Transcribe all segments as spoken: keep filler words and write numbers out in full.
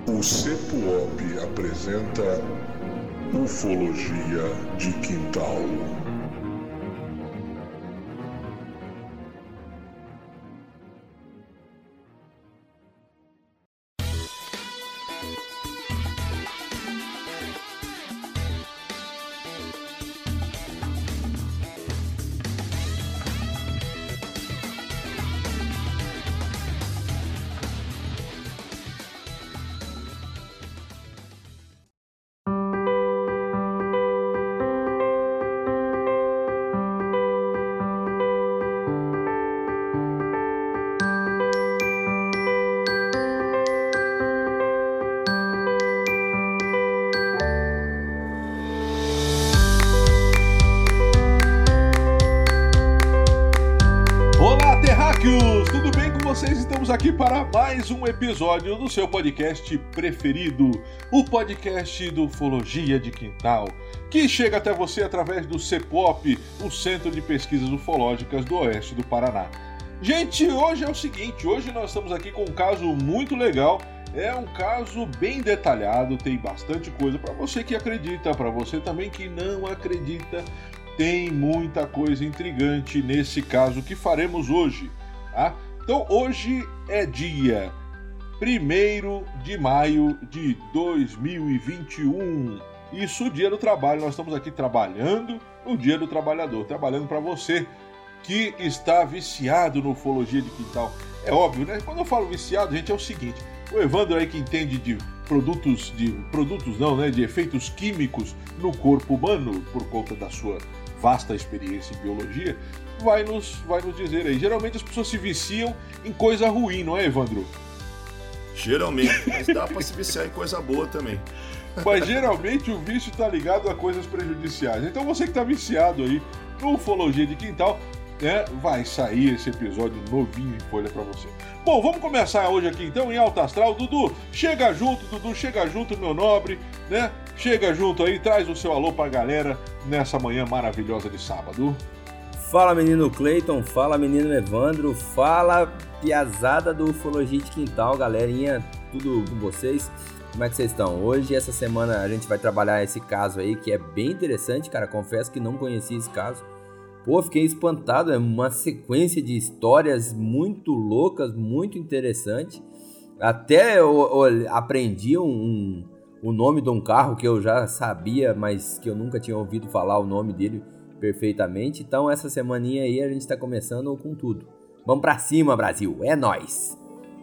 O CEPUOP apresenta Ufologia de Quintal. Tudo bem com vocês? Estamos aqui para mais um episódio do seu podcast preferido, o podcast do Ufologia de Quintal, que chega até você através do CEPUOP, o Centro de Pesquisas Ufológicas do Oeste do Paraná. Gente, hoje é o seguinte, hoje nós estamos aqui com um caso muito legal, é um caso bem detalhado, tem bastante coisa para você que acredita, para você também que não acredita, tem muita coisa intrigante nesse caso que faremos hoje. Tá? Então hoje é dia primeiro de maio de dois mil e vinte e um, isso, dia do trabalho, nós estamos aqui trabalhando no dia do trabalhador, trabalhando para você que está viciado no Ufologia de Quintal. É óbvio, né? Quando eu falo viciado, gente, é o seguinte, o Evandro aí que entende de produtos, de produtos não, né, de efeitos químicos no corpo humano, por conta da sua vasta experiência em biologia, vai nos, vai nos dizer aí. Geralmente as pessoas se viciam em coisa ruim, não é, Evandro? Geralmente, mas dá pra se viciar em coisa boa também. Mas geralmente o vício tá ligado a coisas prejudiciais. Então você que tá viciado aí no Ufologia de Quintal, né, vai sair esse episódio novinho em folha pra você. Bom, vamos começar hoje aqui então em Alto Astral. Dudu, chega junto, Dudu, chega junto, meu nobre, né? Chega junto aí, traz o seu alô pra galera nessa manhã maravilhosa de sábado. Fala, menino Cleiton, fala, menino Evandro, fala, piazada do Ufologia de Quintal, galerinha, tudo com vocês? Como é que vocês estão? Hoje, essa semana, a gente vai trabalhar esse caso aí, que é bem interessante, cara, confesso que não conhecia esse caso. Pô, fiquei espantado, é uma sequência de histórias muito loucas, muito interessante. Até eu, eu aprendi um, um, o nome de um carro que eu já sabia, mas que eu nunca tinha ouvido falar o nome dele perfeitamente. Então essa semaninha aí a gente tá começando com tudo. Vamos pra cima, Brasil, é nóis!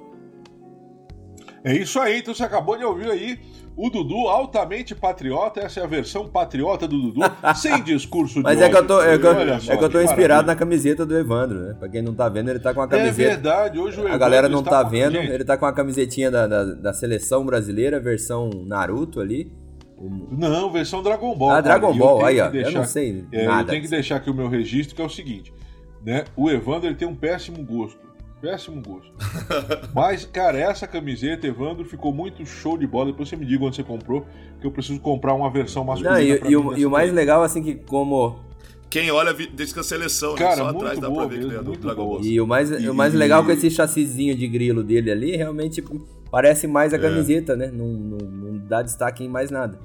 É isso aí, então você acabou de ouvir aí o Dudu altamente patriota, essa é a versão patriota do Dudu, sem discurso de Mas é que eu tô, é que eu, só, é que eu tô inspirado maravilha. na camiseta do Evandro, né? Pra quem não tá vendo, ele tá com a camiseta... É verdade, hoje o Evandro a galera não está tá com... vendo, Gente, ele tá com a camisetinha da, da, da seleção brasileira, versão Naruto ali. Não, versão Dragon Ball. Ah, Dragon Ball, aí ó, deixar, eu não sei é, nada. Eu tenho que deixar aqui o meu registro, que é o seguinte, né? O Evandro, ele tem um péssimo gosto, péssimo gosto. Mas, cara, essa camiseta, Evandro, ficou muito show de bola. Depois você me diga onde você comprou, que eu preciso comprar uma versão masculina. Não, e, pra e, mim o, e o mais legal, assim, que como... Quem olha diz que a seleção, cara, né? Só muito atrás dá boa pra ver mesmo, que é do muito Dragon boa. Ball. E o mais, E- o mais legal com esse chassizinho de grilo dele ali, realmente tipo, parece mais a camiseta, né? Não, não, não dá destaque em mais nada.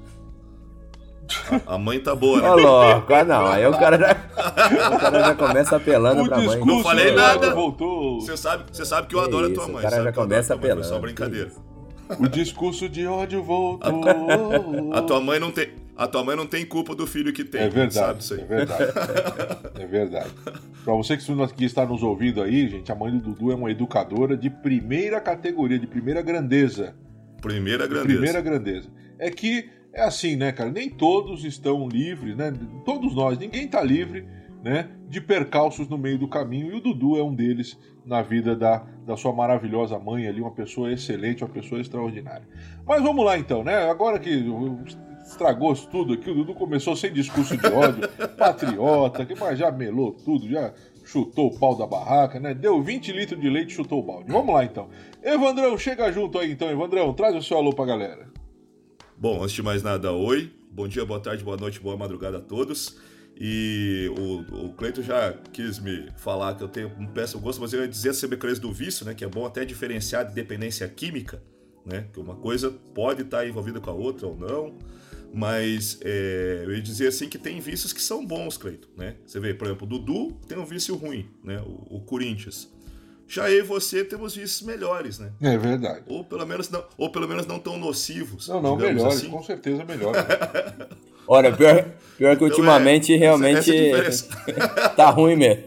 A mãe tá boa, né? Ô, louco, ah, não, aí o cara já, o cara já começa apelando O pra mãe. discurso Não falei do Evandro nada. voltou. Você sabe, você sabe que eu Que adoro a isso, tua mãe. o cara sabe já que eu adoro começa a tua mãe, foi só apelando, brincadeira. O discurso de ódio voltou. A tua mãe não tem, a tua mãe não tem culpa do filho que tem. É verdade, sabe isso aí. é verdade. É verdade. Pra você que está nos ouvindo aí, gente, a mãe do Dudu é uma educadora de primeira categoria, de primeira grandeza. Primeira De grandeza. primeira grandeza. É que é assim, né, cara? Nem todos estão livres, né? Todos nós, ninguém tá livre, né, de percalços no meio do caminho, e o Dudu é um deles na vida da, da sua maravilhosa mãe ali, uma pessoa excelente, uma pessoa extraordinária. Mas vamos lá então, né? Agora que estragou tudo aqui, o Dudu começou sem discurso de ódio, patriota, que mas já melou tudo, já chutou o pau da barraca, né? Deu vinte litros de leite e chutou o balde. Vamos lá então. Evandrão, chega junto aí então, Evandrão, traz o seu alô pra galera. Bom, antes de mais nada, oi. Bom dia, boa tarde, boa noite, boa madrugada a todos. E o, o Cleiton já quis me falar que eu tenho um péssimo gosto, mas eu ia dizer sobre a coisa do vício, né? Que é bom até diferenciar de dependência química, né? Que uma coisa pode estar envolvida com a outra ou não, mas é, eu ia dizer assim que tem vícios que são bons, Cleiton, né? Você vê, por exemplo, o Dudu tem um vício ruim, né? O, o Corinthians. Já eu e você temos vícios melhores, né? É verdade. Ou pelo menos não, ou pelo menos não tão nocivos. Não, não, melhores, assim. Com certeza melhores. Olha, pior, pior que então, ultimamente é, realmente essa, essa tá ruim mesmo.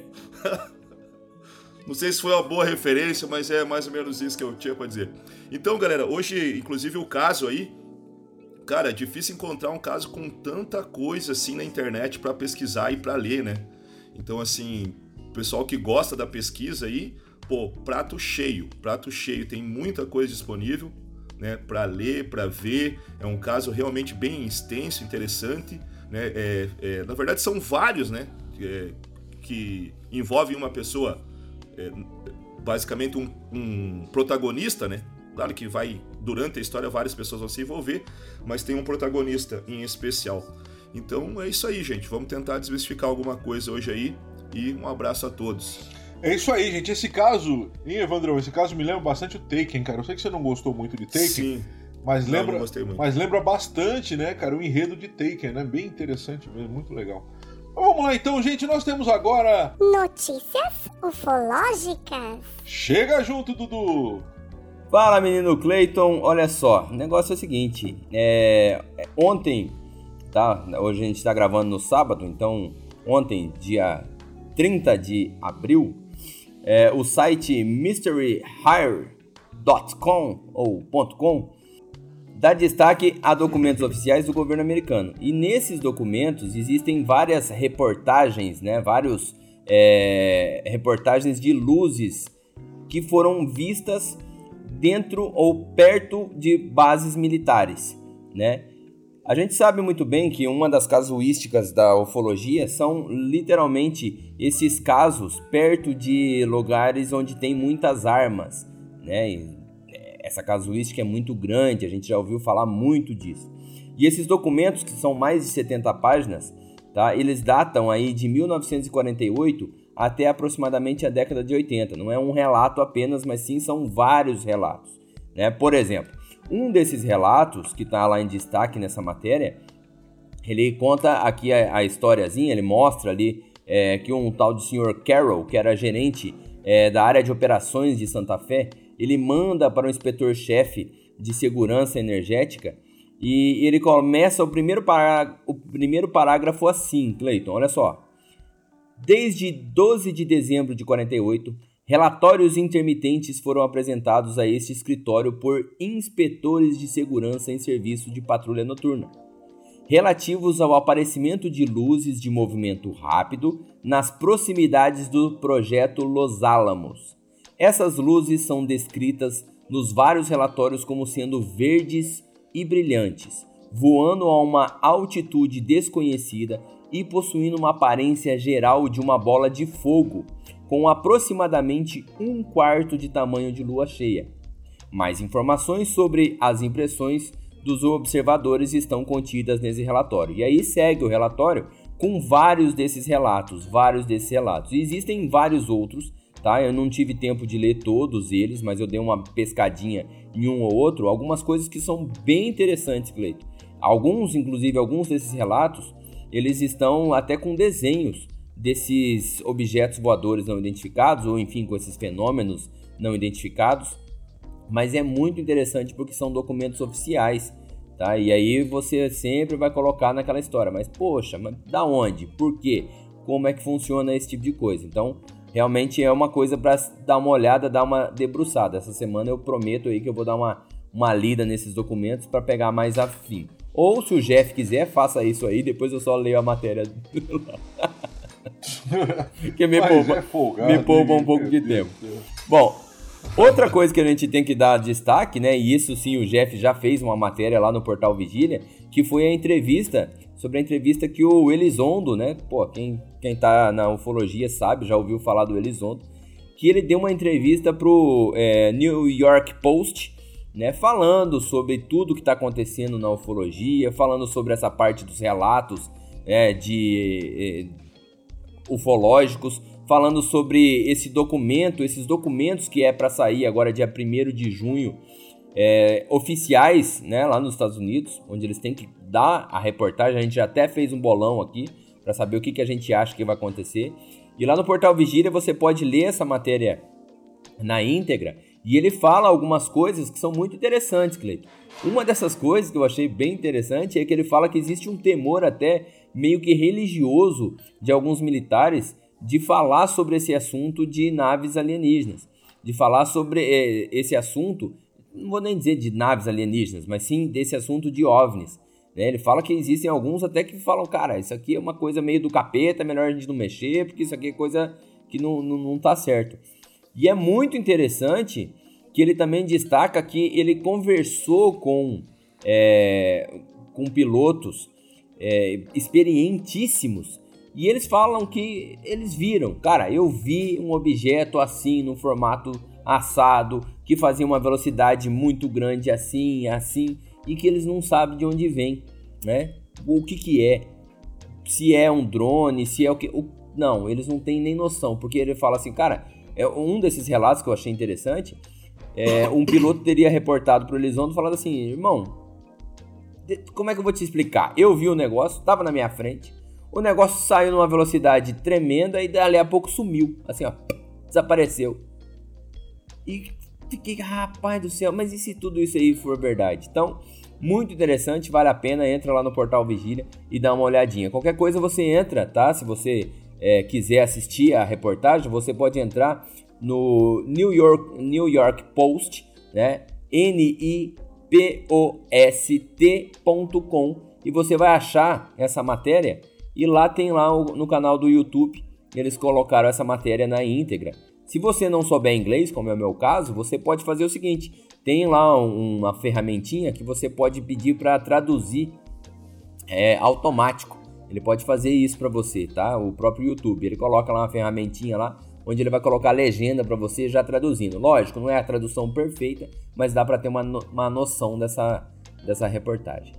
Não sei se foi uma boa referência, mas é mais ou menos isso que eu tinha pra dizer. Então, galera, hoje, inclusive, o caso aí, cara, é difícil encontrar um caso com tanta coisa assim na internet pra pesquisar e pra ler, né? Então, assim, o pessoal que gosta da pesquisa aí, pô, prato cheio, prato cheio, tem muita coisa disponível, né, pra ler, pra ver. É um caso realmente bem extenso, interessante, né? É, é, na verdade, são vários, né, é, que envolvem uma pessoa, é, basicamente um, um protagonista, né? Claro que vai, durante a história, várias pessoas vão se envolver, mas tem um protagonista em especial. Então é isso aí, gente. Vamos tentar desmistificar alguma coisa hoje aí. E um abraço a todos. É isso aí, gente. Esse caso, hein, Evandrão? Esse caso me lembra bastante o Taken, cara. Eu sei que você não gostou muito de Taken. Sim. Mas não, lembra, não gostei muito. mas lembra bastante, né, cara, o enredo de Taken, né? Bem interessante mesmo, muito legal. Então, vamos lá então, gente. Nós temos agora... Notícias ufológicas. Chega junto, Dudu! Fala, menino Cleiton. Olha só, o negócio é o seguinte. É... Ontem, tá? Hoje a gente tá gravando no sábado, então ontem, dia trinta de abril, é, o site mystery hire ponto com ou .com dá destaque a documentos oficiais do governo americano. E nesses documentos existem várias reportagens, né, vários é, reportagens de luzes que foram vistas dentro ou perto de bases militares, né? A gente sabe muito bem que uma das casuísticas da ufologia são literalmente esses casos perto de lugares onde tem muitas armas, né? E essa casuística é muito grande, a gente já ouviu falar muito disso. E esses documentos, que são mais de setenta páginas, tá? Eles datam aí de mil novecentos e quarenta e oito até aproximadamente a década de oitenta. Não é um relato apenas, mas sim são vários relatos, né? Por exemplo, um desses relatos, que está lá em destaque nessa matéria, ele conta aqui a, a historiazinha, ele mostra ali é, que um tal de senhor Carroll, que era gerente é, da área de operações de Santa Fé, ele manda para o inspetor-chefe de segurança energética e ele começa o primeiro, pará, o primeiro parágrafo assim, Cleiton, olha só. Desde doze de dezembro de quarenta e oito, relatórios intermitentes foram apresentados a este escritório por inspetores de segurança em serviço de patrulha noturna, relativos ao aparecimento de luzes de movimento rápido nas proximidades do projeto Los Alamos. Essas luzes são descritas nos vários relatórios como sendo verdes e brilhantes, voando a uma altitude desconhecida e possuindo uma aparência geral de uma bola de fogo, com aproximadamente um quarto de tamanho de lua cheia. Mais informações sobre as impressões dos observadores estão contidas nesse relatório. E aí segue o relatório com vários desses relatos, vários desses relatos. E existem vários outros, tá? Eu não tive tempo de ler todos eles, mas eu dei uma pescadinha em um ou outro. Algumas coisas que são bem interessantes, Cleiton. Alguns, inclusive, alguns desses relatos, eles estão até com desenhos desses objetos voadores não identificados, ou enfim, com esses fenômenos não identificados, mas é muito interessante porque são documentos oficiais, tá? E aí você sempre vai colocar naquela história, mas poxa, mas da onde? Por quê? Como é que funciona esse tipo de coisa? Então, realmente é uma coisa para dar uma olhada, dar uma debruçada. Essa semana eu prometo aí que eu vou dar uma, uma lida nesses documentos para pegar mais afim. Ou se o Jeff quiser, faça isso aí, depois eu só leio a matéria. que me poupa, é folgado, me poupa um pouco de tempo. Bom, outra coisa que a gente tem que dar destaque, né? E isso sim, o Jeff já fez uma matéria lá no Portal Vigília, que foi a entrevista, sobre a entrevista que o Elizondo, né? Pô, quem, quem tá na ufologia sabe, já ouviu falar do Elizondo, que ele deu uma entrevista pro é, New York Post, né, falando sobre tudo que está acontecendo na ufologia, falando sobre essa parte dos relatos é, de é, ufológicos, falando sobre esse documento, esses documentos que é para sair agora dia primeiro de junho é, oficiais, né, lá nos Estados Unidos, onde eles têm que dar a reportagem. A gente já até fez um bolão aqui para saber o que, que a gente acha que vai acontecer. E lá no Portal Vigília você pode ler essa matéria na íntegra e ele fala algumas coisas que são muito interessantes, Cleiton. Uma dessas coisas que eu achei bem interessante é que ele fala que existe um temor até meio que religioso de alguns militares de falar sobre esse assunto de naves alienígenas, de falar sobre é, esse assunto, não vou nem dizer de naves alienígenas, mas sim desse assunto de OVNIs. Né? Ele fala que existem alguns até que falam, cara, isso aqui é uma coisa meio do capeta, é melhor a gente não mexer, porque isso aqui é coisa que não, não, não tá certo. E é muito interessante que ele também destaca que ele conversou com, é, com pilotos é, experientíssimos e eles falam que eles viram, cara, eu vi um objeto assim, no formato assado, que fazia uma velocidade muito grande assim, assim, e que eles não sabem de onde vem, né? O que que é, se é um drone, se é o que... O... Não, eles não têm nem noção, porque ele fala assim, cara, é um desses relatos que eu achei interessante. É, um piloto teria reportado pro Elizondo falando assim, irmão, como é que eu vou te explicar? Eu vi o negócio, tava na minha frente, o negócio saiu numa velocidade tremenda e dali a pouco sumiu, assim ó, desapareceu. E fiquei, rapaz do céu, mas e se tudo isso aí for verdade? Então, muito interessante, vale a pena, entra lá no Portal Vigília e dá uma olhadinha. Qualquer coisa você entra, tá? Se você é, quiser assistir a reportagem, você pode entrar no New York, New York Post, né? N I P O S T ponto com, e você vai achar essa matéria, e lá tem lá o, no canal do YouTube, eles colocaram essa matéria na íntegra. Se você não souber inglês, como é o meu caso, você pode fazer o seguinte, tem lá uma ferramentinha que você pode pedir para traduzir é, automático. Ele pode fazer isso para você, tá? O próprio YouTube, ele coloca lá uma ferramentinha lá, onde ele vai colocar a legenda para você já traduzindo. Lógico, não é a tradução perfeita, mas dá para ter uma, no, uma noção dessa, dessa reportagem.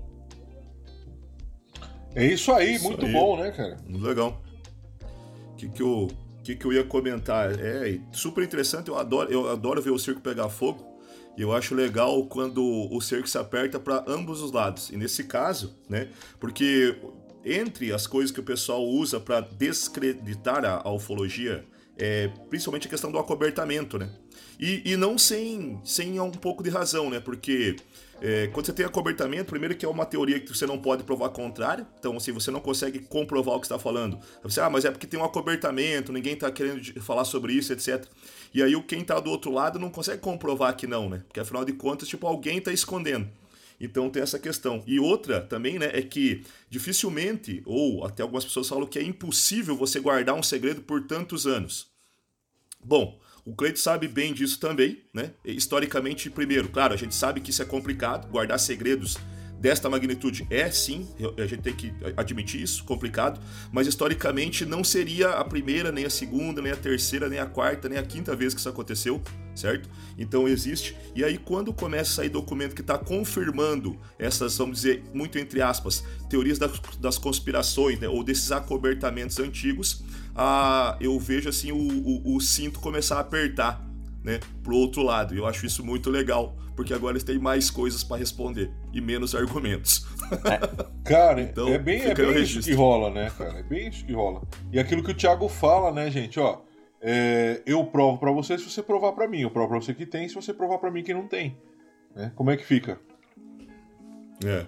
É isso aí, isso muito aí. bom, né, cara? Muito legal. O que, que, eu, que, que eu ia comentar? É super interessante, eu adoro, eu adoro ver o circo pegar fogo. E eu acho legal quando o cerco se aperta para ambos os lados. E nesse caso, né, porque entre as coisas que o pessoal usa para descreditar a, a ufologia, é, principalmente a questão do acobertamento, né? E, e não sem, sem um pouco de razão, né? Porque é, quando você tem acobertamento, primeiro que é uma teoria que você não pode provar contrário, então assim, você não consegue comprovar o que está falando. Você, ah, mas é porque tem um acobertamento, ninguém está querendo falar sobre isso, etcétera. E aí quem está do outro lado não consegue comprovar que não, né? Porque afinal de contas, tipo, alguém está escondendo. Então tem essa questão. E outra também, né, é que dificilmente, ou até algumas pessoas falam que é impossível você guardar um segredo por tantos anos. Bom, o Cleiton sabe bem disso também, né? Historicamente, primeiro, claro, a gente sabe que isso é complicado, guardar segredos desta magnitude é sim, a gente tem que admitir isso, complicado, mas historicamente não seria a primeira, nem a segunda, nem a terceira, nem a quarta, nem a quinta vez que isso aconteceu, certo? Então existe, e aí quando começa a sair documento que está confirmando essas, vamos dizer, muito entre aspas, teorias das, das conspirações, né, ou desses acobertamentos antigos, ah, eu vejo assim o, o, o cinto começar a apertar, né, pro outro lado. Eu acho isso muito legal, porque agora eles têm mais coisas para responder e menos argumentos. Cara, então, é bem, é bem isso que rola, né, cara? É bem isso que rola. E aquilo que o Thiago fala, né, gente, ó, é, eu provo para você se você provar para mim, eu provo para você que tem se você provar para mim que não tem, né? Como é que fica? É.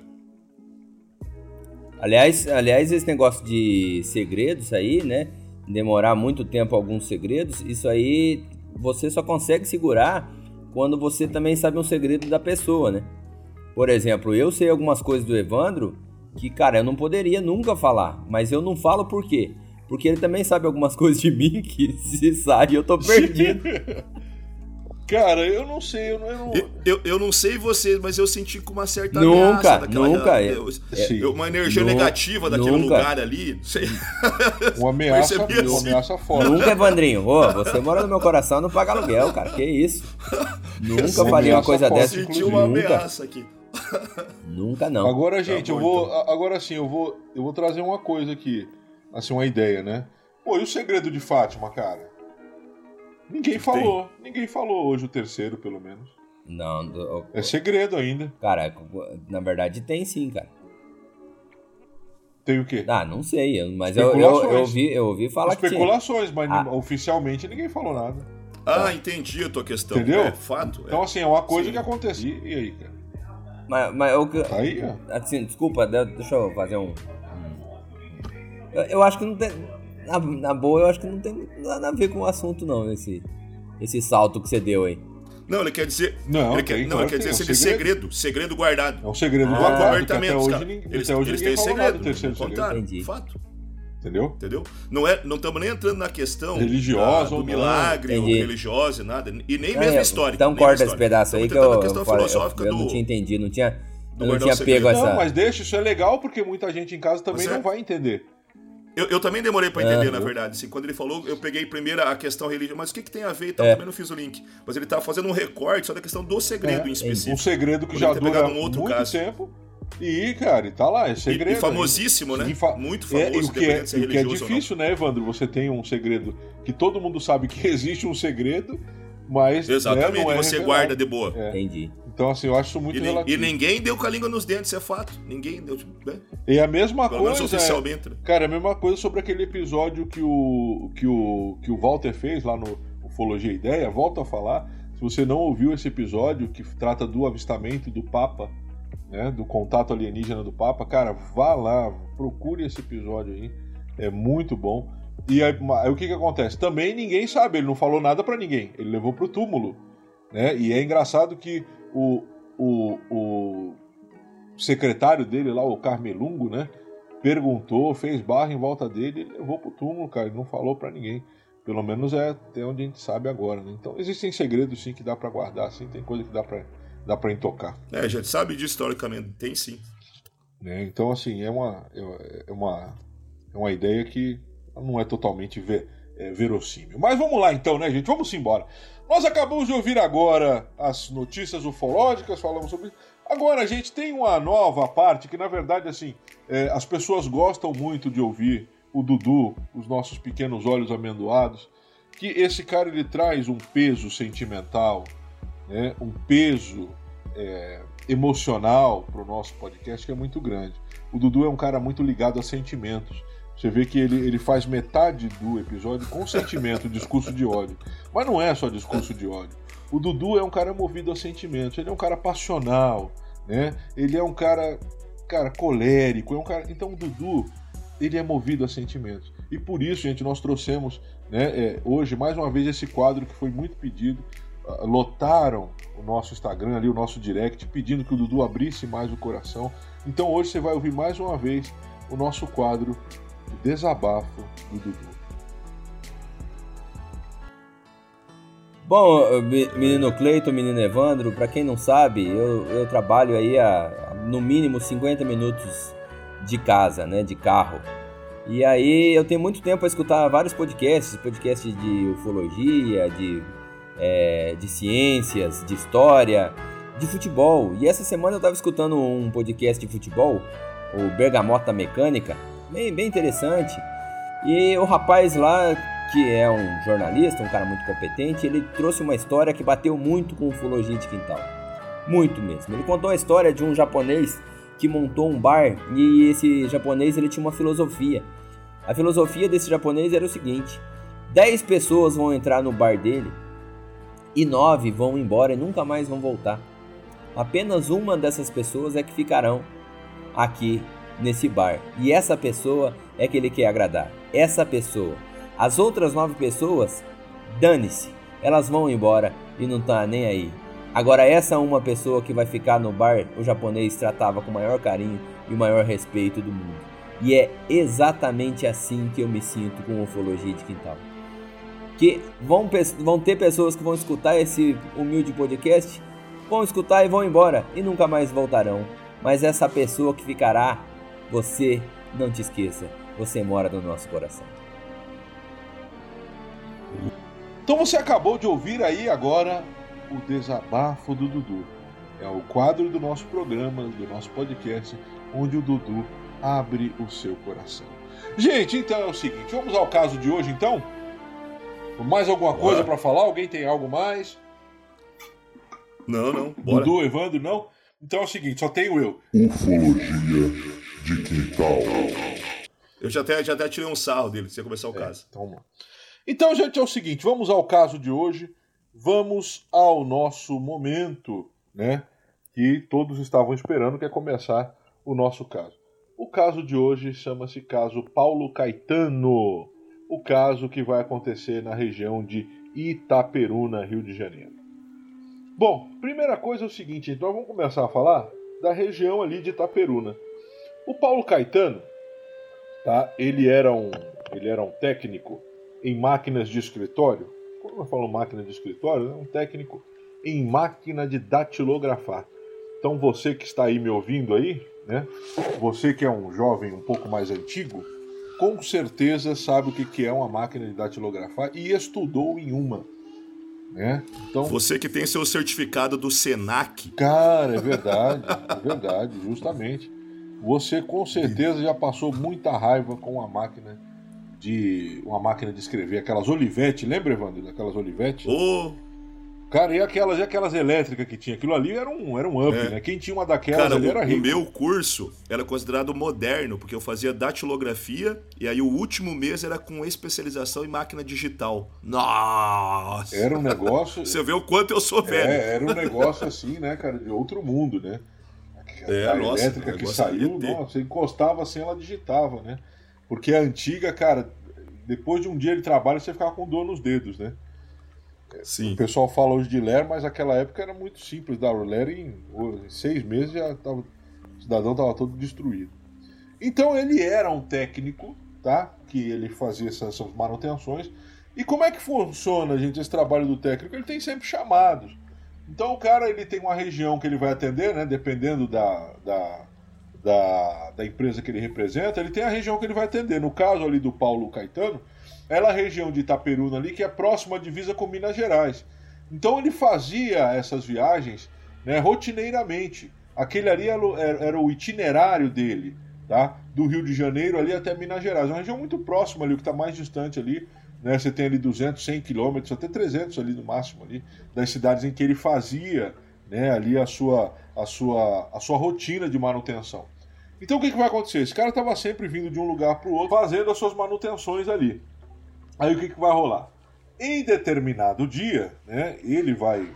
Aliás, aliás, esse negócio de segredos aí, né, demorar muito tempo alguns segredos, isso aí você só consegue segurar quando você também sabe um segredo da pessoa, né? Por exemplo, eu sei algumas coisas do Evandro que, cara, eu não poderia nunca falar, mas eu não falo por quê? Porque ele também sabe algumas coisas de mim que, se sai, eu tô perdido. Cara, eu não sei, eu não... Eu não, eu, eu, eu não sei vocês, mas eu senti com uma certa nunca, ameaça nunca, eu, é, eu, uma energia nunca, negativa daquele nunca. lugar ali. Sei. Uma ameaça, uma assim. ameaça forte. Nunca, Evandrinho. Ô, você mora no meu coração, não paga aluguel, cara. Que isso? Nunca falei uma coisa forte, dessa. Eu senti Nunca. uma ameaça aqui. Nunca não. Agora, gente, Tá bom, eu vou... então. Agora sim, eu vou, eu vou trazer uma coisa aqui. Assim, uma ideia, né? Pô, e o segredo de Fátima, cara? Ninguém falou. Ninguém falou hoje, o terceiro, pelo menos. Não, do- É segredo ainda. cara, na verdade tem sim, cara. Tem o quê? Ah, não sei, eu- mas eu, eu, Especulações. eu, ouvi, eu ouvi falar que tinha. Especulações, mas Ah. oficialmente ninguém falou nada. Ah, entendi a tua questão. Entendeu? É fato. Então, é. assim, é uma coisa Sim. que aconteceu. E, e aí, cara? Mas, mas eu, Tá aí, ó. assim, desculpa, de- deixa eu fazer um... um- Eu, eu acho que não tem... Na, na boa, eu acho que não tem nada a ver com o assunto, não, esse, esse salto que você deu aí. Não, ele quer dizer. Não, ele quer, tem, não, claro ele quer que dizer tem, é um segredo. segredo, segredo guardado. É um segredo Ah, guardado, que até Abertamentos, hoje, cara. ninguém- Eles, até hoje eles ninguém têm falou segredo, nada do terceiro não segredo. contaram. Entendi. Fato. Entendeu? Entendeu? Não é, não estamos nem entrando na questão Religiosa da- ou do não. milagre ou Entendi. religiosa e nada. E nem Não, mesmo é, histórica. Então nem corta mesmo esse histórica. pedaço aí que Estamos eu, tentando a questão eu, eu, filosófica eu não do- tinha entendido, não tinha, eu não guardar tinha o segredo. pego essa... Não, mas deixa, isso é legal porque muita gente em casa também Mas é- não vai entender. Eu, eu também demorei pra entender, Ah, na eu- verdade. Assim, quando ele falou, eu peguei primeiro a questão religiosa. Mas o que, que tem a ver e tal? É. Também não fiz o link. Mas ele tava fazendo um recorte só da questão do segredo É, em específico. Um segredo que Poderia já ter dura pegado um outro muito caso. tempo. E, cara, e tá lá, é E, segredo. e famosíssimo, né? Sim, fa- Muito É, famoso, e o que é, independente de ser e o que é religioso ou não. difícil, né, Evandro? Você tem um segredo que todo mundo sabe que existe um segredo, mas né, Exatamente, não é você revelado. guarda de boa. É. Entendi. Então, assim, eu acho isso muito E, nem- relativo. e ninguém deu com a língua nos dentes, isso é fato. Ninguém deu, tipo, né? E a mesma Pelo menos coisa. oficialmente. né? Cara, a mesma coisa sobre aquele episódio que o, que o, que o Walter fez lá no Ufologia Ideia. Volto a falar. Se você não ouviu esse episódio que trata do avistamento do Papa, né, do contato alienígena do Papa, cara, vá lá, procure esse episódio aí. É muito bom. E aí, aí o que que acontece? Também ninguém sabe, ele não falou nada pra ninguém. Ele levou pro túmulo, né? E é engraçado que o, o, o secretário dele lá, o Carmelungo, né, perguntou, fez barra em volta dele e levou pro túmulo, cara. Ele não falou pra ninguém. Pelo menos é até onde a gente sabe agora, né? Então existem segredos sim que dá pra guardar, sim, tem coisa que dá pra, dá pra intocar. É, a gente sabe disso historicamente. Tem sim. Né? Então, assim, é uma, é uma, é uma ideia que não é totalmente ver, é, verossímil. Mas vamos lá então, né, gente? Vamos embora. Nós acabamos de ouvir agora as notícias ufológicas, falamos sobre isso. Agora, a gente tem uma nova parte que, na verdade, assim, é, as pessoas gostam muito de ouvir o Dudu, os nossos pequenos olhos amendoados, que esse cara, ele traz um peso sentimental, né, um peso é, emocional para o nosso podcast que é muito grande. O Dudu é um cara muito ligado a sentimentos. Você vê que ele, ele faz metade do episódio com sentimento, discurso de ódio. Mas não é só discurso de ódio. O Dudu é um cara movido a sentimentos, ele é um cara passional, né? Ele é um cara, cara colérico, é um cara... Então o Dudu, ele é movido a sentimentos. E por isso, gente, nós trouxemos, né, é, hoje, mais uma vez, esse quadro que foi muito pedido. Uh, lotaram o nosso Instagram ali, o nosso direct, pedindo que o Dudu abrisse mais o coração. Então hoje você vai ouvir mais uma vez o nosso quadro de desabafo do Dudu. Bom, menino Cleiton, menino Evandro, pra quem não sabe, eu, eu trabalho aí a, a no mínimo cinquenta minutos de casa, né, de carro. E aí eu tenho muito tempo a escutar vários podcasts, podcasts de ufologia, de, é, de ciências, de história, de futebol. E essa semana eu tava escutando um podcast de futebol, o Bergamota Mecânica, bem, bem interessante. E o rapaz lá, que é um jornalista, um cara muito competente, ele trouxe uma história que bateu muito com ufologia de quintal. Muito mesmo. Ele contou a história de um japonês que montou um bar e esse japonês ele tinha uma filosofia. A filosofia desse japonês era o seguinte: dez pessoas vão entrar no bar dele e nove vão embora e nunca mais vão voltar. Apenas uma dessas pessoas é que ficarão aqui nesse bar. E essa pessoa é que ele quer agradar. Essa pessoa. As outras nove pessoas, dane-se. Elas vão embora e não tá nem aí. Agora essa uma pessoa que vai ficar no bar, o japonês tratava com o maior carinho e o maior respeito do mundo. E é exatamente assim que eu me sinto com ufologia de quintal. Que vão, vão ter pessoas que vão escutar esse humilde podcast, vão escutar e vão embora e nunca mais voltarão. Mas essa pessoa que ficará, você não te esqueça, você mora no nosso coração. Então você acabou de ouvir aí agora o desabafo do Dudu. É o quadro do nosso programa, do nosso podcast, onde o Dudu abre o seu coração. Gente, então é o seguinte, vamos ao caso de hoje então? Mais alguma coisa para falar? Alguém tem algo mais? Não, não, bora. Dudu, Evandro, não? Então é o seguinte, só tenho eu. Ufologia de quintal. Eu já até, já até tirei um sarro dele, se ia começar o É, caso. então, vamos lá. Então, gente, é o seguinte, vamos ao caso de hoje, vamos ao nosso momento, né, que todos estavam esperando, que é começar o nosso caso. O caso de hoje chama-se caso Paulo Caetano, o caso que vai acontecer na região de Itaperuna, Rio de Janeiro. Bom, primeira coisa é o seguinte, então vamos começar a falar da região ali de Itaperuna. O Paulo Caetano, tá, ele era um, ele era um técnico em máquinas de escritório. Quando eu falo máquina de escritório, é um técnico em máquina de datilografar. Então você que está aí me ouvindo aí, né? Você que é um jovem um pouco mais antigo, com certeza sabe o que é uma máquina de datilografar e estudou em uma, né? Então, Você que tem seu certificado do Senac. cara, é verdade, é verdade, justamente. Você com certeza já passou muita raiva com a máquina de uma máquina de escrever, aquelas Olivetti, lembra, Evandro, daquelas Olivetti? Ô, Cara, e aquelas, e aquelas elétricas que tinha? Aquilo ali era um, era um up, É. né? Quem tinha uma daquelas cara, ali o, era o rico. meu curso era considerado moderno, porque eu fazia datilografia e aí o último mês era com especialização em máquina digital. Nossa! Era um negócio... Você vê o quanto eu sou velho. É, era um negócio assim, né, cara, de outro mundo, né? É, a nossa, elétrica o que negócio saiu, devia ter. nossa, você encostava assim, ela digitava, né? Porque a antiga, cara, depois de um dia de trabalho, você ficava com dor nos dedos, né? Sim. O pessoal fala hoje de ler, mas naquela época era muito simples dar o ler em, em seis meses já tava, o cidadão estava todo destruído. Então ele era um técnico, tá? Que ele fazia essas, essas manutenções. E como é que funciona, gente, esse trabalho do técnico? Ele tem sempre chamados. Então o cara ele tem uma região que ele vai atender, né? Dependendo da, da, da, da empresa que ele representa, ele tem a região que ele vai atender. No caso ali do Paulo Caetano, ela é a região de Itaperuna ali, que é próxima à divisa com Minas Gerais. Então ele fazia essas viagens, né, rotineiramente. Aquele ali era, era o itinerário dele, tá? Do Rio de Janeiro ali até Minas Gerais. É uma região muito próxima ali, o que está mais distante ali, né? Você tem ali duzentos, cem quilômetros, até trezentos ali no máximo ali, das cidades em que ele fazia, né, ali a sua, a, sua, a sua rotina de manutenção. Então o que, que vai acontecer? Esse cara estava sempre vindo de um lugar para o outro, fazendo as suas manutenções ali. Aí o que, que vai rolar? Em determinado dia, né, ele vai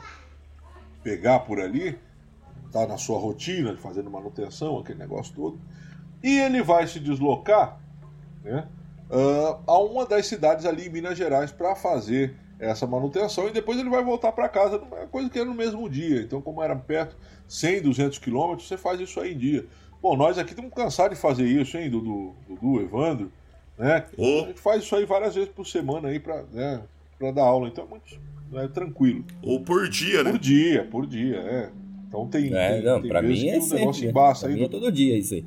pegar por ali, tá na sua rotina, fazendo manutenção, aquele negócio todo, e ele vai se deslocar, né, uh, a uma das cidades ali em Minas Gerais para fazer essa manutenção, e depois ele vai voltar para casa, coisa que era no mesmo dia. Então, como era perto, cem, duzentos quilômetros, você faz isso aí em dia. Bom, nós aqui estamos cansados de fazer isso, hein, Dudu, Dudu, Evandro, né? Oh. A gente faz isso aí várias vezes por semana aí para, né, para dar aula, então é muito, é tranquilo. Ou por dia, né? Por dia, por dia, é. Então tem, É, tem, não, tem pra vezes mim que é o negócio sempre. embaça Pra aí. mim é do- todo dia isso aí.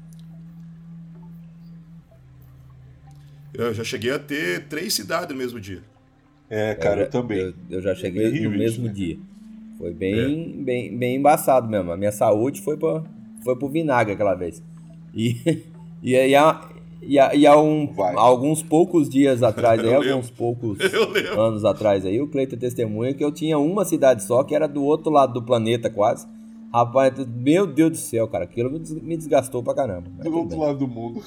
Eu já cheguei a ter três cidades no mesmo dia. É, cara, eu, já- também. Eu, eu já cheguei terrível no isso, mesmo né? dia. Foi bem, bem, bem embaçado mesmo. A minha saúde foi, pra, foi pro vinagre aquela vez. E, e, e, há, e, há, e há, um, Vai. há alguns poucos dias atrás, aí, Eu lembro. alguns poucos Eu lembro. anos atrás, aí, o Cleiton testemunha que eu tinha uma cidade só, que era do outro lado do planeta quase. Rapaz, meu Deus do céu, cara, aquilo me des- me desgastou pra caramba. Mas Do tudo outro bem. lado do mundo.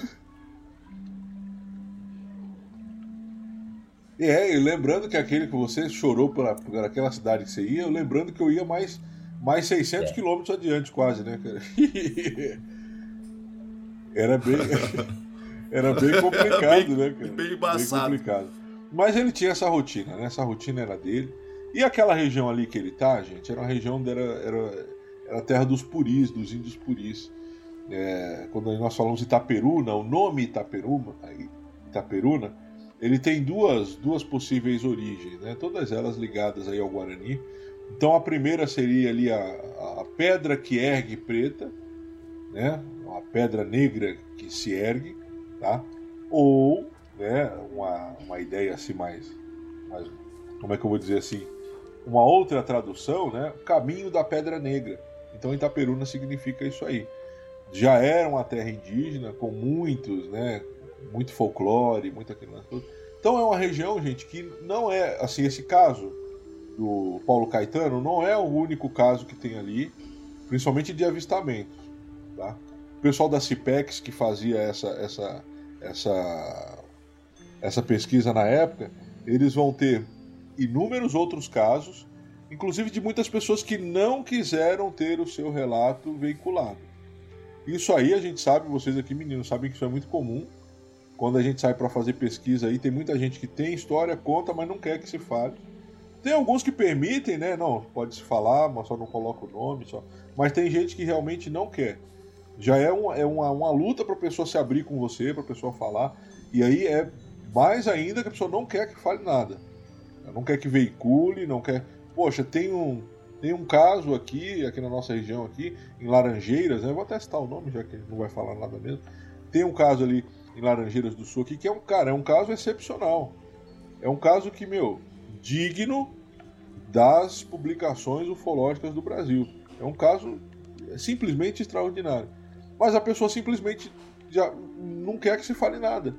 É, e lembrando que aquele que você chorou por, por aquela cidade que você ia, eu lembrando que eu ia mais, mais seiscentos É. quilômetros adiante quase, né, cara? Era bem... Era bem complicado, Era bem- né, cara? bem embaçado. Bem complicado. Mas ele tinha essa rotina, né? Essa rotina era dele. E aquela região ali que ele tá, gente, era uma região onde era, era, era a terra dos puris, dos índios puris. É, quando nós falamos de Itaperuna, o nome Itaperuna, Itaperuna, ele tem duas, duas possíveis origens, né? Todas elas ligadas aí ao Guarani. Então a primeira seria ali a, a pedra que ergue preta, né? Uma pedra negra que se ergue, tá? Ou, né, uma, uma ideia assim mais, mais, como é que eu vou dizer assim, uma outra tradução, né? Caminho da Pedra Negra. Então Itaperuna significa isso aí. Já era uma terra indígena com muitos, né, muito folclore, muita criança. Então é uma região, gente, que não é assim, esse caso do Paulo Caetano não é o único caso que tem ali, principalmente de avistamentos. Tá? O pessoal da CIPEX que fazia essa, essa, essa, essa pesquisa na época, eles vão ter inúmeros outros casos, inclusive de muitas pessoas que não quiseram ter o seu relato veiculado. Isso aí a gente sabe, vocês aqui meninos sabem que isso é muito comum. Quando a gente sai para fazer pesquisa aí, tem muita gente que tem história, conta, mas não quer que se fale. Tem alguns que permitem, né? Não, pode se falar, mas só não coloca o nome. Só. Mas tem gente que realmente não quer. Já é, um, é uma, uma luta para a pessoa se abrir com você, para a pessoa falar. E aí é mais ainda que a pessoa não quer que fale nada. Ela não quer que veicule, não quer... Poxa, tem um, tem um caso aqui, aqui na nossa região, aqui, em Laranjeiras, né? Eu vou até citar o nome, já que não vai falar nada mesmo. Tem um caso ali em Laranjeiras do Sul aqui, que é um, cara, é um caso excepcional. É um caso que, meu, digno das publicações ufológicas do Brasil. É um caso simplesmente extraordinário. Mas a pessoa simplesmente já não quer que se fale nada.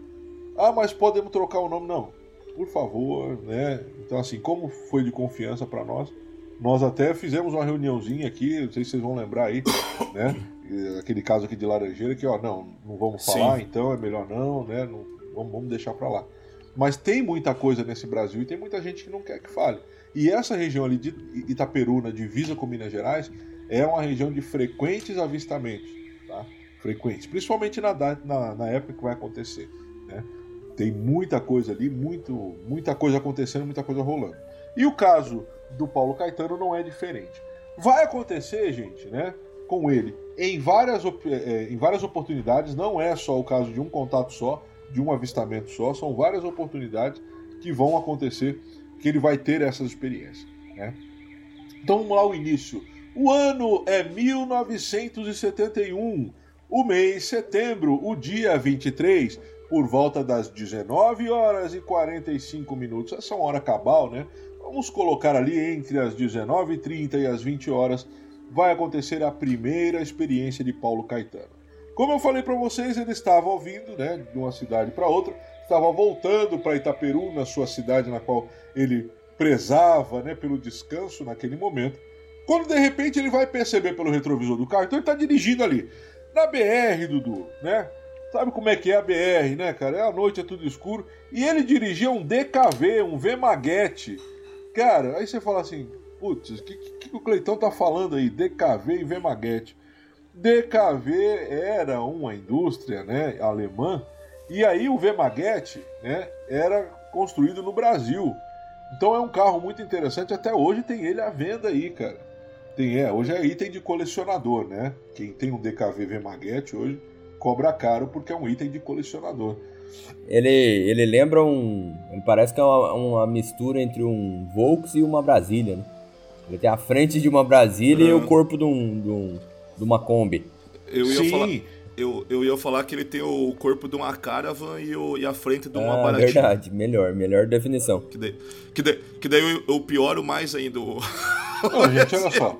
Ah, mas podemos trocar o nome? Não. Por favor, né? Então, assim, como foi de confiança para nós, nós até fizemos uma reuniãozinha aqui, não sei se vocês vão lembrar aí, né? Aquele caso aqui de Laranjeira, que, ó, não, não vamos falar, Sim. então é melhor não, né? Não, vamos, vamos deixar para lá. Mas tem muita coisa nesse Brasil e tem muita gente que não quer que fale. E essa região ali de Itaperuna, divisa com Minas Gerais, é uma região de frequentes avistamentos, tá? Frequentes, principalmente na, na, na época que vai acontecer, né? Tem muita coisa ali, muito, muita coisa acontecendo, muita coisa rolando. E o caso do Paulo Caetano não é diferente. Vai acontecer, gente, né, com ele em várias, em várias oportunidades, não é só o caso de um contato só, de um avistamento só, são várias oportunidades que vão acontecer, que ele vai ter essas experiências, né? Então vamos lá, o início. O ano é mil novecentos e setenta e um, o mês setembro, o dia vinte e três, por volta das dezenove horas e quarenta e cinco minutos. Essa é uma hora cabal, né? Vamos colocar ali entre as dezenove e trinta e as vinte horas, vai acontecer a primeira experiência de Paulo Caetano. Como eu falei para vocês, ele estava vindo, né, de uma cidade para outra, estava voltando para Itaperuna, sua cidade na qual ele prezava, né, pelo descanso naquele momento, quando de repente ele vai perceber pelo retrovisor do carro, então ele está dirigindo ali, na B R, Dudu, né? Sabe como é que é a B R, né, cara? É à noite, é tudo escuro. E ele dirigia um D K V, um V-Maguete. Cara, aí você fala assim, putz, o que, que, que o Cleitão tá falando aí? D K V e V-Maguete. D K V era uma indústria, né, alemã. E aí o V-Maguete, né, era construído no Brasil. Então é um carro muito interessante. Até hoje tem ele à venda aí, cara. Tem, é, hoje é item de colecionador, né? Quem tem um D K V V-Maguete hoje cobra caro porque é um item de colecionador. Ele, ele lembra um... Ele parece que é uma, uma mistura entre um Volks e uma Brasília, né? Ele tem a frente de uma Brasília uhum. e o corpo de, um, de, um, de uma Kombi. Eu ia, Sim. falar, eu, eu ia falar que ele tem o corpo de uma Caravan e, o, e a frente de uma ah, Baratinha. Verdade, melhor, melhor definição. Que daí, que daí, que daí eu, eu pioro mais ainda o... Não, gente, olha só.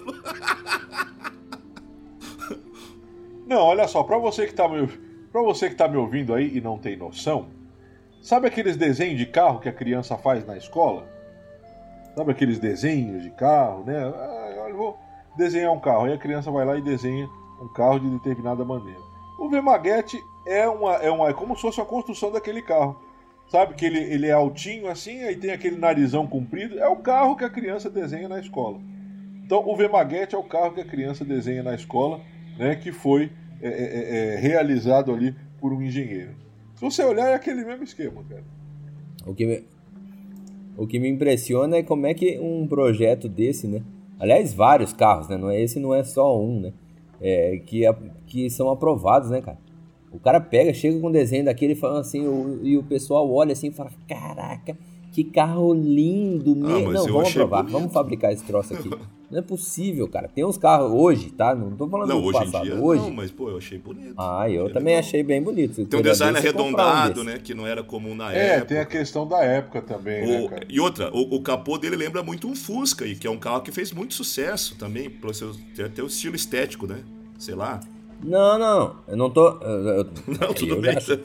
Não, olha só, pra você que tá me, pra você que tá me ouvindo aí e não tem noção, sabe aqueles desenhos de carro que a criança faz na escola? Sabe aqueles desenhos de carro, né? Ah, eu vou desenhar um carro. Aí a criança vai lá e desenha um carro de determinada maneira. O V-Maguete é, uma, é, uma, é como se fosse a construção daquele carro. Sabe que ele, ele é altinho assim, aí tem aquele narizão comprido. É o carro que a criança desenha na escola. Então o V-Maguete é o carro que a criança desenha na escola, né, que foi é, é, é, realizado ali por um engenheiro. Se você olhar, é aquele mesmo esquema, cara. O que me, o que me impressiona é como é que um projeto desse, né? Aliás, vários carros, né? Não é, esse não é só um, né? É, que, que são aprovados, né, cara? O cara pega, chega com um desenho daquele e fala assim, o, e o pessoal olha assim e fala, caraca, que carro lindo mesmo. Ah, não, vamos aprovar, bonito. Vamos fabricar esse troço aqui. Não é possível, cara. Tem uns carros hoje, tá? Não tô falando não, do hoje passado. Em dia, hoje. Não, mas pô, eu achei bonito. Ah, eu achei também legal. achei bem bonito. Tem um design arredondado, um né? Que não era comum na é, época. É, tem a questão da época também, o, né, cara? E outra, o, o capô dele lembra muito um Fusca, que é um carro que fez muito sucesso também, pro seu, tem até o estilo estético, né? Sei lá. Não, não. Eu não tô... Eu, eu, não, tudo bem. Já...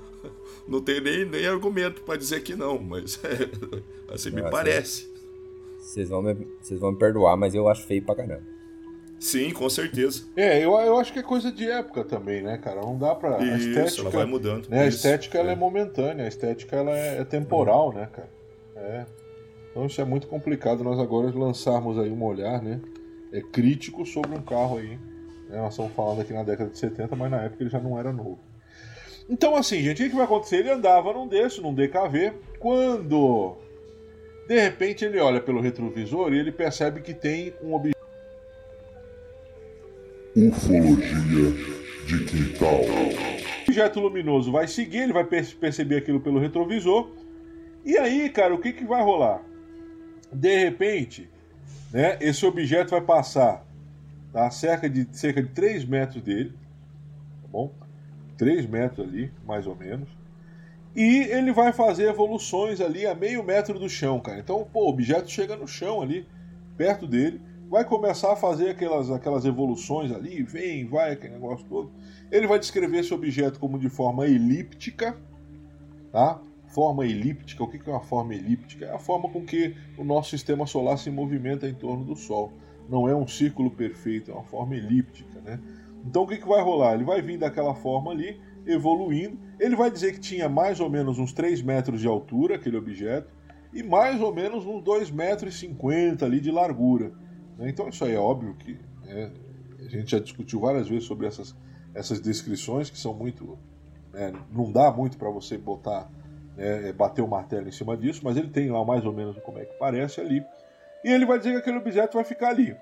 Não tem nem, nem argumento pra dizer que não, mas é, assim me Nossa, parece. Vocês vão, me, vocês vão me perdoar, mas eu acho feio pra caramba. Sim, com certeza. É, eu, eu acho que é coisa de época também, né, cara? Não dá pra... Isso, a estética, ela vai mudando. Né, a Isso, estética, ela é. é momentânea, a estética, ela é, é temporal, né, cara? É. Então isso é muito complicado nós agora lançarmos aí um olhar, né? É crítico sobre um carro aí. Né? Nós estamos falando aqui na década de setenta, mas na época ele já não era novo. Então, assim, gente, o que vai acontecer? Ele andava num desse, num D K V, quando, de repente, ele olha pelo retrovisor e ele percebe que tem um objeto. Ufologia de quintal. O objeto luminoso vai seguir, ele vai per- perceber aquilo pelo retrovisor. E aí, cara, o que, que vai rolar? De repente, né, esse objeto vai passar a cerca de, cerca de três metros dele, tá bom? três metros ali, mais ou menos. E ele vai fazer evoluções ali a meio metro do chão, cara. Então, pô, o objeto chega no chão ali, perto dele, vai começar a fazer aquelas, aquelas evoluções ali, vem, vai, aquele negócio todo. Ele vai descrever esse objeto como de forma elíptica, tá? Forma elíptica, o que é uma forma elíptica? É a forma com que o nosso sistema solar se movimenta em torno do Sol. Não é um círculo perfeito, é uma forma elíptica, né? Então o que, que vai rolar? Ele vai vir daquela forma ali, evoluindo. Ele vai dizer que tinha mais ou menos uns três metros de altura, aquele objeto, e mais ou menos uns dois metros e cinquenta ali de largura. Né? Então isso aí é óbvio que, né, a gente já discutiu várias vezes sobre essas, essas descrições, que são muito... Né, não dá muito para você botar, né, bater o martelo em cima disso, mas ele tem lá mais ou menos como é que parece ali. E ele vai dizer que aquele objeto vai ficar ali.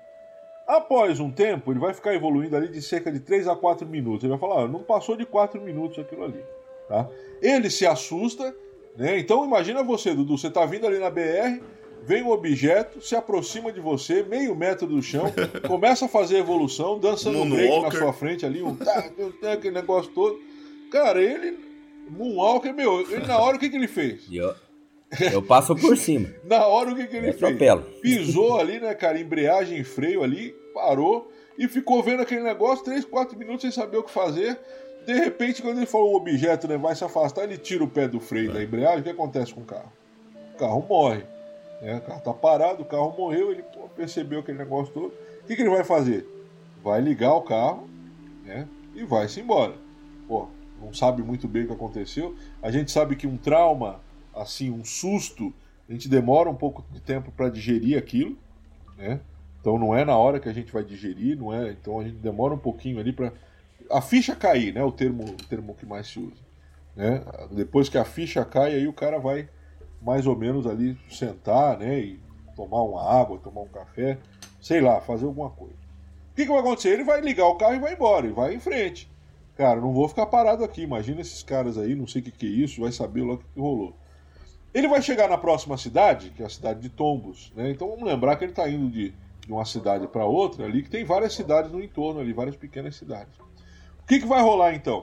Após um tempo, ele vai ficar evoluindo ali de cerca de três a quatro minutos. Ele vai falar, ah, não passou de quatro minutos aquilo ali. Tá? Ele se assusta, né? Então imagina você, Dudu, você está vindo ali na B R, vem um objeto, se aproxima de você, meio metro do chão, começa a fazer evolução, dançando um break na sua frente ali, um tá, aquele negócio todo. Cara, ele, Moonwalker, meu, ele na hora o que, que ele fez? Eu, eu passo por cima. Na hora o que, que ele eu fez? Atropelo. Pisou ali, né, cara, embreagem e freio ali, parou e ficou vendo aquele negócio três, quatro minutos sem saber o que fazer. De repente, quando ele falou o objeto, né, vai se afastar, ele tira o pé do freio é. da embreagem. O que acontece com o carro? O carro morre. Né? O carro tá parado, o carro morreu, ele pô, percebeu aquele negócio todo. O que, que ele vai fazer? Vai ligar o carro, né, e vai-se embora. Pô, não sabe muito bem o que aconteceu. A gente sabe que um trauma, assim, um susto, a gente demora um pouco de tempo para digerir aquilo, né? Então não é na hora que a gente vai digerir, não é? Então a gente demora um pouquinho ali para a ficha cair, né? O termo, o termo que mais se usa, né? Depois que a ficha cai, aí o cara vai mais ou menos ali sentar, né? E tomar uma água, tomar um café, sei lá, fazer alguma coisa. O que, que vai acontecer? Ele vai ligar o carro e vai embora, e vai em frente. Cara, não vou ficar parado aqui. Imagina esses caras aí, não sei o que, que é isso, vai saber lá o que, que rolou. Ele vai chegar na próxima cidade, que é a cidade de Tombos, né? Então vamos lembrar que ele está indo de, de uma cidade para outra ali, que tem várias cidades no entorno ali, várias pequenas cidades. O que, que vai rolar então?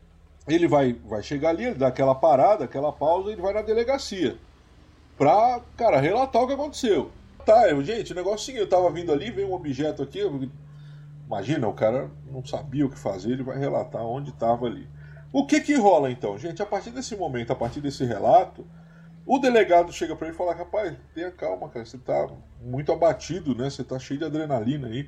Ele vai, vai chegar ali, ele dá aquela parada, aquela pausa, ele vai na delegacia pra, cara, relatar o que aconteceu. Tá, eu, gente, o negócio é o seguinte, eu tava vindo ali, veio um objeto aqui, eu, imagina, o cara não sabia o que fazer, ele vai relatar onde estava ali. O que que rola então? Gente, a partir desse momento, a partir desse relato, o delegado chega para ele e fala, rapaz, tenha calma, cara, você tá muito abatido, né? Você tá cheio de adrenalina aí.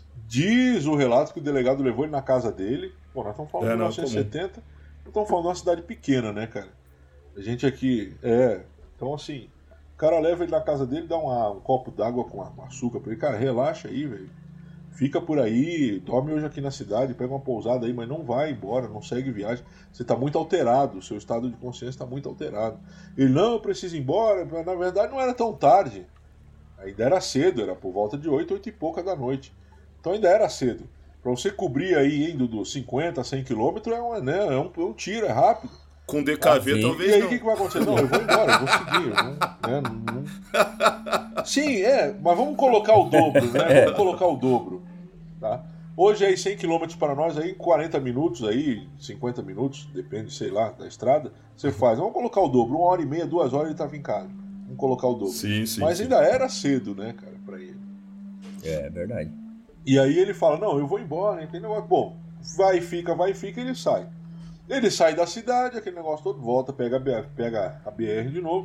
Diz o relato que o delegado levou ele na casa dele. Pô, nós estamos falando é, de mil novecentos e setenta, nós estamos falando de uma cidade pequena, né, cara? A gente aqui, é... Então, assim, o cara leva ele na casa dele, dá uma, um copo d'água com açúcar pra ele. Cara, relaxa aí, velho. Fica por aí, dorme hoje aqui na cidade, pega uma pousada aí, mas não vai embora, não segue viagem. Você está muito alterado, o seu estado de consciência está muito alterado. Ele, não, eu preciso ir embora, mas na verdade não era tão tarde. Ainda era cedo, era por volta de oito, oito e pouca da noite. Então ainda era cedo. Para você cobrir aí, indo dos cinquenta, cem quilômetros, é, uma, né, é, um, é um tiro, é rápido. Com D K V ah, talvez e aí não. o que, que vai acontecer? Não, eu vou embora, eu vou seguir. Eu não, né, não... Sim, é, mas vamos colocar o dobro, né? Vamos colocar o dobro. Tá? Hoje aí cem quilômetros para nós, aí quarenta minutos, aí, cinquenta minutos, depende, sei lá, da estrada, você faz. Vamos colocar o dobro, uma hora e meia, duas horas ele estava em casa. Vamos colocar o dobro. Sim, sim, mas sim. ainda era cedo, né, cara, para ele. É, verdade. E aí ele fala, não, eu vou embora, entendeu? Bom, vai e fica, vai e fica, e ele sai. Ele sai da cidade, aquele negócio todo, volta, pega a B R, pega a B R de novo,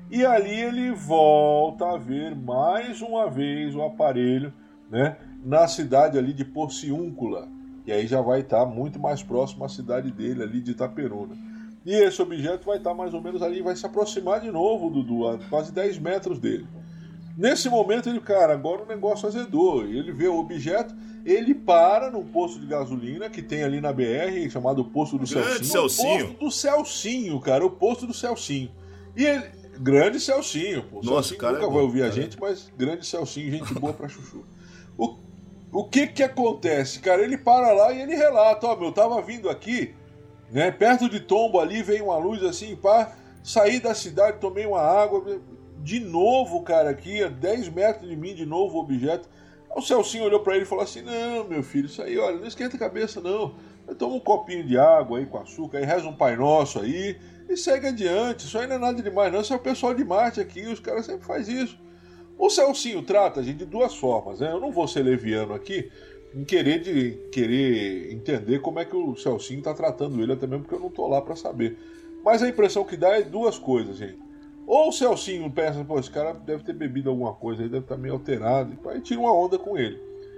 E ali ele volta a ver mais uma vez o aparelho, né, na cidade ali de Porciúncula. E aí já vai estar muito mais próximo à cidade dele ali de Itaperuna. E esse objeto vai estar mais ou menos ali, vai se aproximar de novo, Dudu, a quase dez metros dele. Nesse momento ele, cara, agora o negócio azedou. Ele vê o objeto, ele para num posto de gasolina que tem ali na B R, chamado Posto do Grande Celcinho. Celcinho. O Posto do Celcinho, cara, o Posto do Celcinho. E ele, grande Celcinho, pô. Nossa, Celcinho cara nunca é vai bom, ouvir a cara. gente, mas grande Celcinho, gente boa pra chuchu. O, o que que acontece, cara? Ele para lá e ele relata, ó, meu, eu tava vindo aqui, né, perto de Tombo ali, veio uma luz assim, pá, saí da cidade, tomei uma água, de novo, cara, aqui, a dez metros de mim, de novo o objeto. O Celcinho olhou pra ele e falou assim, não, meu filho, isso aí, olha, não esquenta a cabeça, não. Toma um copinho de água aí com açúcar, aí reza um Pai Nosso aí, e segue adiante, isso aí não é nada demais não, isso é o pessoal de Marte aqui, os caras sempre fazem isso. O Celcinho trata a gente de duas formas, né? Eu não vou ser leviano aqui em querer, de, querer entender como é que o Celcinho tá tratando ele, até mesmo porque eu não tô lá pra saber. Mas a impressão que dá é duas coisas, gente. Ou o Celcinho pensa, pô, esse cara deve ter bebido alguma coisa, ele deve estar meio alterado, e aí tira uma onda com ele.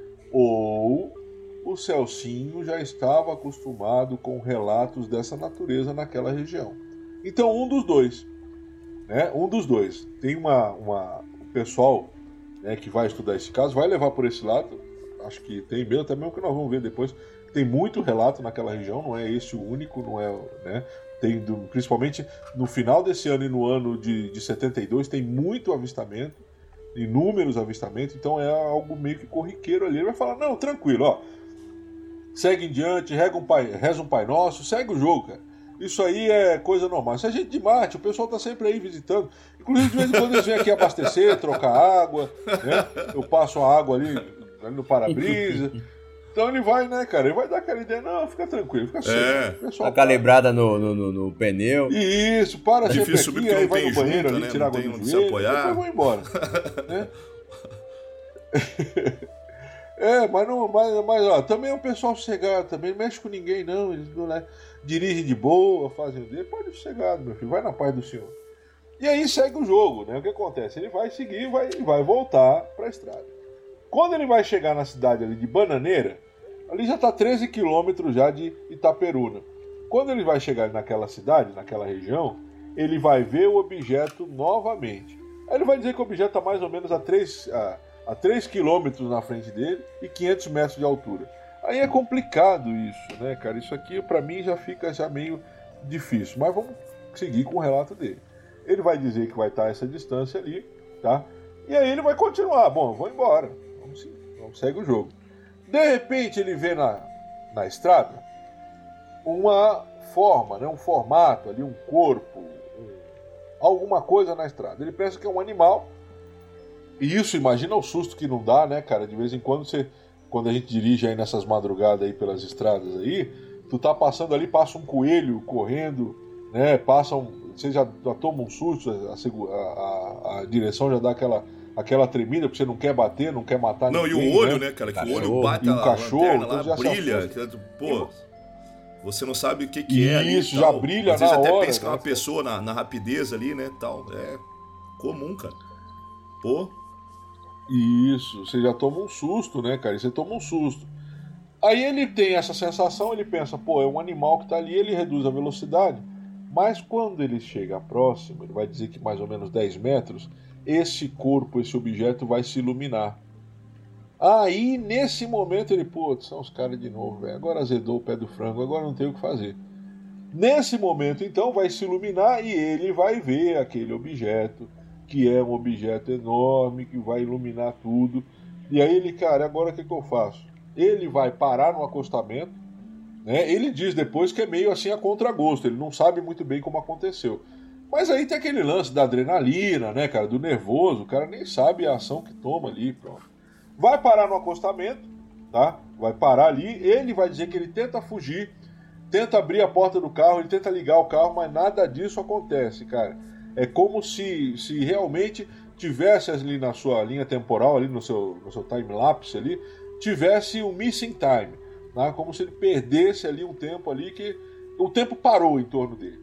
Ou o Celcinho já estava acostumado com relatos dessa natureza naquela região. Então, um dos dois, né? Um dos dois. Tem uma... uma o pessoal, né, que vai estudar esse caso vai levar por esse lado, acho que tem mesmo, até mesmo que nós vamos ver depois, tem muito relato naquela região, não é esse o único, não é, né? Tem, do, principalmente no final desse ano e no ano de, de setenta e dois, tem muito avistamento, inúmeros avistamentos, então é algo meio que corriqueiro ali. Ele vai falar, não, tranquilo, ó, segue em diante, rega um pai, reza um Pai Nosso, segue o jogo, cara. Isso aí é coisa normal. Isso é gente de Marte, o pessoal tá sempre aí visitando. Inclusive, de vez em quando eles vêm aqui abastecer, trocar água, né? Eu passo a água ali, ali no para-brisa. Então ele vai, né, cara? Ele vai dar aquela ideia, não, fica tranquilo, fica sério. É. A calibrada no, no, no, no pneu. Isso, para sempre Difícil aqui, porque aí não vai tem no banheiro junta, ali, né? tirar Não água tem do onde se joelho, apoiar. depois vão embora. Né? É, mas, não, mas, mas ó, também é um pessoal sossegado, também não mexe com ninguém, não. Eles não, né, dirigem de boa, fazem o dele, pode ir sossegado, meu filho, vai na paz do Senhor. E aí segue o jogo, né? O que acontece? Ele vai seguir vai, e vai voltar para a estrada. Quando ele vai chegar na cidade ali de Bananeira, ali já está treze quilômetros já de Itaperuna. Quando ele vai chegar naquela cidade, naquela região, ele vai ver o objeto novamente. Aí ele vai dizer que o objeto está mais ou menos a três... A, a três quilômetros na frente dele e quinhentos metros de altura. Aí é complicado isso, né, cara? Isso aqui, pra mim, já fica já meio difícil. Mas vamos seguir com o relato dele. Ele vai dizer que vai estar a essa distância ali, tá? E aí ele vai continuar. Bom, eu vou embora. Vamos seguir, vamos seguir o jogo. De repente, ele vê na, na estrada uma forma, né? Um formato ali, um corpo, um, alguma coisa na estrada. Ele pensa que é um animal. E isso, imagina o susto que não dá, né, cara? De vez em quando você, quando a gente dirige aí nessas madrugadas aí pelas estradas aí, tu tá passando ali, passa um coelho correndo, né? Passa um, você já, já toma um susto, a, a, a direção já dá aquela, aquela tremida, porque você não quer bater, não quer matar não, ninguém. Não, e o olho, né, né cara? Que Cachorro. o olho bate E o a cachorro, lanterna então lá, já se brilha. assusta. Que, pô, você não sabe o que, que é ali. Isso, e tal. já brilha Às vezes na até hora, pensa que é uma né? pessoa na, na rapidez ali, né, tal. É comum, cara. Pô... Isso, você já toma um susto, né, cara? E você toma um susto. Aí ele tem essa sensação, ele pensa, pô, é um animal que tá ali, ele reduz a velocidade. Mas quando ele chega próximo, ele vai dizer que mais ou menos dez metros, esse corpo, esse objeto vai se iluminar. Aí, nesse momento, ele, pô, são os caras de novo, velho. Agora azedou o pé do frango, agora não tem o que fazer. Nesse momento, então, vai se iluminar e ele vai ver aquele objeto, que é um objeto enorme, que vai iluminar tudo. E aí ele, cara, agora o que, que eu faço? Ele vai parar no acostamento, né? Ele diz depois que é meio assim a contragosto, ele não sabe muito bem como aconteceu. Mas aí tem aquele lance da adrenalina, né, cara, do nervoso, o cara nem sabe a ação que toma ali, pronto. Vai parar no acostamento, tá? Vai parar ali, ele vai dizer que ele tenta fugir, tenta abrir a porta do carro, ele tenta ligar o carro, mas nada disso acontece, cara. É como se, se realmente tivesse ali na sua linha temporal, ali no seu, no seu time-lapse ali, tivesse um missing time, né? Como se ele perdesse ali um tempo ali que o tempo parou em torno dele.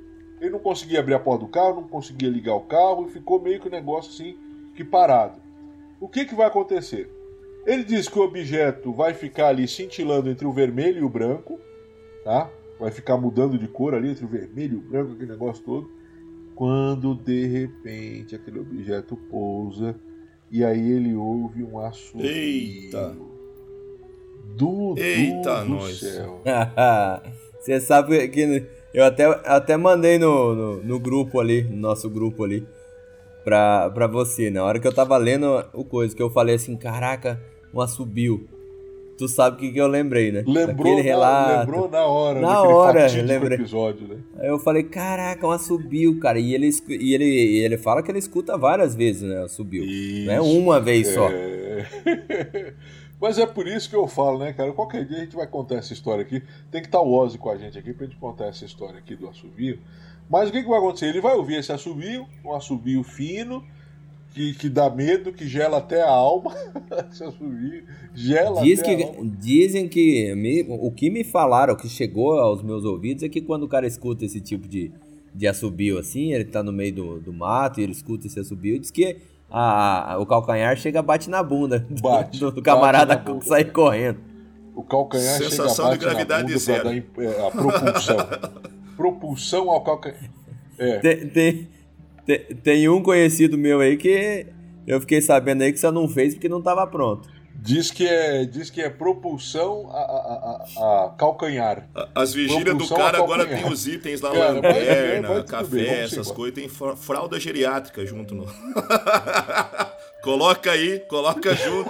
ele não conseguia abrir a porta do carro, não conseguia ligar o carro e ficou meio que um negócio assim, que parado. O que, que vai acontecer? Ele diz que o objeto vai ficar ali cintilando entre o vermelho e o branco, tá? Vai ficar mudando de cor ali entre o vermelho e o branco, aquele negócio todo. Quando de repente aquele objeto pousa e aí ele ouve um assovio. Eita! Do, Eita, do nós. céu. Você sabe que eu até, até mandei no, no, no grupo ali, no nosso grupo ali, pra, pra você. Na hora que eu tava lendo o coisa, que eu falei assim, caraca, um assobio. Tu sabe o que, que eu lembrei, né? Lembrou, Daquele relato. Na, lembrou na hora, na daquele hora, fatídico lembrei. episódio, né? Aí eu falei, caraca, um assobio, cara. E ele, e ele, e ele fala que ele escuta várias vezes, né? Assobio. Isso, não é uma vez é... só. Mas é por isso que eu falo, né, cara? Qualquer dia a gente vai contar essa história aqui. Tem que estar o Ozzy com a gente aqui pra gente contar essa história aqui do assobio. Mas o que, que vai acontecer? Ele vai ouvir esse assobio, um assobio fino, que, que dá medo, que gela até a alma. Esse assobio gela Diz até que, a alma. Dizem que me, o que me falaram, o que chegou aos meus ouvidos, é que quando o cara escuta esse tipo de, de assobio assim, ele tá no meio do, do mato e ele escuta esse assobio, diz que a, a, o calcanhar chega bate na bunda Bate, do, do camarada bate na bunda. sair correndo. O calcanhar Sensação chega de bate gravidade na bunda zero. pra dar imp- é, a propulsão. Propulsão ao calcanhar. É. Tem, tem, tem, tem um conhecido meu aí que eu fiquei sabendo aí que só não fez porque não tava pronto. Diz que é, diz que é propulsão a, a, a, a calcanhar. As vigílias do Propulsão cara ao agora calcanhar. tem os itens lá, Cara, vai- lanterna, vai tudo café, bem, vamos essas embora. coisas. Tem fra- fralda geriátrica junto. No... Coloca aí, coloca junto.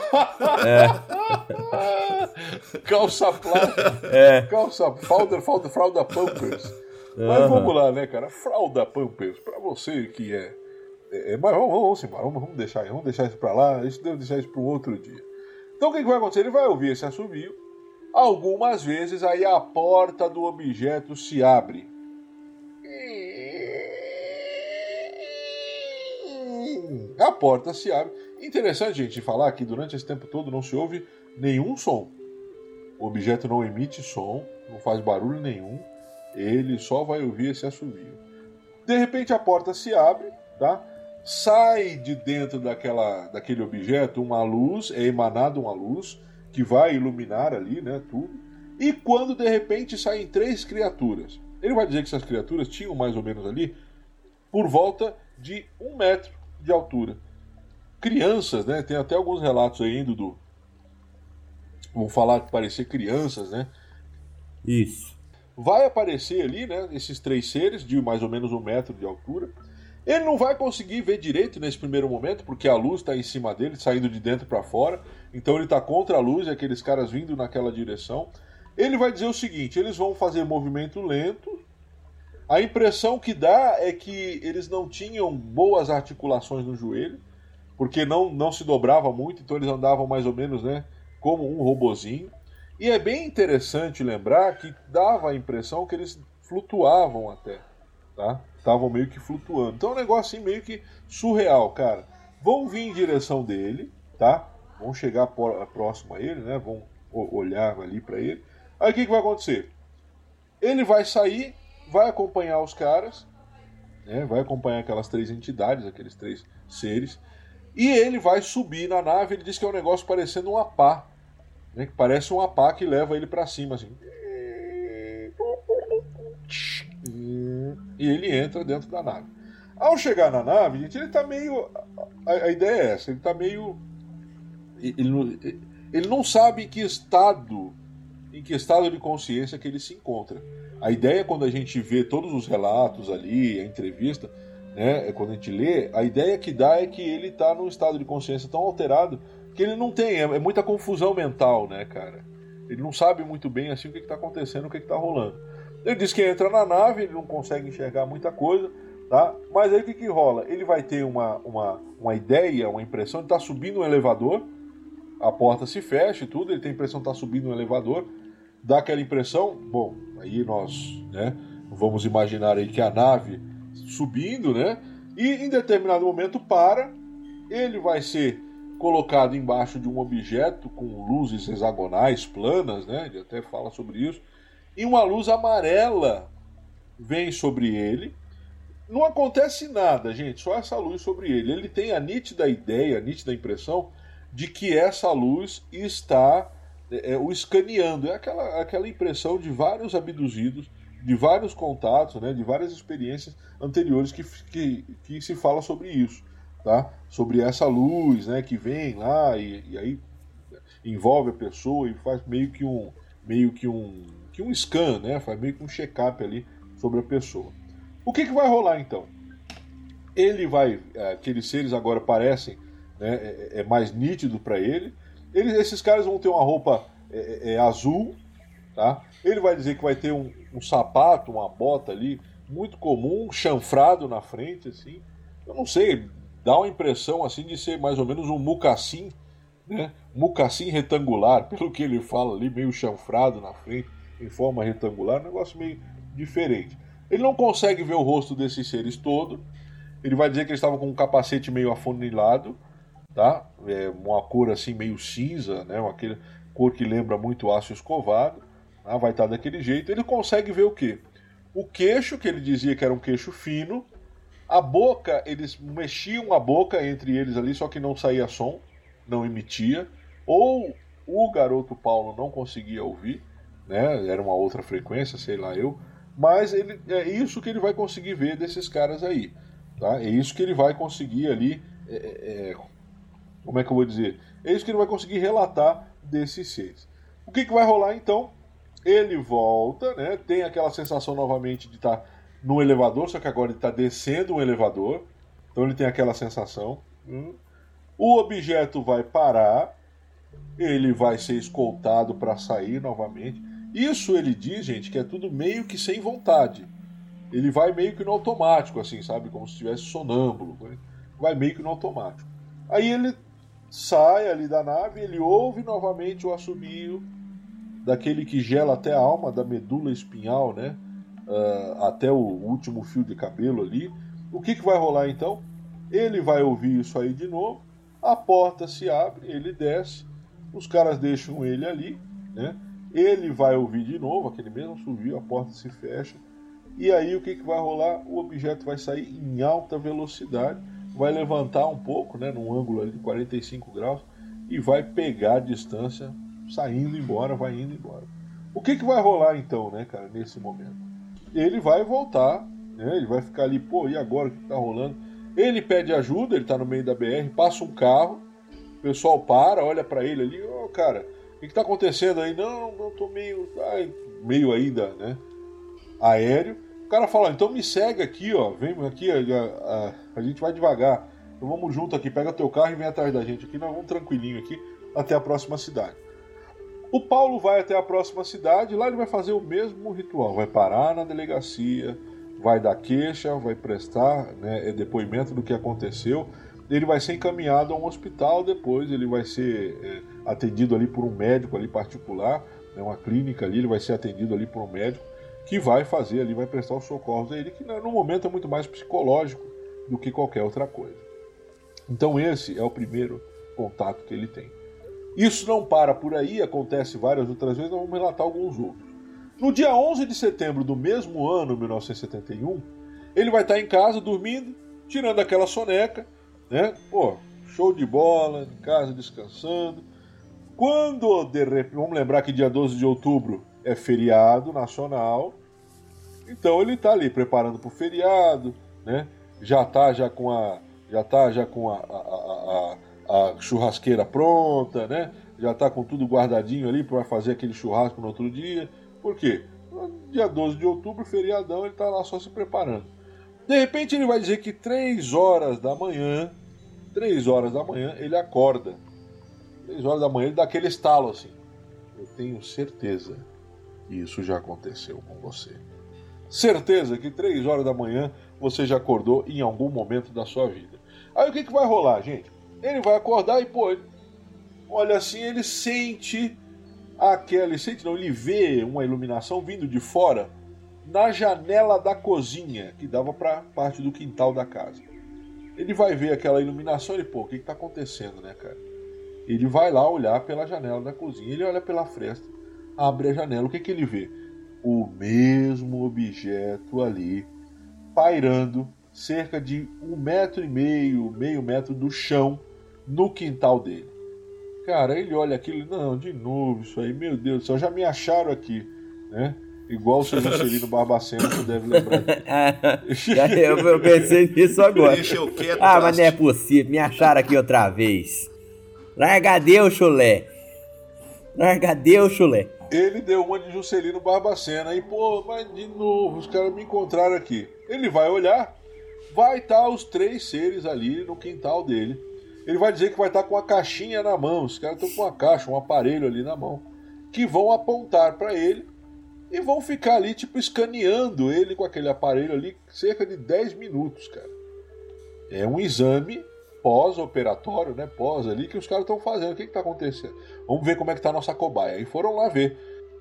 Calça plástica. É. Calça, fralda, fralda, fralda Pampers. Mas vamos lá, né, cara? Fralda Pampers, pra você que é. é, é mas vamos, vamos embora, vamos, vamos deixar, vamos deixar isso pra lá. A gente deve deixar isso para um outro dia. Então o que, que vai acontecer? Ele vai ouvir esse assobio. Algumas vezes aí a porta do objeto se abre. A porta se abre. Interessante, gente, falar que durante esse tempo todo não se ouve nenhum som. O objeto não emite som, não faz barulho nenhum. Ele só vai ouvir esse assovio. De repente a porta se abre, tá? Sai de dentro daquela, daquele objeto uma luz, é emanada uma luz que vai iluminar ali, né, tudo. E quando de repente saem três criaturas. Ele vai dizer que essas criaturas tinham mais ou menos ali por volta de um metro de altura. Crianças, né? Tem até alguns relatos aí, Dudu. Vão falar que parecer crianças, né? Isso. Vai aparecer ali, né? Esses três seres de mais ou menos um metro de altura. Ele não vai conseguir ver direito nesse primeiro momento, porque a luz está em cima dele, saindo de dentro para fora. Então ele está contra a luz, e aqueles caras vindo naquela direção. Ele vai dizer o seguinte: eles vão fazer movimento lento. A impressão que dá é que eles não tinham boas articulações no joelho, porque não, não se dobrava muito, então eles andavam mais ou menos, né, como um robozinho. E é bem interessante lembrar que dava a impressão que eles flutuavam até, tá? Estavam meio que flutuando. Então é um negócio assim meio que surreal, cara. Vão vir em direção dele, tá? Vão chegar próximo a ele, né? Vão olhar ali para ele. Aí o que, que vai acontecer? Ele vai sair, vai acompanhar os caras, né? Vai acompanhar aquelas três entidades, aqueles três seres, e ele vai subir na nave. Ele diz que é um negócio parecendo uma pá, né? Que parece uma pá que leva ele para cima, assim. E ele entra dentro da nave. Ao chegar na nave, gente, ele tá meio... A, a ideia é essa, ele tá meio... Ele não, ele não sabe em que estado, em que estado de consciência que ele se encontra. A ideia, quando a gente vê todos os relatos ali, a entrevista, né, quando a gente lê, a ideia que dá é que ele tá num estado de consciência tão alterado que ele não tem, é, é muita confusão mental, né, cara? Ele não sabe muito bem assim o que está acontecendo, o que está rolando. Ele diz que entra na nave, ele não consegue enxergar muita coisa, tá? Mas aí o que, que rola? Ele vai ter uma, uma, uma ideia, uma impressão de estar tá subindo um elevador, a porta se fecha e tudo, ele tem a impressão de estar tá subindo um elevador, dá aquela impressão, bom, aí nós, né, vamos imaginar aí que a nave subindo, né, e em determinado momento para, ele vai ser colocado embaixo de um objeto com luzes hexagonais, planas, né, ele até fala sobre isso, e uma luz amarela vem sobre ele. não acontece nada, gente, só essa luz sobre ele. Ele tem a nítida ideia, a nítida impressão de que essa luz está é, o escaneando. É aquela, aquela impressão de vários abduzidos, de vários contatos, né, de várias experiências anteriores que, que, que se fala sobre isso, tá? Sobre essa luz, né, que vem lá e, e aí envolve a pessoa e faz meio que um, meio que um, que um scan, né? Faz meio que um check-up ali sobre a pessoa. O que, que vai rolar então? Ele vai, aqueles seres agora parecem, né, é, é mais nítido para ele. Eles, esses caras vão ter uma roupa é, é, azul, tá? Ele vai dizer que vai ter um, um sapato, uma bota ali muito comum, chanfrado na frente, assim. Eu não sei, dá uma impressão assim de ser mais ou menos um mocassim, né? Mocassim retangular, pelo que ele fala ali, meio chanfrado na frente, em forma retangular, um negócio meio diferente. Ele não consegue ver o rosto desses seres todo. Ele vai dizer que eles estavam com um capacete meio afunilado, tá? É uma cor assim meio cinza, né? Uma cor que lembra muito aço escovado, tá? Vai estar daquele jeito. Ele consegue ver o quê? O queixo, que ele dizia que era um queixo fino. A boca, eles mexiam a boca entre eles ali, só que não saía som, não emitia. Ou o garoto Paulo não conseguia ouvir, né? Era uma outra frequência, sei lá eu. Mas ele, é isso que ele vai conseguir ver desses caras aí, tá? É isso que ele vai conseguir ali, é, é, como é que eu vou dizer? É isso que ele vai conseguir relatar desses seres. O que, que vai rolar então? Ele volta, né? Tem aquela sensação novamente de estar no elevador, só que agora ele está descendo um elevador, então ele tem aquela sensação. Hum. O objeto vai parar, ele vai ser escoltado para sair novamente. Isso ele diz, gente, que é tudo meio que sem vontade. Ele vai meio que no automático, assim, sabe? Como se estivesse sonâmbulo. Né? Vai meio que no automático. Aí ele sai ali da nave, ele ouve novamente o assobio daquele que gela até a alma, da medula espinhal, né? Uh, até o último fio de cabelo ali. O que, que vai rolar então? Ele vai ouvir isso aí de novo, a porta se abre, ele desce, os caras deixam ele ali, né? Ele vai ouvir de novo, aquele mesmo assobio, a porta se fecha. E aí o que, que vai rolar? O objeto vai sair em alta velocidade, vai levantar um pouco, né, num ângulo ali de quarenta e cinco graus, e vai pegar a distância, saindo embora, vai indo embora. O que, que vai rolar então, né, cara, nesse momento? Ele vai voltar, né, ele vai ficar ali, pô, e agora o que está rolando? Ele pede ajuda, ele está no meio da B R, passa um carro, o pessoal para, olha para ele ali, ô, oh, cara... O que está acontecendo aí? Não, não tô meio, ai, meio ainda, né? Aéreo. O cara fala, então me segue aqui, ó. Vem aqui, a, a, a gente vai devagar. Então vamos junto aqui, pega teu carro e vem atrás da gente aqui. Nós vamos tranquilinho aqui até a próxima cidade. O Paulo vai até a próxima cidade, lá ele vai fazer o mesmo ritual. Vai parar na delegacia, vai dar queixa, vai prestar, né, depoimento do que aconteceu. Ele vai ser encaminhado a um hospital depois, ele vai ser é, atendido ali por um médico ali particular, né, uma clínica ali, ele vai ser atendido ali por um médico que vai fazer ali, vai prestar os socorros a ele, que no momento é muito mais psicológico do que qualquer outra coisa. Então esse é o primeiro contato que ele tem. Isso não para por aí, acontece várias outras vezes, nós vamos relatar alguns outros. No dia onze de setembro do mesmo ano, mil novecentos e setenta e um, ele vai estar em casa dormindo, tirando aquela soneca, né? Pô, show de bola, em casa descansando. Quando, de repente, vamos lembrar que dia doze de outubro é feriado nacional, então ele está ali preparando para o feriado, né? Já está já com a, já tá já com a, a, a, a churrasqueira pronta, né? Já está com tudo guardadinho ali para fazer aquele churrasco no outro dia. Por quê? Dia doze de outubro, feriadão, ele está lá só se preparando. De repente ele vai dizer que três horas da manhã, três horas da manhã, ele acorda. três horas da manhã ele dá aquele estalo assim. Eu tenho certeza que isso já aconteceu com você. Certeza que três horas da manhã você já acordou em algum momento da sua vida. Aí o que, que vai rolar, gente? Ele vai acordar e, pô, olha assim, ele sente aquela, ele sente não, ele vê uma iluminação vindo de fora na janela da cozinha, que dava para parte do quintal da casa. Ele vai ver aquela iluminação e, pô, o que está acontecendo, né, cara? Ele vai lá olhar pela janela da cozinha, ele olha pela fresta, abre a janela, o que, que ele vê? O mesmo objeto ali pairando cerca de um metro e meio, meio metro do chão no quintal dele. Cara, ele olha aquilo, não, de novo isso aí, meu Deus do céu, já me acharam aqui, né? Igual o seu Juscelino Barbacena, você deve lembrar. eu, eu pensei nisso agora. Quieto, ah, mas não é possível, me acharam aqui outra vez. Larga Deus, chulé. Larga Deus, chulé. Ele deu uma de Juscelino Barbacena e, pô, mas de novo, os caras me encontraram aqui. Ele vai olhar, vai estar os três seres ali no quintal dele. Ele vai dizer que vai estar com uma caixinha na mão, os caras estão com uma caixa, um aparelho ali na mão, que vão apontar para ele e vão ficar ali, tipo, escaneando ele com aquele aparelho ali cerca de dez minutos, cara. É um exame pós-operatório, né, pós ali, que os caras estão fazendo. O que está acontecendo? Vamos ver como é que tá a nossa cobaia. Aí foram lá ver.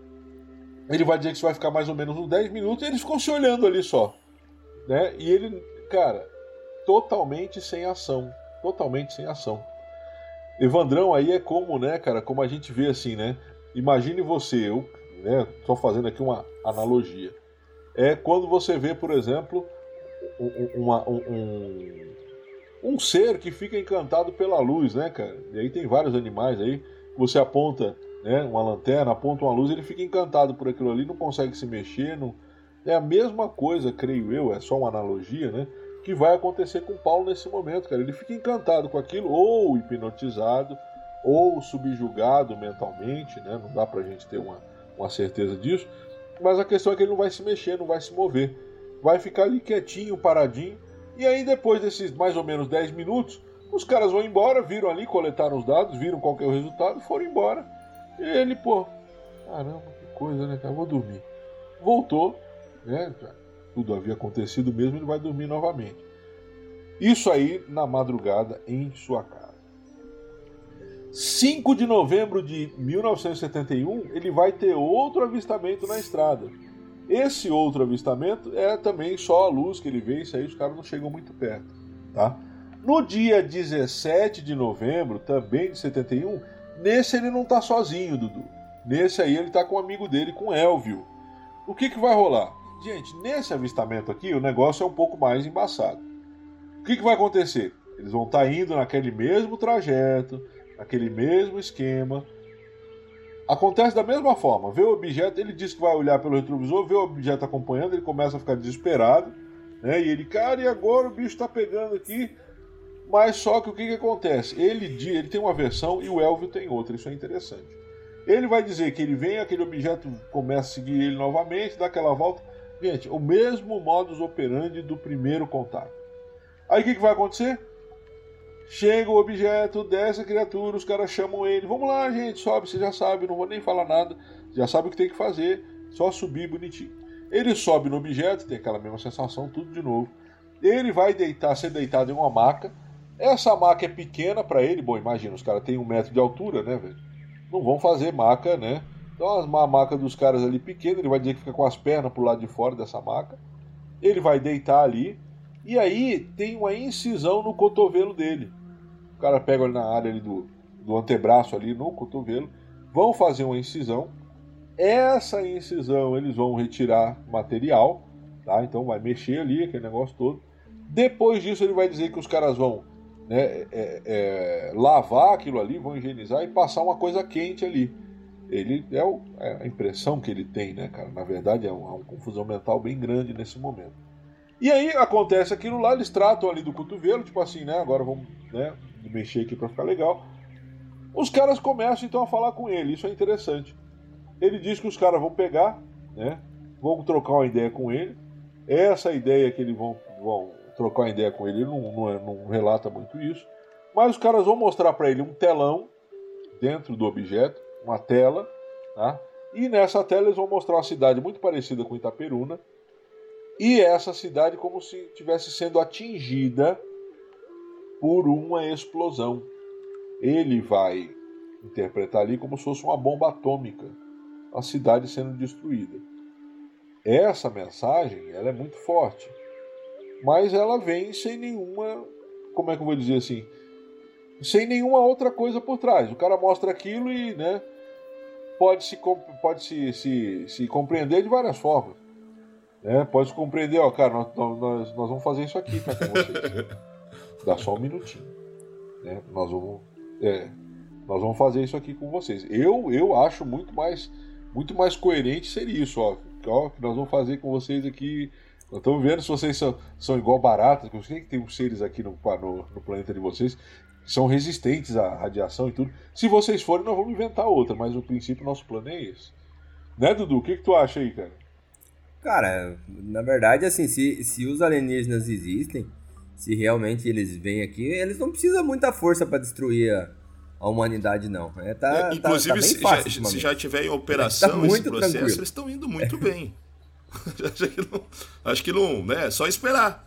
Ele vai dizer que isso vai ficar mais ou menos uns dez minutos e eles ficam se olhando ali só, né? E ele, cara, totalmente sem ação. Totalmente sem ação. Evandrão aí é como, né, cara, como a gente vê assim, né? Imagine você, eu, né, só fazendo aqui uma analogia. É quando você vê, por exemplo, um, uma, um, um, um ser que fica encantado pela luz, né, cara? E aí tem vários animais aí, você aponta, né, uma lanterna, aponta uma luz, ele fica encantado por aquilo ali, não consegue se mexer, não... É a mesma coisa, creio eu, é só uma analogia, né? Que vai acontecer com Paulo nesse momento, cara. Ele fica encantado com aquilo, ou hipnotizado, ou subjugado mentalmente, né? Não dá pra gente ter uma, uma certeza disso. Mas a questão é que ele não vai se mexer, não vai se mover. Vai ficar ali quietinho, paradinho. E aí, depois desses mais ou menos dez minutos, os caras vão embora, viram ali, coletaram os dados, viram qual que é o resultado, foram embora. E ele, pô, caramba, que coisa, né, cara? Vou dormir. Voltou, né, cara? Tudo havia acontecido mesmo, ele vai dormir novamente. Isso aí na madrugada em sua casa. cinco de novembro de mil novecentos e setenta e um, ele vai ter outro avistamento na estrada. Esse outro avistamento é também só a luz que ele vê, isso aí os caras não chegam muito perto, tá? No dia dezessete de novembro, também de setenta e um, nesse ele não tá sozinho, Dudu. Nesse aí ele tá com um amigo dele, com Elvio. O que que vai rolar? Gente, nesse avistamento aqui, o negócio é um pouco mais embaçado. O que, que vai acontecer? Eles vão estar indo naquele mesmo trajeto, naquele mesmo esquema. Acontece da mesma forma. Vê o objeto, ele diz que vai olhar pelo retrovisor, vê o objeto acompanhando, ele começa a ficar desesperado, né? E ele, cara, e agora o bicho está pegando aqui? Mas só que o que, que acontece? Ele, ele tem uma versão e o Elvio tem outra, isso é interessante. Ele vai dizer que ele vem, aquele objeto começa a seguir ele novamente, dá aquela volta. Gente, o mesmo modus operandi do primeiro contato. Aí o que, que vai acontecer? Chega o objeto, desce a criatura, os caras chamam ele. Vamos lá, gente, sobe, você já sabe, não vou nem falar nada. Já sabe o que tem que fazer, só subir bonitinho. Ele sobe no objeto, tem aquela mesma sensação, tudo de novo. Ele vai deitar, ser deitado em uma maca. Essa maca é pequena para ele. Bom, imagina, os caras têm um metro de altura, né, velho? Não vão fazer maca, né? Então a maca dos caras ali pequena, ele vai dizer que fica com as pernas pro lado de fora dessa maca. Ele vai deitar ali. E aí tem uma incisão no cotovelo dele. O cara pega ali na área ali do, do antebraço ali no cotovelo. Vão fazer uma incisão. Essa incisão eles vão retirar material, tá? Então vai mexer ali, aquele negócio todo. Depois disso ele vai dizer que os caras vão, né, é, é, lavar aquilo ali, vão higienizar e passar uma coisa quente ali. Ele é, o, é a impressão que ele tem, né, cara? Na verdade é uma, uma confusão mental bem grande nesse momento. E aí acontece aquilo lá, eles tratam ali do cotovelo, tipo assim, né? Agora vamos, né, mexer aqui pra ficar legal. Os caras começam então a falar com ele, isso é interessante. Ele diz que os caras vão pegar, né? Vão trocar uma ideia com ele. Essa ideia que eles vão, vão trocar uma ideia com ele, ele não, não, não relata muito isso. Mas os caras vão mostrar para ele um telão dentro do objeto, uma tela, tá? E nessa tela eles vão mostrar uma cidade muito parecida com Itaperuna. E essa cidade como se estivesse sendo atingida por uma explosão. Ele vai interpretar ali como se fosse uma bomba atômica, a cidade sendo destruída. Essa mensagem, ela é muito forte, mas ela vem sem nenhuma, como é que eu vou dizer assim, sem nenhuma outra coisa por trás. O cara mostra aquilo e, né, pode, se, pode se, se, se compreender de várias formas. É, pode compreender, ó, cara, nós, nós, nós vamos fazer isso aqui, tá, com vocês. Dá só um minutinho. Né? Nós vamos. É, nós vamos fazer isso aqui com vocês. Eu, eu acho muito mais, muito mais coerente ser isso, ó. ó. Que nós vamos fazer com vocês aqui. Nós estamos vendo se vocês são, são igual baratas, que eu sei que tem uns seres aqui no, no, no planeta de vocês que são resistentes à radiação e tudo. Se vocês forem, nós vamos inventar outra, mas no princípio nosso plano é esse. Né, Dudu? O que, que tu acha aí, cara? Cara, na verdade, assim, se, se os alienígenas existem, se realmente eles vêm aqui, eles não precisam muita força pra destruir a, a humanidade, não. É, tá, é, inclusive, tá, tá bem fácil, se, já, se já tiver em operação tá esse muito processo, tranquilo. eles estão indo muito bem. acho, que não, acho que não, né? É só esperar.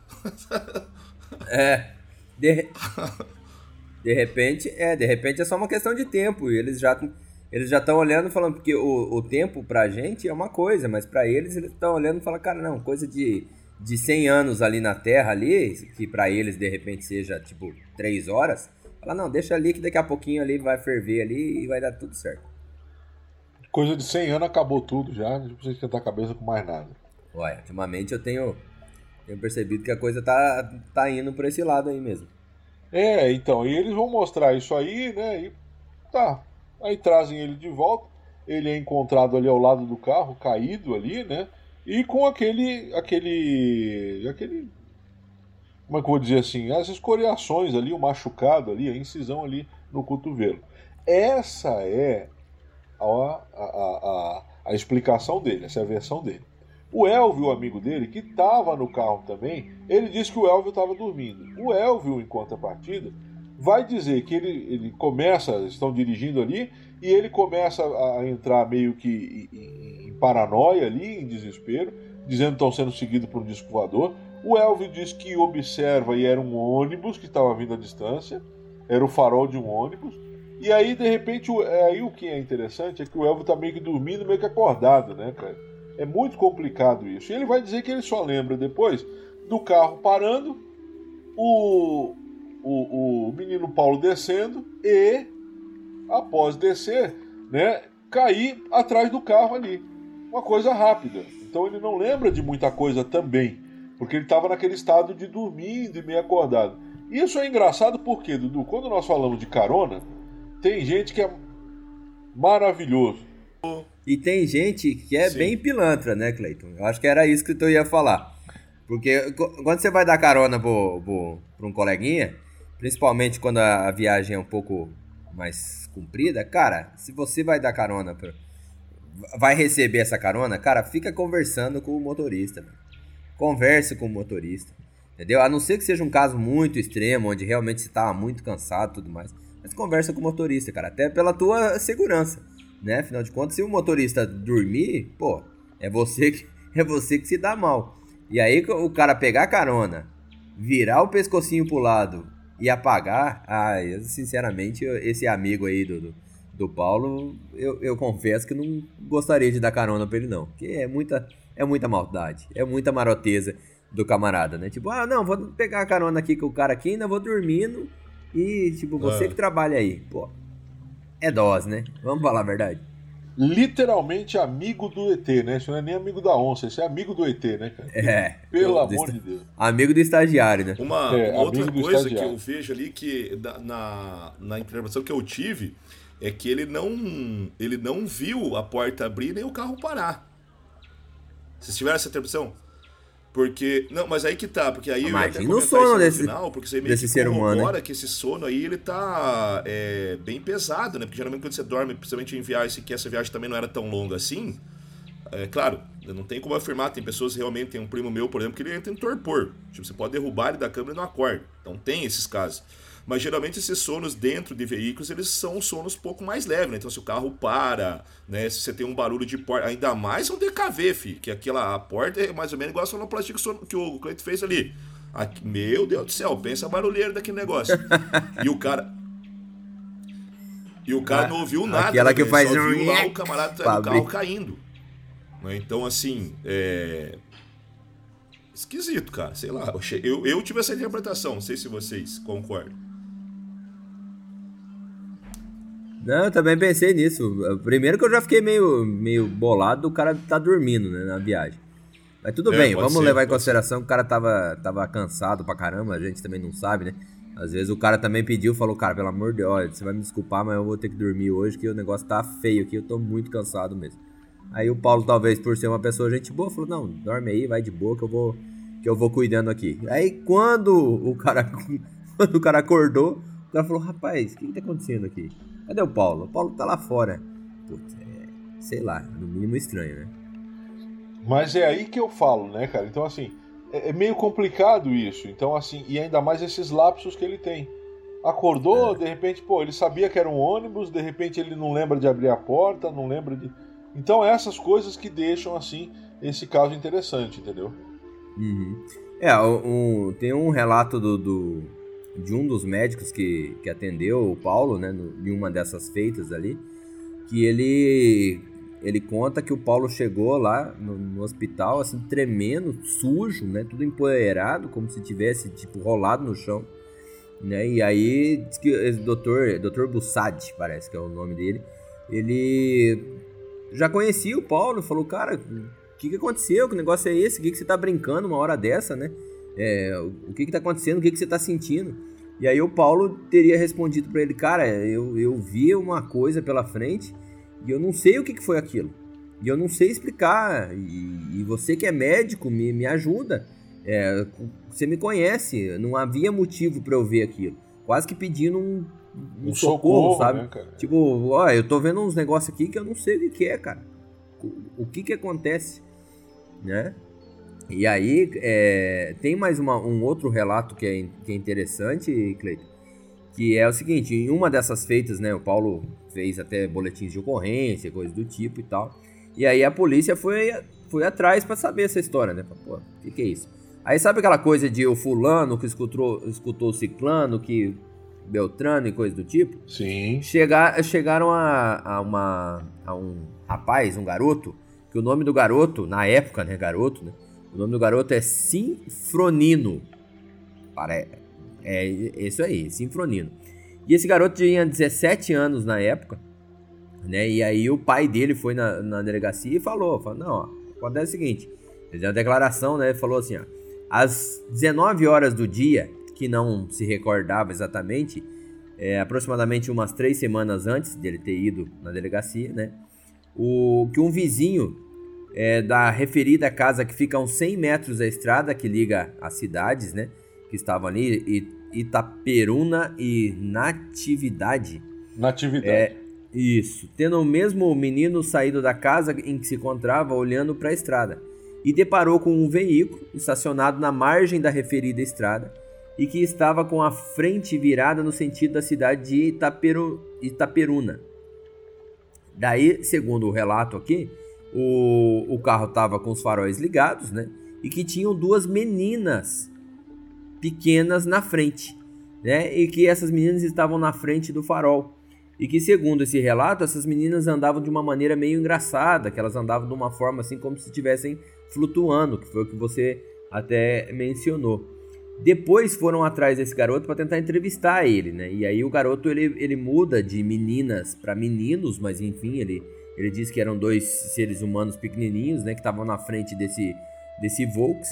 É. De, de repente, é, de repente é só uma questão de tempo. E eles já eles já estão olhando e falando, porque o, o tempo pra gente é uma coisa, mas pra eles, eles estão olhando e falando, cara, não, coisa de, de cem anos ali na Terra, ali, que pra eles, de repente, seja, tipo, três horas. Fala, não, deixa ali que daqui a pouquinho ali vai ferver ali e vai dar tudo certo. Coisa de cem anos acabou tudo já, não precisa esquentar a cabeça com mais nada. Ué, ultimamente eu tenho, tenho percebido que a coisa tá, tá indo por esse lado aí mesmo. É, então, e eles vão mostrar isso aí, né, e tá, aí trazem ele de volta, ele é encontrado ali ao lado do carro, caído ali, né, e com aquele, aquele, aquele, como é que eu vou dizer assim, as escoriações ali, o machucado ali, a incisão ali no cotovelo. Essa é a, a, a, a explicação dele, essa é a versão dele. O Elvio, o amigo dele, que estava no carro também, ele disse que o Elvio estava dormindo. O Elvio, em contrapartida, vai dizer que ele, ele começa, estão dirigindo ali, e ele começa a entrar meio que em, em paranoia ali, em desespero, dizendo que estão sendo seguidos por um disco voador. O Elvio diz que observa e era um ônibus que estava vindo à distância, era o farol de um ônibus. E aí, de repente, o, aí o que é interessante é que o Elvio está meio que dormindo, meio que acordado, né, cara? É muito complicado isso. E ele vai dizer que ele só lembra depois do carro parando, o, o, o menino Paulo descendo e, após descer, né, cair atrás do carro ali. Uma coisa rápida. Então ele não lembra de muita coisa também, porque ele estava naquele estado de dormindo e meio acordado. Isso é engraçado porque, Dudu, quando nós falamos de carona, tem gente que é maravilhoso. E tem gente que é Sim. bem pilantra, né, Cleiton? Eu acho que era isso que tu ia falar. Porque quando você vai dar carona pro, pro, pra um coleguinha, principalmente quando a, a viagem é um pouco mais comprida, cara, se você vai dar carona, pra, vai receber essa carona, cara, fica conversando com o motorista. Véio. Converse com o motorista, entendeu? A não ser que seja um caso muito extremo, onde realmente você tá muito cansado e tudo mais. Mas conversa com o motorista, cara, até pela tua segurança. Né? Afinal de contas, se o motorista dormir, pô, é você que, é você que se dá mal. E aí o cara pegar a carona, virar o pescocinho pro lado e apagar, ah, eu, sinceramente, eu, esse amigo aí do, do, do Paulo, eu, eu confesso que não gostaria de dar carona pra ele não. Porque é muita, é muita maldade, é muita maroteza do camarada, né? Tipo, ah, não, vou pegar a carona aqui com o cara aqui, ainda vou dormindo e, tipo, você Ah. que trabalha aí, pô. É dose, né? Vamos falar a verdade. Literalmente amigo do E T, né? Isso não é nem amigo da onça, isso é amigo do E T, né, cara? É. Pelo Do amor esta- de Deus. Amigo do estagiário, né? Uma, É, uma outra amigo do coisa que estagiário. eu vejo ali que na, na, na interpretação que eu tive é que ele não ele não viu a porta abrir nem o carro parar. Vocês tiveram essa interpretação? Porque não, mas aí que tá, porque aí eu ia até Imagina o comentar sono isso no desse- final, porque você meio desse que ser humano, corrobora que esse sono aí ele tá é, bem pesado, né? Porque geralmente quando você dorme, principalmente em viagem, que essa viagem também não era tão longa assim. É claro, não tem como afirmar, tem pessoas realmente, tem um primo meu, por exemplo, que ele entra em torpor. Tipo, você pode derrubar ele da cama e ele não acorda. Então tem esses casos. Mas geralmente esses sonos dentro de veículos, eles são sonos um pouco mais leves, né? Então se o carro para, né? Se você tem um barulho de porta, ainda mais um D K V, fi, que aquela a porta é mais ou menos igual a sonoplastia que o Cleiton fez ali. Aqui, meu Deus do céu, pensa a barulheira daquele negócio. E o cara... E o cara não ouviu nada. Aquela que né? faz Só um viu lá nhec o camarada pra atrás do carro abrir. caindo. Né? Então, assim, é... esquisito, cara. Sei lá. Eu, achei- eu, eu tive essa interpretação. Não sei se vocês concordam. Não, eu também pensei nisso. Primeiro que eu já fiquei meio, meio bolado do cara tá dormindo, né, na viagem. Mas tudo É, bem, pode vamos ser, levar em pode consideração que o cara tava, tava cansado pra caramba, a gente também não sabe, né? Às vezes o cara também pediu, falou, cara, pelo amor de Deus, você vai me desculpar, mas eu vou ter que dormir hoje, que o negócio tá feio aqui, eu tô muito cansado mesmo. Aí o Paulo, talvez por ser uma pessoa gente boa, falou, não, dorme aí, vai de boa que eu vou, que eu vou cuidando aqui. Aí quando o cara, quando o cara acordou, o cara falou, rapaz, o que que tá acontecendo aqui? Cadê o Paulo? O Paulo tá lá fora. Putz, é, sei lá, no mínimo estranho, né? Mas é aí que eu falo, né, cara? Então, assim, é, é meio complicado isso. Então, assim, e ainda mais esses lapsos que ele tem. Acordou, é. de repente, pô, ele sabia que era um ônibus, de repente ele não lembra de abrir a porta, não lembra de... Então, essas coisas que deixam, assim, esse caso interessante, entendeu? Uhum. É, um, tem um relato do, do, de um dos médicos que, que atendeu o Paulo, né, no, em uma dessas feitas ali, que ele... Ele conta que o Paulo chegou lá no, no hospital, assim, tremendo, sujo, né? Tudo empoeirado, como se tivesse, tipo, rolado no chão, né? E aí, diz que esse doutor, doutor Bussadi, parece que é o nome dele, ele já conhecia o Paulo, falou, cara, o que que aconteceu? Que negócio é esse? O que que você tá brincando uma hora dessa, né? É, o que que tá acontecendo? O que que você tá sentindo? E aí o Paulo teria respondido pra ele, cara, eu, eu vi uma coisa pela frente... E eu não sei o que foi aquilo. E eu não sei explicar. E, e você que é médico, me, me ajuda. É, você me conhece. Não havia motivo para eu ver aquilo. Quase que pedindo um, um, um socorro, socorro, sabe? Né, cara? Tipo, ó, eu tô vendo uns negócios aqui que eu não sei o que, que é, cara. O, o que que acontece, né? E aí, é, tem mais uma, um outro relato que é, que é interessante, Cleiton. Que é o seguinte, em uma dessas feitas, né, o Paulo fez até boletins de ocorrência, coisas do tipo e tal. E aí a polícia foi, foi atrás pra saber essa história, né? Pô, o que que é isso? Aí sabe aquela coisa de o fulano que escutou, escutou o ciclano, que Beltrano e coisa do tipo? Sim. Chegar, chegaram a, a, uma, a um rapaz, um garoto, que o nome do garoto, na época, né, garoto, né? O nome do garoto é Sinfronino. Parece... É isso aí, Sinfronino. E esse garoto tinha dezessete anos na época, né? E aí o pai dele foi na, na delegacia e falou, falou, não, ó, acontece o seguinte, ele deu uma declaração, né? Ele falou assim, ó, às dezenove horas do dia, que não se recordava exatamente, é, aproximadamente umas três semanas antes dele ter ido na delegacia, né? O, que um vizinho é, da referida casa que fica a uns cem metros da estrada que liga as cidades, né? Que estavam ali, Itaperuna e Natividade. Natividade. É, isso. Tendo o mesmo menino saído da casa em que se encontrava, olhando para a estrada. E deparou com um veículo estacionado na margem da referida estrada e que estava com a frente virada no sentido da cidade de Itaperu, Itaperuna. Daí, segundo o relato aqui, o, o carro estava com os faróis ligados, né? E que tinham duas meninas pequenas na frente, né? E que essas meninas estavam na frente do farol. E que, segundo esse relato, essas meninas andavam de uma maneira meio engraçada, que elas andavam de uma forma assim como se estivessem flutuando, que foi o que você até mencionou. Depois foram atrás desse garoto para tentar entrevistar ele, né? E aí o garoto ele, ele muda de meninas para meninos, mas enfim, ele, ele diz que eram dois seres humanos pequenininhos, né? Que estavam na frente desse, desse Volks.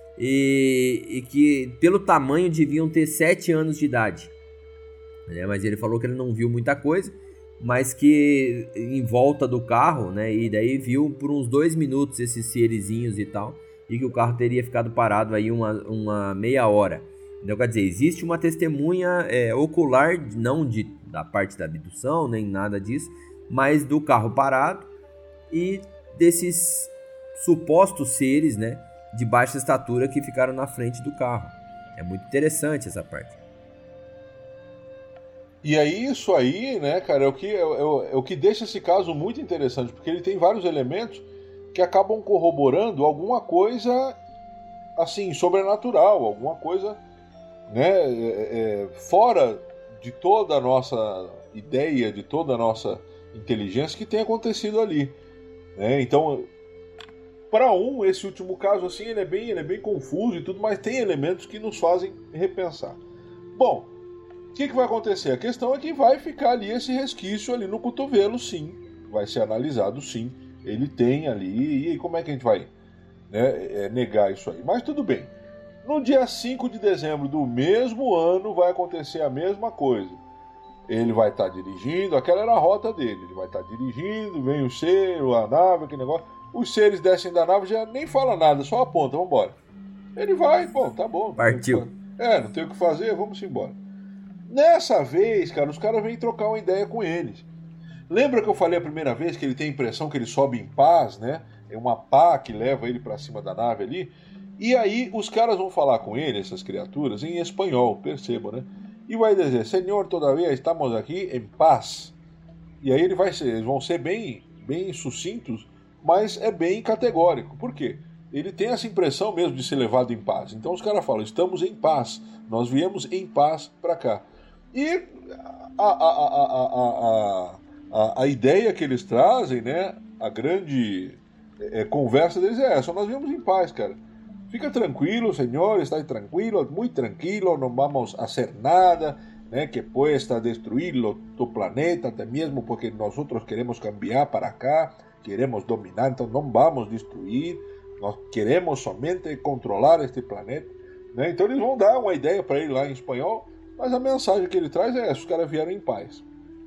E, e que pelo tamanho deviam ter sete anos de idade, né? Mas ele falou que ele não viu muita coisa, mas que em volta do carro, né? E daí viu por uns dois minutos esses serezinhos e tal, e que o carro teria ficado parado aí uma, uma meia hora. Então, quer dizer, existe uma testemunha é, ocular, não de, da parte da abdução, nem nada disso, mas do carro parado e desses supostos seres, né? De baixa estatura que ficaram na frente do carro. É muito interessante essa parte. E aí isso aí, né, cara, é o que, é, é, é o que deixa esse caso muito interessante, porque ele tem vários elementos que acabam corroborando alguma coisa, assim, sobrenatural, alguma coisa, né, é, é, fora de toda a nossa ideia, de toda a nossa inteligência que tem acontecido ali, né? Então, para um, esse último caso, assim, ele é bem, ele é bem confuso e tudo, mas tem elementos que nos fazem repensar. Bom, o que, que vai acontecer? A questão é que vai ficar ali esse resquício ali no cotovelo, sim. Vai ser analisado, sim. Ele tem ali. E aí, como é que a gente vai né, é, negar isso aí. Mas tudo bem. No dia cinco de dezembro do mesmo ano vai acontecer a mesma coisa. Ele vai estar dirigindo, aquela era a rota dele. Ele vai estar dirigindo, vem o ser, a nave, aquele negócio. Os seres descem da nave, já nem fala nada, só aponta, vamos embora. Ele vai, bom, tá bom. Partiu. É, não tem o que fazer, vamos embora. Nessa vez, cara, os caras vêm trocar uma ideia com eles. Lembra que eu falei a primeira vez que ele tem a impressão que ele sobe em paz, né? É uma pá que leva ele pra cima da nave ali. E aí os caras vão falar com ele, essas criaturas, em espanhol, percebam, né? E vai dizer, Senhor, todavia estamos aqui em paz. E aí ele vai ser, eles vão ser bem, bem sucintos, mas é bem categórico. Por quê? Ele tem essa impressão mesmo de ser levado em paz. Então os caras falam, estamos em paz, nós viemos em paz para cá. E a, a, a, a, a, a ideia que eles trazem, né, a grande é, conversa deles é essa, nós viemos em paz, cara. Fica tranquilo, senhor, está tranquilo, muito tranquilo, não vamos fazer nada, né, que pueda destruir o planeta, até mesmo porque nós queremos cambiar para cá, queremos dominar, então não vamos destruir. Nós queremos somente controlar este planeta, né? Então eles vão dar uma ideia para ele lá em espanhol, mas a mensagem que ele traz é essa, os caras vieram em paz.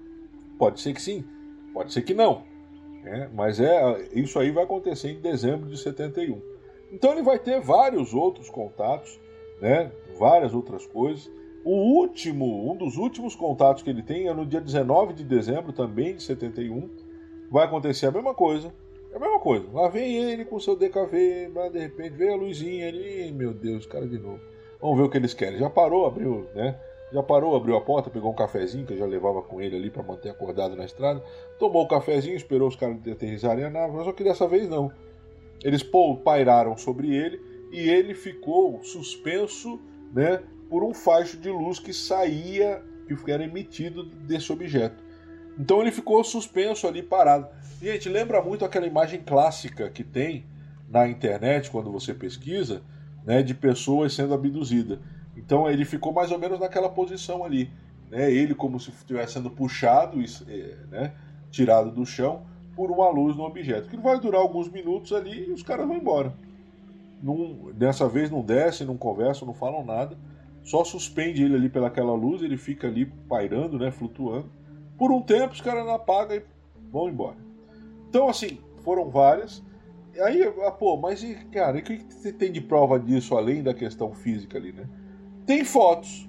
Pode ser que sim, pode ser que não, né? Mas é, isso aí vai acontecer em dezembro de setenta e um. Então ele vai ter vários outros contatos, né? Várias outras coisas. O último, um dos últimos contatos que ele tem é no dia dezenove de dezembro também de setenta e um. Vai acontecer a mesma coisa. É a mesma coisa. Lá vem ele com o seu D K V, mas de repente vem a luzinha ali, meu Deus, cara de novo. Vamos ver o que eles querem. Já parou, abriu, né? Já parou, abriu a porta, pegou um cafezinho que eu já levava com ele ali para manter acordado na estrada. Tomou o cafezinho, esperou os caras aterrissarem a nave, mas só que dessa vez não. Eles pairaram sobre ele e ele ficou suspenso, né, por um facho de luz que saía, que era emitido desse objeto. Então ele ficou suspenso ali, parado. Gente, lembra muito aquela imagem clássica que tem na internet, quando você pesquisa, né, de pessoas sendo abduzidas. Então ele ficou mais ou menos naquela posição ali, né, ele como se estivesse sendo puxado, né, tirado do chão, por uma luz no objeto, que vai durar alguns minutos ali e os caras vão embora. Não, dessa vez não desce, não conversam, não falam nada, só suspende ele ali pelaquela luz, ele fica ali pairando, né, flutuando. Por um tempo os caras não apagam e vão embora. Então, assim, foram várias. E aí, ah, pô, mas, cara, o que você tem de prova disso, além da questão física ali, né? Tem fotos.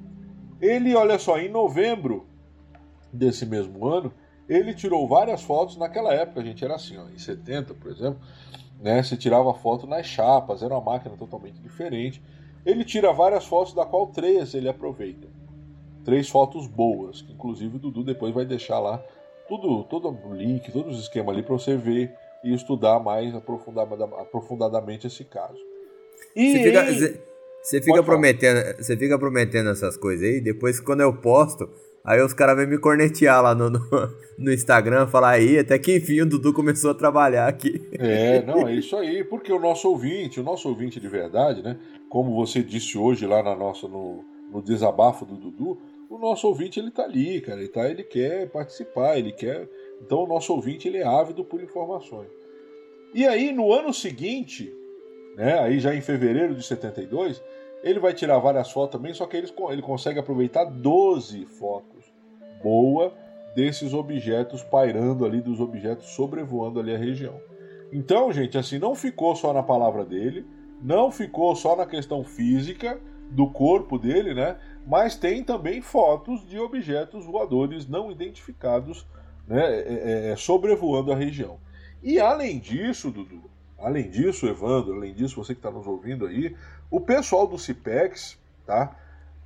Ele, olha só, em novembro desse mesmo ano, ele tirou várias fotos. Naquela época, a gente era assim, ó, em setenta, por exemplo, né? Você tirava foto nas chapas, era uma máquina totalmente diferente. Ele tira várias fotos, da qual três ele aproveita. Três fotos boas, que inclusive o Dudu depois vai deixar lá tudo, todo o link, todos os esquemas ali para você ver e estudar mais aprofundadamente esse caso. E você fica, você, você fica prometendo, você fica prometendo essas coisas aí, depois quando eu posto, aí os caras vêm me cornetear lá no, no, no Instagram, falar aí, até que enfim o Dudu começou a trabalhar aqui. É, não, é isso aí, porque o nosso ouvinte, o nosso ouvinte de verdade, né, como você disse hoje lá na nossa, no, no desabafo do Dudu, o nosso ouvinte, ele tá ali, cara, ele, tá, ele quer participar, ele quer... Então o nosso ouvinte, ele é ávido por informações. E aí, no ano seguinte, né, aí já em fevereiro de setenta e dois, ele vai tirar várias fotos também, só que ele, ele consegue aproveitar doze fotos boas desses objetos pairando ali, dos objetos sobrevoando ali a região. Então, gente, assim, não ficou só na palavra dele, não ficou só na questão física do corpo dele, né? Mas tem também fotos de objetos voadores não identificados, né, é, é, sobrevoando a região. E além disso, Dudu, além disso, Evandro, além disso, você que está nos ouvindo aí, o pessoal do CIPEX, tá,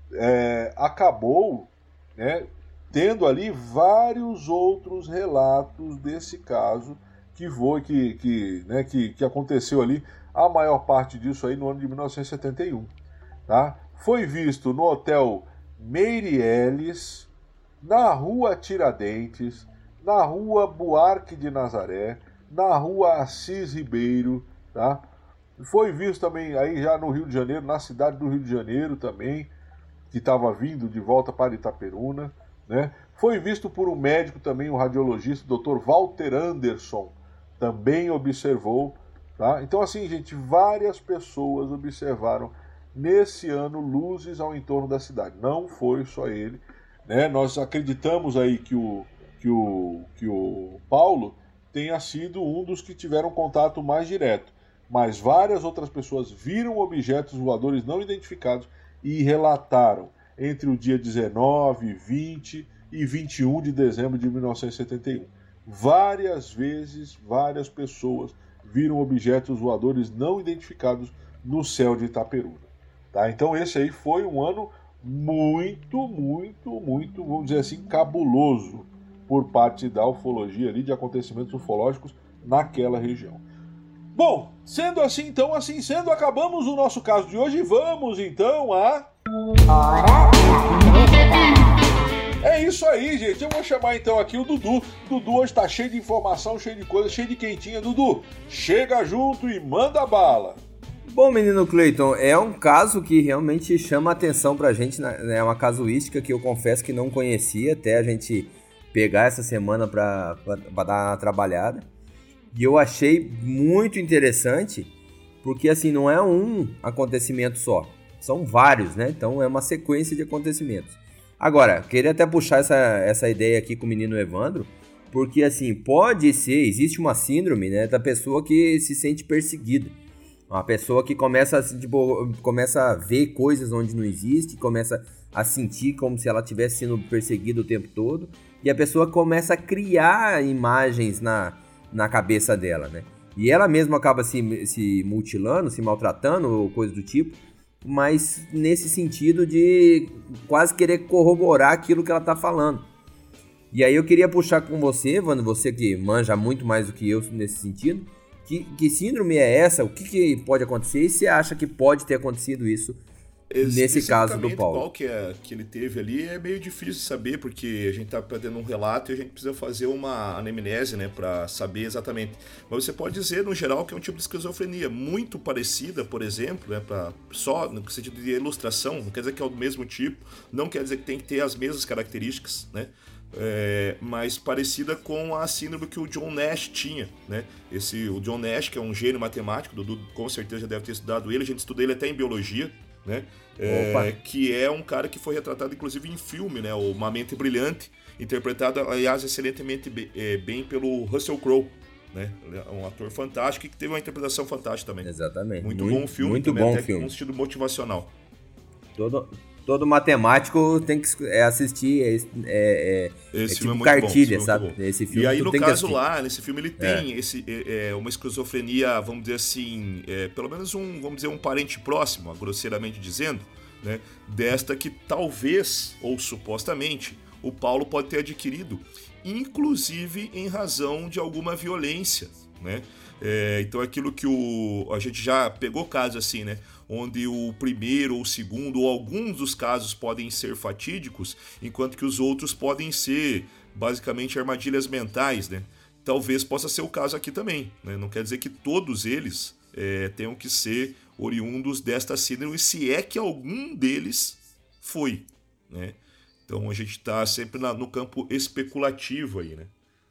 é, acabou, né, tendo ali vários outros relatos desse caso que, foi, que, que, né, que, que aconteceu ali, a maior parte disso aí no ano de mil novecentos e setenta e um. Tá? Foi visto no Hotel Meirelles, na Rua Tiradentes, na Rua Buarque de Nazaré, na Rua Assis Ribeiro, tá? Foi visto também aí já no Rio de Janeiro, na cidade do Rio de Janeiro também, que estava vindo de volta para Itaperuna, né? Foi visto por um médico também, um radiologista, o doutor Walter Anderson, também observou Tá? Então, assim, gente, várias pessoas observaram nesse ano luzes ao entorno da cidade. Não foi só ele, né? Nós acreditamos aí que o, que o, que o Paulo tenha sido um dos que tiveram contato mais direto, mas várias outras pessoas viram objetos voadores não identificados e relataram entre o dia dezenove, vinte e vinte e um de dezembro de mil novecentos e setenta e um. Várias vezes, várias pessoas viram objetos voadores não identificados no céu de Itaperuna. Tá? Então esse aí foi um ano muito, muito, muito, vamos dizer assim, cabuloso por parte da ufologia ali, de acontecimentos ufológicos naquela região. Bom, sendo assim, então, assim sendo, acabamos o nosso caso de hoje e vamos então a... Hora da É isso aí, gente. Eu vou chamar então aqui o Dudu. Dudu hoje tá cheio de informação, cheio de coisa, cheio de quentinha. Dudu, chega junto e manda bala. Bom, menino Cleiton, é um caso que realmente chama a atenção pra gente, né? É uma casuística que eu confesso que não conhecia até a gente pegar essa semana pra, pra, pra dar uma trabalhada. E eu achei muito interessante, porque assim, não é um acontecimento só, são vários, né? Então é uma sequência de acontecimentos. Agora, queria até puxar essa, essa ideia aqui com o menino Evandro, porque assim, pode ser, existe uma síndrome, né, da pessoa que se sente perseguida. Uma pessoa que começa a, tipo, começa a ver coisas onde não existe, começa a sentir como se ela estivesse sendo perseguida o tempo todo, e a pessoa começa a criar imagens na, na cabeça dela, né? E ela mesma acaba se, se mutilando, se maltratando, ou coisa do tipo, mas nesse sentido de quase querer corroborar aquilo que ela tá falando. E aí eu queria puxar com você, Evandro, você que manja muito mais do que eu nesse sentido, que, que síndrome é essa? O que, que pode acontecer? E você acha que pode ter acontecido isso nesse caso do Paulo? Qual que, é, que ele teve ali é meio difícil de saber, porque a gente tá perdendo um relato e a gente precisa fazer uma anamnese, né, para saber exatamente. Mas você pode dizer, no geral, que é um tipo de esquizofrenia muito parecida, por exemplo, né, pra, só no sentido de ilustração, não quer dizer que é o mesmo tipo, não quer dizer que tem que ter as mesmas características, né? É, mas parecida com a síndrome que o John Nash tinha, né? Esse, o John Nash, que é um gênio matemático, o Dudu com certeza já deve ter estudado ele, a gente estuda ele até em biologia, né? É, que é um cara que foi retratado inclusive em filme, né? Uma Mente Brilhante, interpretado, aliás, excelentemente bem, é, bem pelo Russell Crowe, né? É um ator fantástico e que teve uma interpretação fantástica também. Exatamente. Muito, muito bom filme, muito também, bom até filme. com um estilo motivacional. Todo, todo matemático tem que assistir, é, é, é, Esse é filme tipo é muito cartilha, bom, sabe? bom. Esse filme e aí, tu no tem caso que lá, nesse filme, ele tem É. esse, é, é, uma esquizofrenia, vamos dizer assim, é, pelo menos um, vamos dizer, um parente próximo, grosseiramente dizendo, né, desta que talvez, ou supostamente, o Paulo pode ter adquirido, inclusive em razão de alguma violência, né? É, então aquilo que o, a gente já pegou casos assim, né? Onde o primeiro ou o segundo ou alguns dos casos podem ser fatídicos, enquanto que os outros podem ser basicamente armadilhas mentais, né? Talvez possa ser o caso aqui também, né? Não quer dizer que todos eles é, tenham que ser oriundos desta síndrome, se é que algum deles foi, né? Então a gente está sempre na, no campo especulativo aí, né?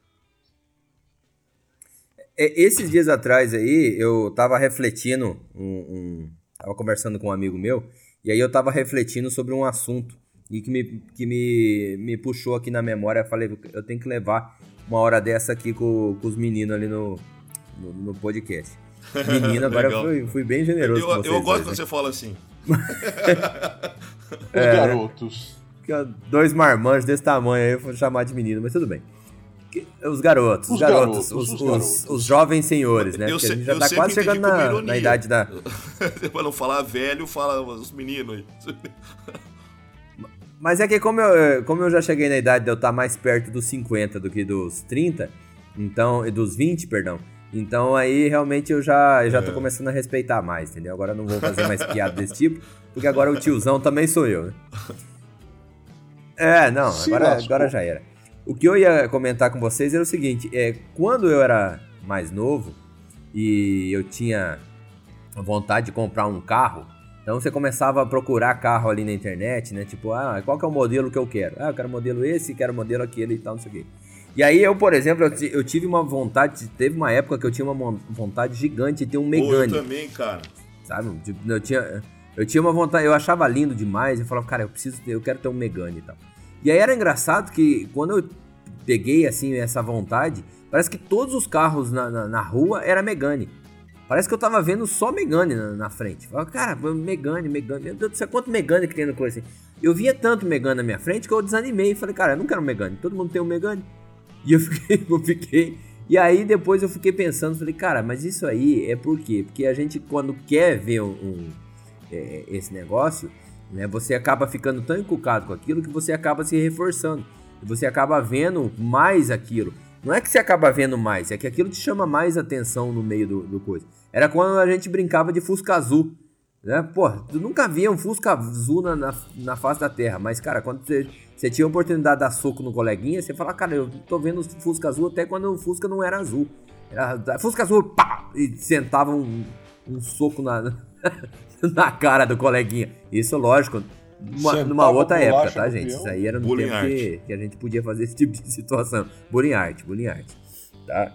É, esses dias atrás aí, eu tava refletindo, um, um, tava conversando com um amigo meu, e aí eu tava refletindo sobre um assunto, e que me, que me, me puxou aqui na memória. Eu falei, eu tenho que levar uma hora dessa aqui com, com os meninos ali no, no, no podcast. Menino, agora eu fui, fui bem generoso eu, com vocês. Eu gosto aí, quando né? você fala assim. Os É, garotos. Dois marmanjos desse tamanho aí, eu vou chamar de menino, mas tudo bem. Os garotos, os, Os garotos, garotos, os, os os, garotos. os jovens senhores, né? Eu, Porque a se, gente já eu tá sempre quase chegando entendi como na, ironia. na idade da... Pra não falar velho, fala os meninos aí. Mas é que como eu, como eu já cheguei na idade de eu estar mais perto dos cinquenta do que dos trinta, então, dos vinte, perdão, então aí realmente eu já, eu já tô É. começando a respeitar mais, entendeu? Agora eu não vou fazer mais piada desse tipo, porque agora o tiozão também sou eu, né? É, não, Se agora, lascou. agora já era. O que eu ia comentar com vocês era o seguinte, é, quando eu era mais novo e eu tinha vontade de comprar um carro, então você começava a procurar carro ali na internet, né? Tipo, ah, qual que é o modelo que eu quero? Ah, eu quero modelo esse, quero modelo aquele e tal, não sei o quê. E aí eu, por exemplo, eu, eu tive uma vontade, teve uma época que eu tinha uma vontade gigante de ter um Megane. Pô, eu também, cara. Sabe? Eu tinha, eu tinha uma vontade, eu achava lindo demais, eu falava, cara, eu preciso ter, eu quero ter um Megane e tal. E aí era engraçado que quando eu peguei, assim, essa vontade, parece que todos os carros na, na, na rua era Megane. Parece que eu tava vendo só Megane na, na frente. Eu falava, cara, Megane, Megane, meu Deus do céu, quanto Megane que tem no coisa assim. Eu via tanto Megane na minha frente que eu desanimei. Falei, cara, eu não quero um Megane, todo mundo tem um Megane. E eu fiquei, eu fiquei... E aí depois eu fiquei pensando, falei, cara, mas isso aí é por quê? Porque a gente, quando quer ver um, um, é, esse negócio, né, você acaba ficando tão encucado com aquilo que você acaba se reforçando. E você acaba vendo mais aquilo. Não é que você acaba vendo mais, é que aquilo te chama mais atenção no meio do, do coisa. Era quando a gente brincava de Fusca Azul. Né? Pô, tu nunca via um Fusca Azul na, na, na face da terra. Mas, cara, quando você, você tinha a oportunidade de dar soco no coleguinha, você fala, cara, eu tô vendo o Fusca Azul até quando o Fusca não era azul. Era Fusca Azul, pá! E sentava um, um soco na, na cara do coleguinha. Isso, lógico, numa, numa outra época, tá, gente? Isso aí era no bullying tempo que, que a gente podia fazer esse tipo de situação. Bullying art, bullying art, tá?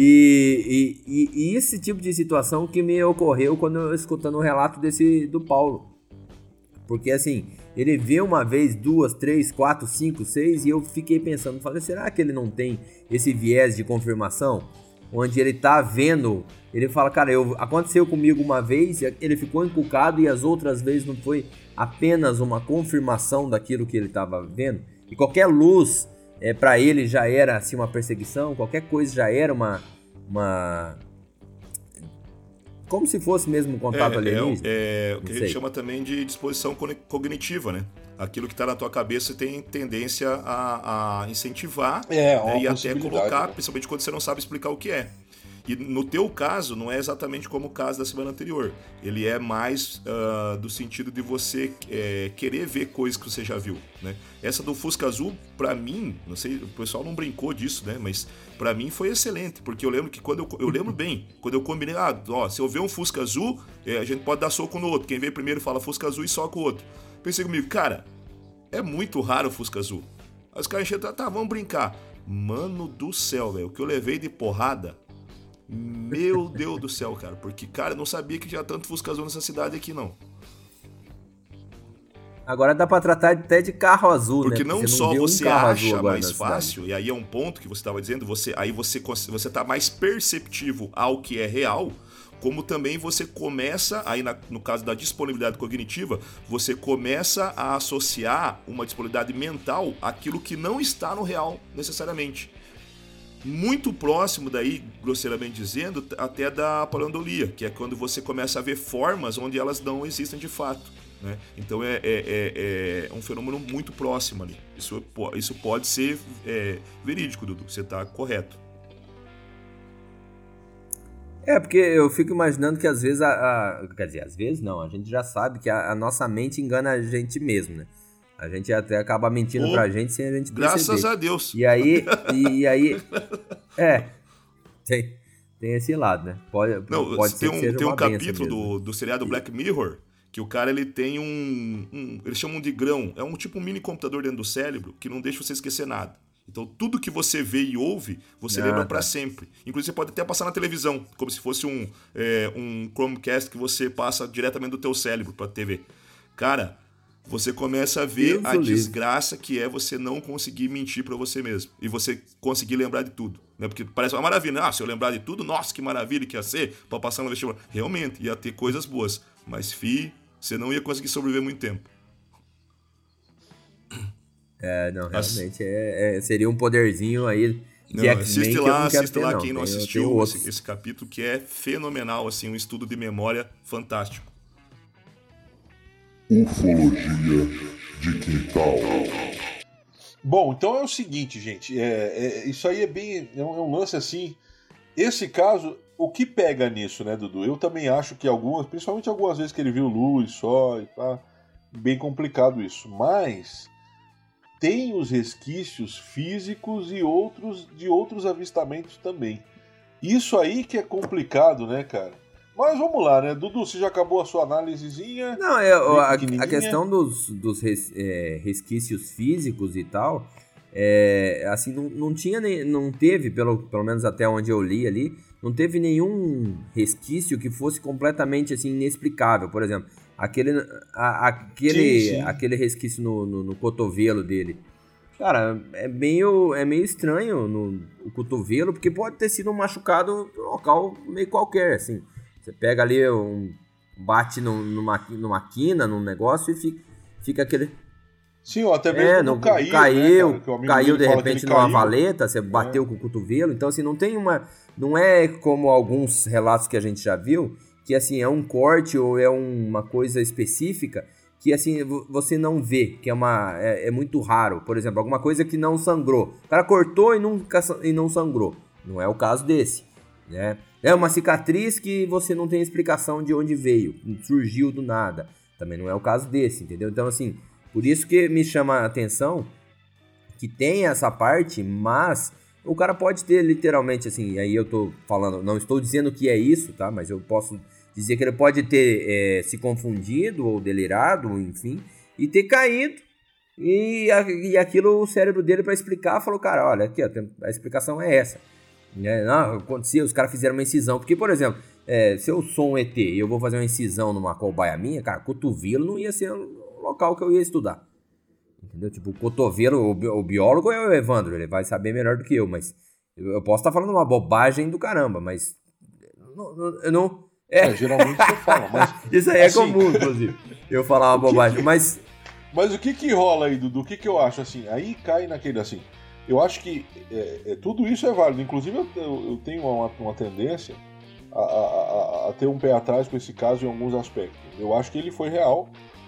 E, e, e esse tipo de situação que me ocorreu quando eu escutando o relato desse do Paulo. Porque assim, ele vê uma vez, duas, três, quatro, cinco, seis, e eu fiquei pensando, falei, será que ele não tem esse viés de confirmação? Onde ele tá vendo, ele fala, cara, eu, aconteceu comigo uma vez, ele ficou encucado e as outras vezes não foi apenas uma confirmação daquilo que ele tava vendo. E qualquer luz... É, para ele já era assim, uma perseguição, qualquer coisa já era uma, uma... como se fosse mesmo um contato é, alienígena. É, é o que a gente chama também de disposição cognitiva, né? Aquilo que está na tua cabeça tem tendência a, a incentivar é, né? E até colocar, né? principalmente quando você não sabe explicar o que é. E no teu caso, não é exatamente como o caso da semana anterior. Ele é mais uh, do sentido de você é, querer ver coisas que você já viu, né? Essa do Fusca Azul, pra mim, não sei, o pessoal não brincou disso, né? Mas pra mim foi excelente, porque eu lembro que quando eu, eu lembro bem, quando eu combinei, ah, ó, se eu ver um Fusca Azul, é, a gente pode dar soco no outro. Quem vem primeiro fala Fusca Azul e soca o outro. Pensei comigo, cara, é muito raro o Fusca Azul. Aí os caras encheram, tá, vamos brincar. Mano do céu, velho, o que eu levei de porrada... Meu Deus do céu, cara. Porque, cara, eu não sabia que tinha tanto Fusca Azul nessa cidade aqui, não. Agora dá pra tratar até de carro azul, porque né? Porque não você só não você um acha mais fácil, e aí é um ponto que você estava dizendo, você, aí você, você tá mais perceptivo ao que é real, como também você começa, aí na, no caso da disponibilidade cognitiva, você começa a associar uma disponibilidade mental àquilo que não está no real, necessariamente. Muito próximo daí, grosseiramente dizendo, até da parandolia, que é quando você começa a ver formas onde elas não existem de fato, né? Então é, é, é, é um fenômeno muito próximo ali. Isso, isso pode ser é, verídico, Dudu, você está correto. É, porque eu fico imaginando que às vezes, a, a, quer dizer, às vezes não, a gente já sabe que a, a nossa mente engana a gente mesmo, né? A gente até acaba mentindo oh, pra gente sem a gente perceber. Graças a Deus. E aí, e, e aí, é, tem, tem esse lado, né? Pode, Não, pode ser tem um, que seja tem um uma capítulo do, do seriado Black Mirror que o cara ele tem um, um, eles chamam de grão, é um tipo um mini computador dentro do cérebro que não deixa você esquecer nada. Então tudo que você vê e ouve, você ah, lembra tá. pra sempre. Inclusive você pode até passar na televisão, como se fosse um, é, um Chromecast que você passa diretamente do teu cérebro pra T V. Cara... Você começa a ver Deus a desgraça que é você não conseguir mentir pra você mesmo. E você conseguir lembrar de tudo, né? Porque parece uma maravilha. Ah, se eu lembrar de tudo, nossa, que maravilha que ia ser pra passar no vestibular. Realmente, ia ter coisas boas. Mas, fi, você não ia conseguir sobreviver muito tempo. É, não, realmente é, é, seria um poderzinho aí de não, assiste lá, que assiste lá não. quem não tem, assistiu esse, esse capítulo, que é fenomenal, assim, um estudo de memória fantástico. Ufologia de Quintal. Bom, então é o seguinte, gente. É, é, isso aí é bem. É um, é um lance assim. Esse caso, o que pega nisso, né, Dudu? Eu também acho que algumas, principalmente algumas vezes que ele viu luz só e tá bem complicado isso. Mas tem os resquícios físicos e outros de outros avistamentos também. Isso aí que é complicado, né, cara? Mas vamos lá, né? Dudu, você já acabou a sua análisezinha? Não, é, a, a questão dos, dos res, é, resquícios físicos e tal, é, assim, não, não tinha, nem, não teve, pelo, pelo menos até onde eu li ali, não teve nenhum resquício que fosse completamente, assim, inexplicável. Por exemplo, aquele, a, aquele, sim, sim. aquele resquício no, no, no cotovelo dele. Cara, é meio, é meio estranho no, o cotovelo, porque pode ter sido um machucado em um local meio qualquer, assim. Você pega ali, um, bate no, numa, numa quina, num negócio e fica, fica aquele... Sim, ou até mesmo É, não não caiu, caiu, né, cara? caiu de repente numa caiu. valeta, você bateu é. com o cotovelo, então assim, não tem uma, não é como alguns relatos que a gente já viu, que assim, é um corte ou é uma coisa específica, que assim, você não vê, que é, uma, é, é muito raro, por exemplo, alguma coisa que não sangrou, o cara cortou e, nunca, e não sangrou, não é o caso desse, né? É uma cicatriz que você não tem explicação de onde veio, surgiu do nada, também não é o caso desse, entendeu? Então assim, por isso que me chama a atenção que tem essa parte, mas o cara pode ter literalmente, assim, aí eu tô falando, não estou dizendo que é isso, tá? Mas eu posso dizer que ele pode ter é, se confundido ou delirado, enfim, e ter caído, e, e aquilo o cérebro dele para explicar falou, cara, olha, aqui ó, a explicação é essa. É, não, acontecia, os caras fizeram uma incisão, porque, por exemplo, é, se eu sou um E T e eu vou fazer uma incisão numa cobaia minha, cara, cotovelo não ia ser local que eu ia estudar, entendeu? Tipo, o cotovelo, o, bi- o biólogo é o Evandro, ele vai saber melhor do que eu, mas eu, eu posso estar falando uma bobagem do caramba, mas não, não, eu não... É, É, geralmente você fala, mas... isso aí é assim, comum, inclusive, eu falar uma o que bobagem, que- mas... Mas o que que rola aí, Dudu? O que que eu acho, assim? Aí cai naquele, assim... Eu acho que é, é, tudo isso é válido. Inclusive, eu, eu, eu tenho uma, uma tendência a, a, a, a ter um pé atrás com esse caso em alguns aspectos. Eu acho que ele foi real.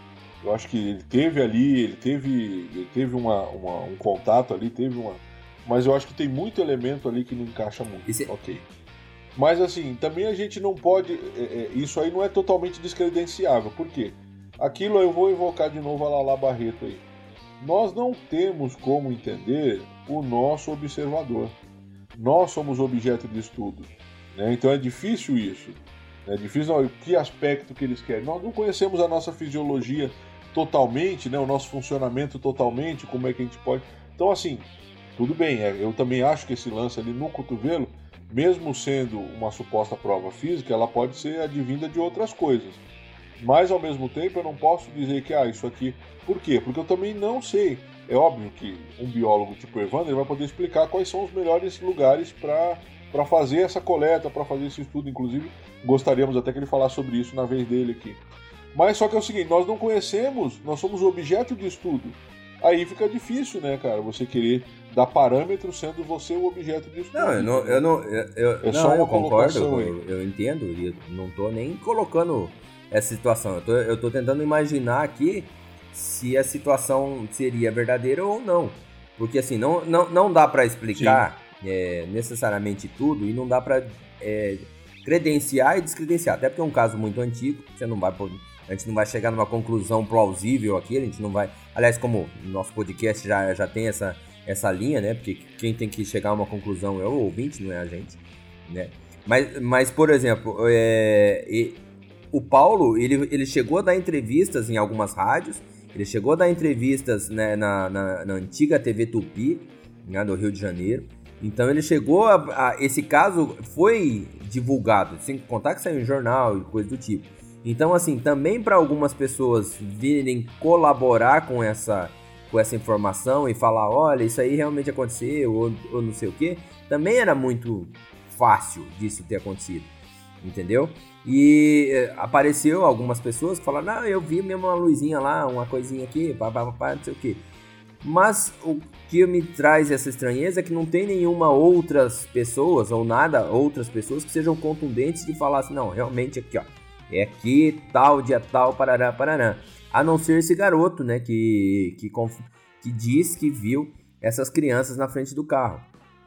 Eu acho que ele teve ali, ele teve, ele teve uma, uma, um contato ali, teve uma... Mas eu acho que tem muito elemento ali que não encaixa muito. Esse- Ok. Mas assim, também a gente não pode... é, é, isso aí não é totalmente descredenciável. Por quê? Aquilo eu vou invocar de novo a Lala Barreto aí. Nós não temos como entender o nosso observador. Nós somos objeto de estudo, né? Então é difícil isso. É difícil, não, que aspecto que eles querem. Nós não conhecemos a nossa fisiologia totalmente, né? O nosso funcionamento totalmente, como é que a gente pode... Então assim, tudo bem, é, eu também acho que esse lance ali no cotovelo, mesmo sendo uma suposta prova física, ela pode ser advinda de outras coisas. Mas, ao mesmo tempo, eu não posso dizer que, ah, isso aqui... Por quê? Porque eu também não sei. É óbvio que um biólogo tipo Evandro ele vai poder explicar quais são os melhores lugares para fazer essa coleta, para fazer esse estudo. Inclusive, gostaríamos até que ele falasse sobre isso na vez dele aqui. Mas só que é o seguinte, nós não conhecemos, nós somos o objeto de estudo. Aí fica difícil, né, cara, você querer dar parâmetro sendo você o objeto de estudo. Não, eu não, eu não, eu, eu, É não, só uma eu concordo, colocação aí. eu, eu entendo, e eu não tô nem colocando essa situação, eu tô, eu tô tentando imaginar aqui se a situação seria verdadeira ou não, porque assim, não, não, não dá pra explicar é, necessariamente tudo e não dá pra é, credenciar e descredenciar, até porque é um caso muito antigo, você não vai poder, a gente não vai chegar numa conclusão plausível aqui, a gente não vai, aliás, como o nosso podcast já, já tem essa, essa linha, né, porque quem tem que chegar a uma conclusão é o ouvinte, não é a gente, né, mas, mas por exemplo, é, e, o Paulo, ele, ele chegou a dar entrevistas em algumas rádios, ele chegou a dar entrevistas, né, na, na, na antiga T V Tupi, né, do Rio de Janeiro. Então ele chegou a, a... Esse caso foi divulgado, sem contar que saiu em jornal e coisa do tipo. Então, assim, também para algumas pessoas virem colaborar com essa, com essa informação e falar, olha, isso aí realmente aconteceu, ou, ou não sei o quê, também era muito fácil disso ter acontecido, entendeu? E eh, apareceu algumas pessoas que falaram, não, eu vi mesmo uma luzinha lá, uma coisinha aqui, pá, pá, pá, não sei o quê. Mas o que me traz essa estranheza é que não tem nenhuma outras pessoas, ou nada, outras pessoas que sejam contundentes de falar assim, não, realmente aqui, ó, é aqui, tal, dia tal, parará, parará. A não ser esse garoto, né, que, que, que diz que viu essas crianças na frente do carro.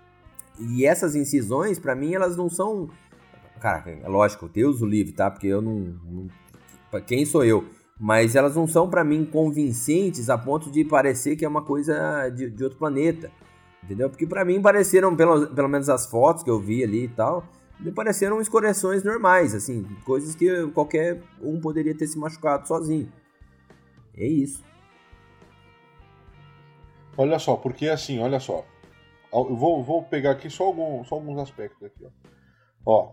E essas incisões, pra mim, elas não são... Cara, é lógico, Deus o livre, tá? Porque eu não, não... Quem sou eu? Mas elas não são, pra mim, convincentes a ponto de parecer que é uma coisa de, de outro planeta. Entendeu? Porque pra mim pareceram, pelo, pelo menos as fotos que eu vi ali e tal, me pareceram escoriações normais, assim, coisas que qualquer um poderia ter se machucado sozinho. É isso. Olha só, porque assim, olha só. Eu vou, vou pegar aqui só, algum, só alguns aspectos aqui, ó. Ó.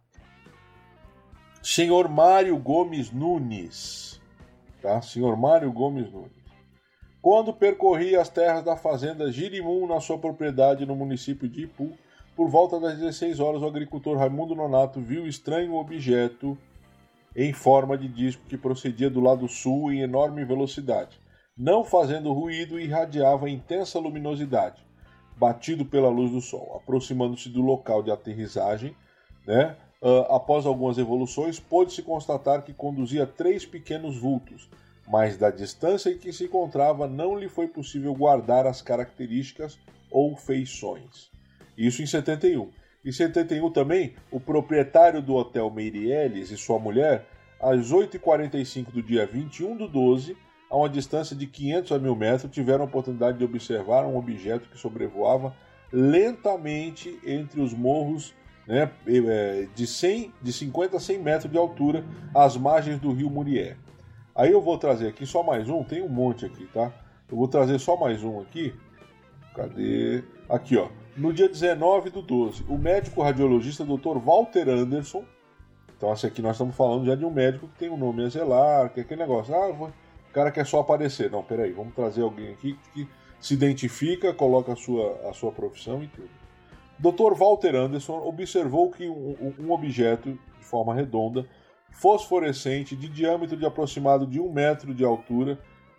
Senhor Mário Gomes Nunes. Tá? Senhor Mário Gomes Nunes. Quando percorria as terras da fazenda Girimum na sua propriedade no município de Ipu, por volta das dezesseis horas, o agricultor Raimundo Nonato viu estranho objeto em forma de disco que procedia do lado sul em enorme velocidade, não fazendo ruído e irradiava intensa luminosidade, batido pela luz do sol. Aproximando-se do local de aterrissagem, né, uh, após algumas evoluções, pôde-se constatar que conduzia três pequenos vultos, mas da distância em que se encontrava não lhe foi possível guardar as características ou feições. Isso em setenta e um. Em setenta e um também, o proprietário do Hotel Meirelles e sua mulher, às oito e quarenta e cinco do dia vinte e um do doze, a uma distância de quinhentos a mil metros, tiveram a oportunidade de observar um objeto que sobrevoava lentamente entre os morros, né, de, cem, de cinquenta a cem metros de altura, às margens do rio Murié. Aí eu vou trazer aqui só mais um, tem um monte aqui, tá? Eu vou trazer só mais um aqui. Cadê? Aqui, ó. No dia dezenove do doze, o médico radiologista doutor Walter Anderson, então esse aqui nós estamos falando já de um médico que tem um nome a zelar, que é aquele negócio, ah, o cara quer só aparecer. Não, peraí, vamos trazer alguém aqui que se identifica, coloca a sua, a sua profissão e tudo. doutor Walter Anderson observou que um, um objeto de forma redonda, fosforescente, de diâmetro de aproximado de um metro de altura,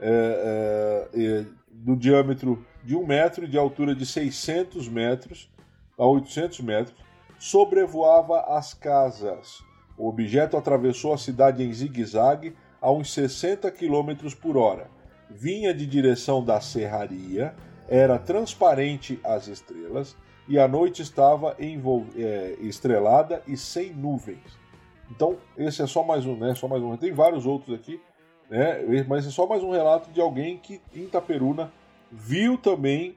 é, é, é, do diâmetro de um metro e de altura de seiscentos metros a oitocentos metros, sobrevoava as casas. O objeto atravessou a cidade em zigue-zague a uns sessenta quilômetros por hora. Vinha de direção da serraria, era transparente às estrelas e a noite estava envol... é, estrelada e sem nuvens. Então, esse é só mais um, né? Só mais um. Tem vários outros aqui, né? Mas é só mais um relato de alguém que em Itaperuna viu também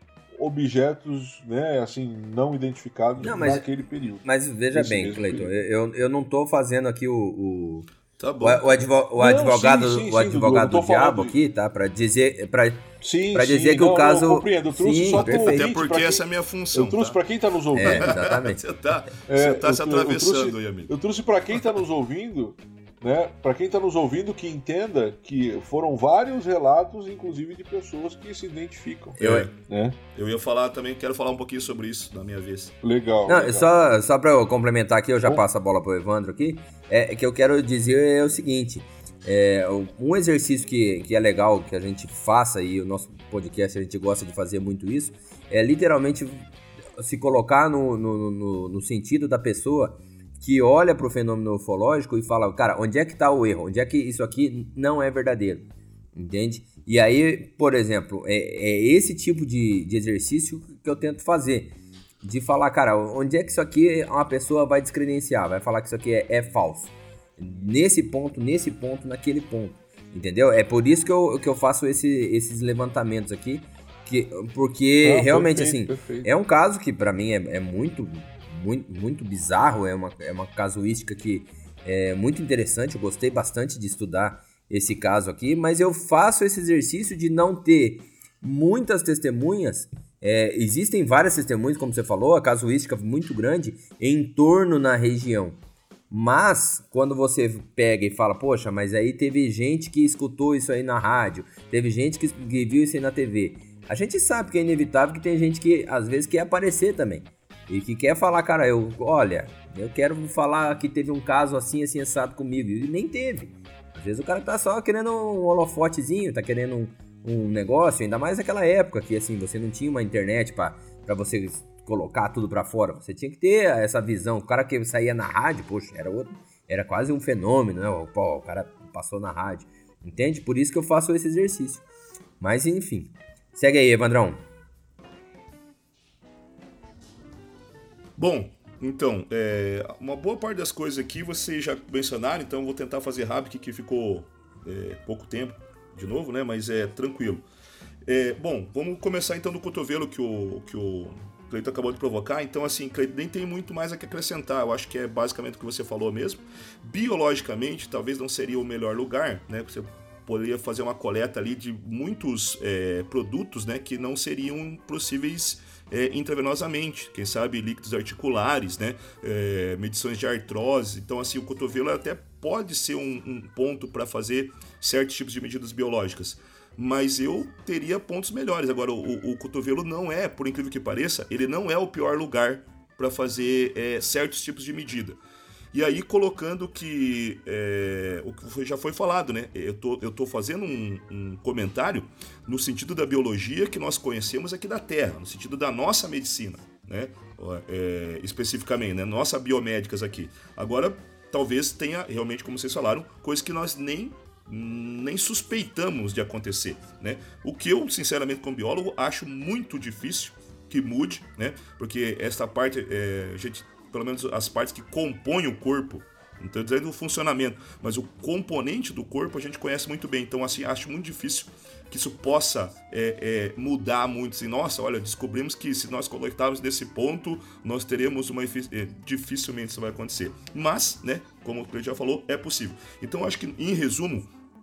objetos, né, assim, não identificados não, mas, naquele período. Mas veja bem, Cleiton, eu, eu não estou fazendo aqui o, o, tá bom. o, o, advo, o não, advogado, sim, sim, o advogado do, do diabo aqui, tá? Para dizer, para dizer que não, o caso. Eu compreendo, eu trouxe sim, só perfeito. Até porque essa é a minha função. Eu trouxe tá? para quem está nos ouvindo. É, exatamente. Você está é, tá se atravessando eu trouxe, aí, amigo. Eu trouxe para quem está nos ouvindo. Né? Para quem está nos ouvindo, que entenda que foram vários relatos, inclusive de pessoas que se identificam. Eu, né? eu ia falar também, quero falar um pouquinho sobre isso na minha vez. Legal. Não, legal. Só, só para eu complementar aqui, eu já Bom. passo a bola para o Evandro aqui, é que eu quero dizer é o seguinte, é, um exercício que, que é legal que a gente faça, e o nosso podcast a gente gosta de fazer muito isso, é literalmente se colocar no, no, no, no sentido da pessoa que olha para o fenômeno ufológico e fala, cara, onde é que está o erro? Onde é que isso aqui não é verdadeiro? Entende? E aí, por exemplo, é, é esse tipo de, de exercício que eu tento fazer. De falar, cara, onde é que isso aqui uma pessoa vai descredenciar? Vai falar que isso aqui é, é falso. Nesse ponto, nesse ponto, naquele ponto. Entendeu? É por isso que eu, que eu faço esse, esses levantamentos aqui. Que, porque ah, realmente, perfeito, assim, perfeito. É um caso que para mim é, é muito... Muito, muito bizarro, é uma, é uma casuística que é muito interessante, eu gostei bastante de estudar esse caso aqui, mas eu faço esse exercício de não ter muitas testemunhas, é, existem várias testemunhas, como você falou, a casuística muito grande em torno na região, mas quando você pega e fala, poxa, mas aí teve gente que escutou isso aí na rádio, teve gente que, que viu isso aí na T V, a gente sabe que é inevitável que tem gente que às vezes quer aparecer também. E que quer falar, cara, eu, olha, eu quero falar que teve um caso assim, assim, assado comigo. E nem teve. Às vezes o cara tá só querendo um holofotezinho, tá querendo um, um negócio, ainda mais naquela época que, assim, você não tinha uma internet pra, pra você colocar tudo pra fora. Você tinha que ter essa visão. O cara que saía na rádio, poxa, era outro, era quase um fenômeno, né? Pô, o cara passou na rádio. Entende? Por isso que eu faço esse exercício. Mas, enfim. Segue aí, Evandrão. Bom, então, é, uma boa parte das coisas aqui vocês já mencionaram, então eu vou tentar fazer rápido, que ficou é, pouco tempo de novo, né? Mas é tranquilo. É, bom, vamos começar então do cotovelo que o, que o Cleiton acabou de provocar. Então, assim, Cleiton, nem tem muito mais a que acrescentar. Eu acho que é basicamente o que você falou mesmo. Biologicamente, talvez não seria o melhor lugar, né? Você poderia fazer uma coleta ali de muitos é, produtos, né, que não seriam possíveis é, intravenosamente, quem sabe líquidos articulares, né, é, medições de artrose. Então, assim, o cotovelo até pode ser um, um ponto para fazer certos tipos de medidas biológicas, mas eu teria pontos melhores. Agora, o, o cotovelo não é, por incrível que pareça, ele não é o pior lugar para fazer é, certos tipos de medida. E aí, colocando que é, o que já foi falado, né? Eu tô, eu tô fazendo um, um comentário no sentido da biologia que nós conhecemos aqui da Terra, no sentido da nossa medicina, né? É, especificamente, né? Nossa biomédicas aqui. Agora, talvez tenha realmente, como vocês falaram, coisas que nós nem, nem suspeitamos de acontecer, né? O que eu, sinceramente, como biólogo, acho muito difícil que mude, né? Porque essa parte, é, a gente... pelo menos as partes que compõem o corpo, não estou dizendo o funcionamento, mas o componente do corpo a gente conhece muito bem. Então, assim, acho muito difícil que isso possa é, é, mudar muito. Assim, nossa, olha, descobrimos que se nós coletarmos desse ponto, nós teremos uma... É, dificilmente isso vai acontecer. Mas, né, como o Cleiton já falou, é possível. Então, acho que, em resumo,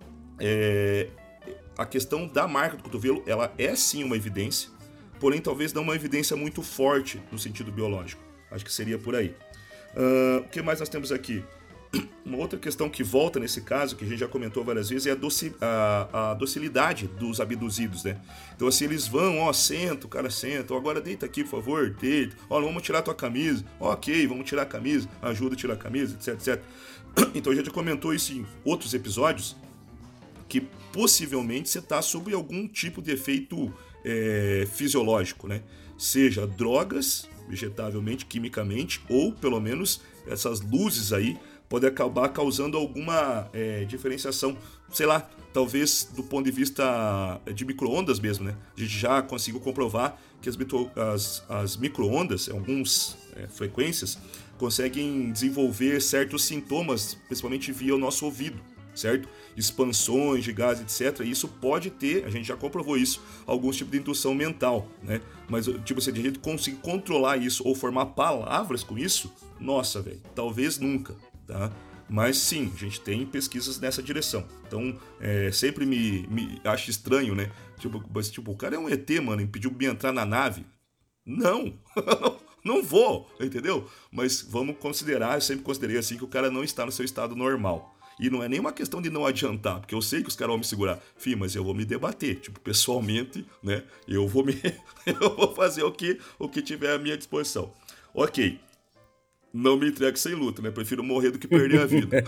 é, a questão da marca do cotovelo, ela é sim uma evidência, porém, talvez não uma evidência muito forte no sentido biológico. Acho que seria por aí. Uh, o que mais nós temos aqui? Uma outra questão que volta nesse caso, que a gente já comentou várias vezes, é a, doci, a, a docilidade dos abduzidos, né? Então, assim, eles vão, ó, senta, o cara senta, ó, agora deita aqui, por favor, deita, ó, vamos tirar a tua camisa, ó, ok, vamos tirar a camisa, ajuda a tirar a camisa, etc, etcétera. Então, a gente já comentou isso em outros episódios, que possivelmente você está sob algum tipo de efeito é, fisiológico, né? Seja drogas, vegetavelmente, quimicamente, ou pelo menos essas luzes aí podem acabar causando alguma é, diferenciação, sei lá, talvez do ponto de vista de micro-ondas mesmo, né? A gente já conseguiu comprovar que as, as, as micro-ondas, algumas é, frequências, conseguem desenvolver certos sintomas, principalmente via o nosso ouvido, certo? Expansões de gás, etcétera. E isso pode ter, a gente já comprovou isso, alguns tipos de indução mental, né? Mas, tipo, se a gente conseguir controlar isso ou formar palavras com isso, nossa, velho, talvez nunca, tá? Mas sim, a gente tem pesquisas nessa direção. Então, é, sempre me, me acho estranho, né? Tipo, mas, tipo, o cara é um E T, mano, e pediu pra me entrar na nave. Não! Não vou, entendeu? Mas vamos considerar, eu sempre considerei assim, que o cara não está no seu estado normal. E não é nem uma questão de não adiantar, porque eu sei que os caras vão me segurar. Fih, mas eu vou me debater, tipo, pessoalmente, né? Eu vou me... eu vou fazer o que, o que tiver à minha disposição. Ok. Não me entregue sem luta, né? Prefiro morrer do que perder a vida.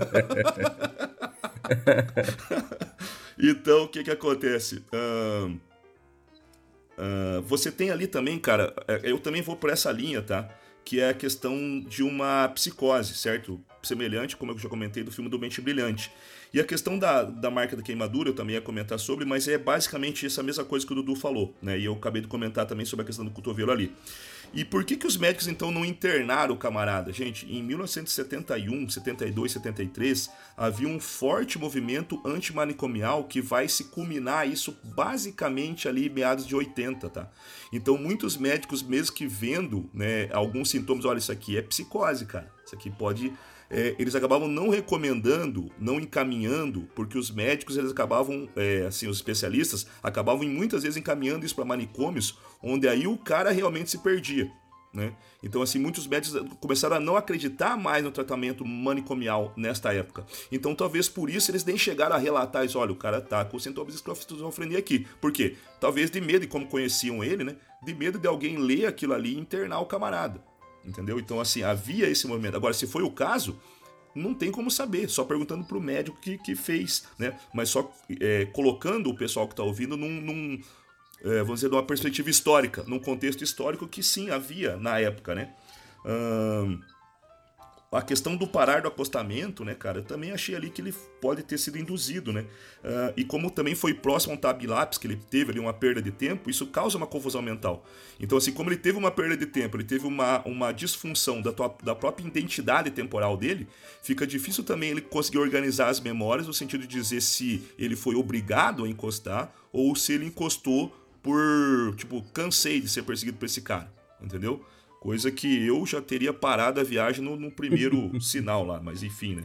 Então, o que que acontece? Uh, uh, você tem ali também, cara, eu também vou por essa linha, tá? Que é a questão de uma psicose, certo? Semelhante, como eu já comentei, do filme do Mente Brilhante. E a questão da, da marca da queimadura, eu também ia comentar sobre, mas é basicamente essa mesma coisa que o Dudu falou, né? E eu acabei de comentar também sobre a questão do cotovelo ali. E por que que os médicos, então, não internaram o camarada? Gente, em mil novecentos e setenta e um, setenta e dois, setenta e três, havia um forte movimento antimanicomial que vai se culminar isso basicamente ali em meados de oitenta, tá? Então, muitos médicos, mesmo que vendo, né, alguns sintomas, olha, isso aqui é psicose, cara. Isso aqui pode... É, eles acabavam não recomendando, não encaminhando, porque os médicos, eles acabavam, é, assim, os especialistas, acabavam muitas vezes encaminhando isso para manicômios, onde aí o cara realmente se perdia, né? Então, assim, muitos médicos começaram a não acreditar mais no tratamento manicomial nesta época. Então, talvez por isso eles nem chegaram a relatar isso, olha, o cara tá com sintomas de esquizofrenia aqui. Por quê? Talvez de medo, e como conheciam ele, né? De medo de alguém ler aquilo ali e internar o camarada. Entendeu? Então, assim, havia esse movimento. Agora, se foi o caso, não tem como saber, só perguntando pro médico que, que fez, né? Mas só é, colocando o pessoal que tá ouvindo num, num é, vamos dizer, numa perspectiva histórica, num contexto histórico que sim, havia na época, né? Hum, a questão do parar do acostamento, né, cara, eu também achei ali que ele pode ter sido induzido, né? Uh, e como também foi próximo a um tab-lápis, que ele teve ali uma perda de tempo, isso causa uma confusão mental. Então, assim, como ele teve uma perda de tempo, ele teve uma, uma disfunção da, tua, da própria identidade temporal dele, fica difícil também ele conseguir organizar as memórias, no sentido de dizer se ele foi obrigado a encostar ou se ele encostou por, tipo, cansei de ser perseguido por esse cara, entendeu? Coisa que eu já teria parado a viagem no, no primeiro sinal lá, mas enfim, né?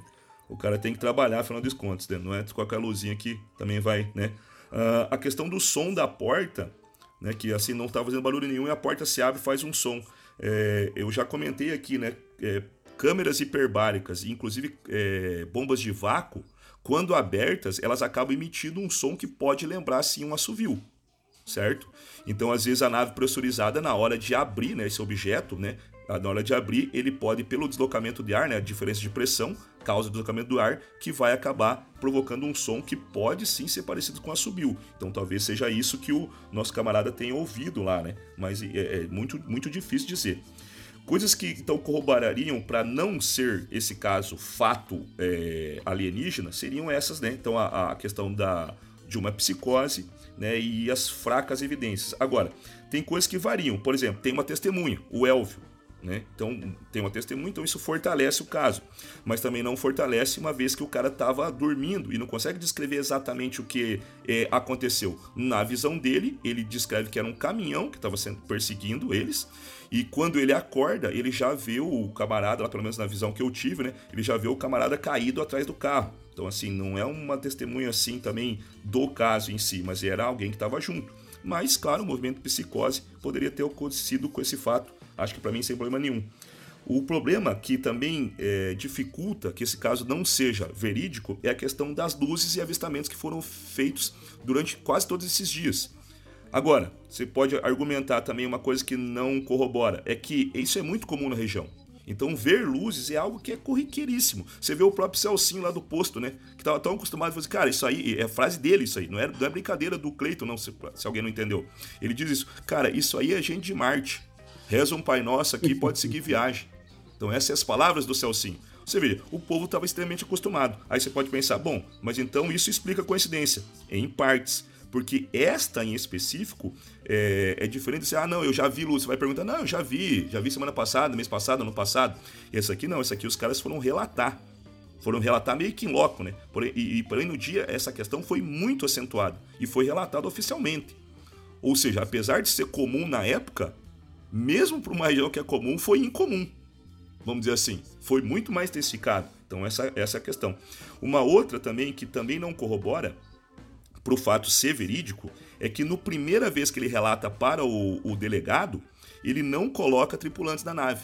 O cara tem que trabalhar, afinal dos contos, né? Não é com aquela luzinha que também vai, né? Uh, a questão do som da porta, né? Que assim não tá fazendo barulho nenhum e a porta se abre e faz um som. É, eu já comentei aqui, né? É, câmeras hiperbáricas, inclusive é, bombas de vácuo, quando abertas, elas acabam emitindo um som que pode lembrar, sim, um assovio, certo? Então, às vezes, a nave pressurizada, na hora de abrir, né, esse objeto, né, na hora de abrir, ele pode, pelo deslocamento de ar, né, a diferença de pressão, causa do deslocamento do ar, que vai acabar provocando um som que pode, sim, ser parecido com assovio. Então, talvez seja isso que o nosso camarada tenha ouvido lá, né? Mas é, é muito, muito difícil dizer. Coisas que então corroborariam para não ser esse caso fato é, alienígena seriam essas, né? Então a, a questão da, de uma psicose, né? E as fracas evidências. Agora, tem coisas que variam. Por exemplo, tem uma testemunha, o Elvio, né? Então tem uma testemunha, então isso fortalece o caso. Mas também não fortalece uma vez que o cara estava dormindo e não consegue descrever exatamente o que é, aconteceu. Na visão dele, ele descreve que era um caminhão que estava sendo perseguindo eles. E quando ele acorda, ele já vê o camarada, lá pelo menos na visão que eu tive, né? Ele já vê o camarada caído atrás do carro. Então, assim, não é uma testemunha, assim, também do caso em si, mas era alguém que estava junto. Mas, claro, o movimento de psicose poderia ter acontecido com esse fato. Acho que para mim sem problema nenhum. O problema que também é, dificulta que esse caso não seja verídico é a questão das luzes e avistamentos que foram feitos durante quase todos esses dias. Agora, você pode argumentar também uma coisa que não corrobora, é que isso é muito comum na região. Então, ver luzes é algo que é corriqueiríssimo. Você vê o próprio Celcinho lá do posto, né? Que estava tão acostumado a fazer, cara, isso aí, é a frase dele, isso aí. Não é, não é brincadeira do Cleiton, não, se, se alguém não entendeu. Ele diz isso, cara, isso aí é gente de Marte. Reza um Pai Nosso aqui, pode seguir viagem. Então, essas são as palavras do Celcinho. Você vê, o povo estava extremamente acostumado. Aí você pode pensar, bom, mas então isso explica a coincidência. Em partes. Porque esta em específico é, é diferente de dizer, ah, não, eu já vi luz. Você vai perguntar, não, eu já vi, já vi semana passada, mês passado, ano passado. E essa aqui não, essa aqui os caras foram relatar. Foram relatar meio que em loco, né? Porém, e, e porém no dia essa questão foi muito acentuada e foi relatada oficialmente. Ou seja, apesar de ser comum na época, mesmo para uma região que é comum, foi incomum. Vamos dizer assim, foi muito mais intensificado. Então essa, essa é a questão. Uma outra também, que também não corrobora, para o fato ser verídico, é que no primeira vez que ele relata para o, o delegado, ele não coloca tripulantes na nave.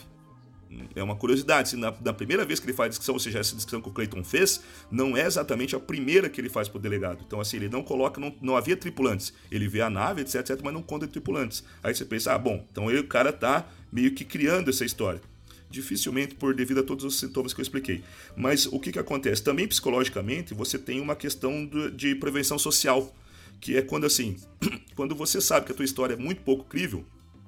É uma curiosidade, se na, na primeira vez que ele faz a descrição, ou seja, essa descrição que o Cleiton fez, não é exatamente a primeira que ele faz para o delegado. Então assim, ele não coloca, não, não havia tripulantes. Ele vê a nave, etc, etc, mas não conta tripulantes. Aí você pensa, ah, bom, então ele, o cara está meio que criando essa história. Dificilmente por devido a todos os sintomas que eu expliquei. Mas o que, que acontece? Também psicologicamente você tem uma questão de prevenção social, que é quando assim, quando você sabe que a tua história é muito pouco crível,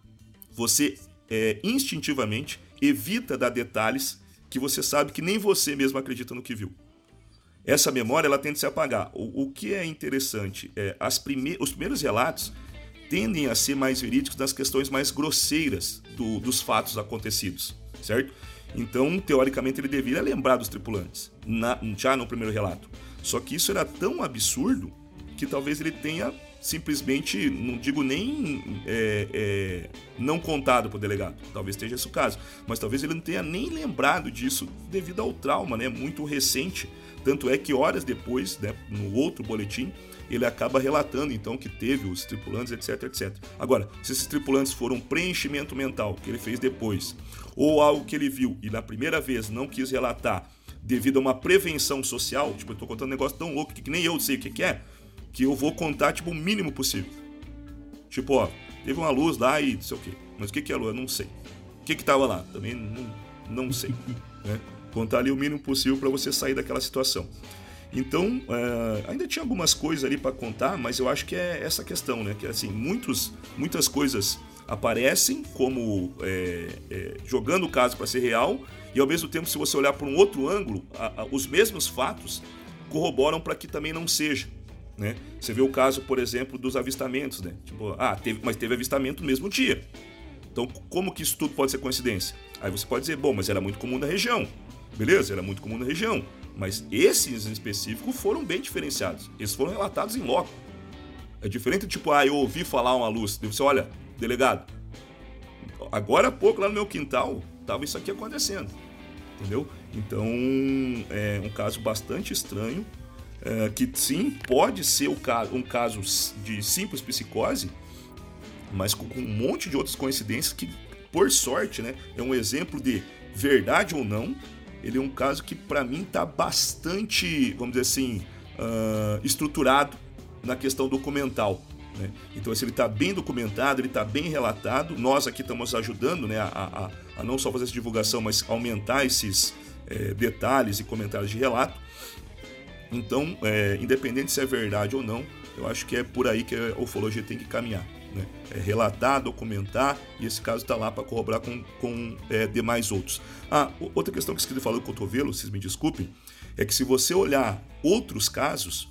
você é, instintivamente evita dar detalhes que você sabe que nem você mesmo acredita no que viu. Essa memória ela tende a se apagar. O, o que é interessante é as prime- os primeiros relatos tendem a ser mais verídicos nas questões mais grosseiras do, dos fatos acontecidos. Certo? Então, teoricamente, ele deveria lembrar dos tripulantes, na, já no primeiro relato. Só que isso era tão absurdo que talvez ele tenha simplesmente, não digo nem é, é, não contado para o delegado, talvez esteja esse o caso, mas talvez ele não tenha nem lembrado disso devido ao trauma, né, muito recente. Tanto é que horas depois, né, no outro boletim, ele acaba relatando então que teve os tripulantes, etc, etcétera. Agora, se esses tripulantes foram um preenchimento mental que ele fez depois, ou algo que ele viu e na primeira vez não quis relatar devido a uma prevenção social, tipo, eu tô contando um negócio tão louco que nem eu sei o que, que é, que eu vou contar tipo o mínimo possível. Tipo, ó, teve uma luz lá e não sei o que, mas o que, que é a luz? Eu não sei. O que que tava lá? Também não, não sei, né? Contar ali o mínimo possível para você sair daquela situação. Então, uh, ainda tinha algumas coisas ali para contar, mas eu acho que é essa questão, né? Que assim, muitos, muitas coisas aparecem como é, é, jogando o caso para ser real, e ao mesmo tempo, se você olhar por um outro ângulo, a, a, os mesmos fatos corroboram para que também não seja, né? Você vê o caso, por exemplo, dos avistamentos, né? Tipo, ah, teve, mas teve avistamento no mesmo dia. Então, como que isso tudo pode ser coincidência? Aí você pode dizer, bom, mas era muito comum na região. Beleza, era muito comum na região. Mas esses em específico foram bem diferenciados. Eles foram relatados em loco. É diferente, tipo, ah, eu ouvi falar uma luz. Você olha, delegado, agora há pouco lá no meu quintal, tava isso aqui acontecendo. entendeu? Então, é um caso bastante estranho, é, que sim, pode ser o caso, um caso de simples psicose, mas com, com um monte de outras coincidências que, por sorte, né, é um exemplo de verdade ou não. Ele é um caso que, para mim, está bastante, vamos dizer assim, uh, estruturado na questão documental, né? Então, assim, ele está bem documentado, ele está bem relatado. Nós aqui estamos ajudando, né, a, a, a não só fazer essa divulgação, mas aumentar esses é, detalhes e comentários de relato. Então, é, independente se é verdade ou não, eu acho que é por aí que a ufologia tem que caminhar, né? É relatar, documentar, e esse caso está lá para corroborar com, com é, demais outros. Ah, outra questão que eu esqueci de falar do cotovelo, vocês me desculpem, é que se você olhar outros casos,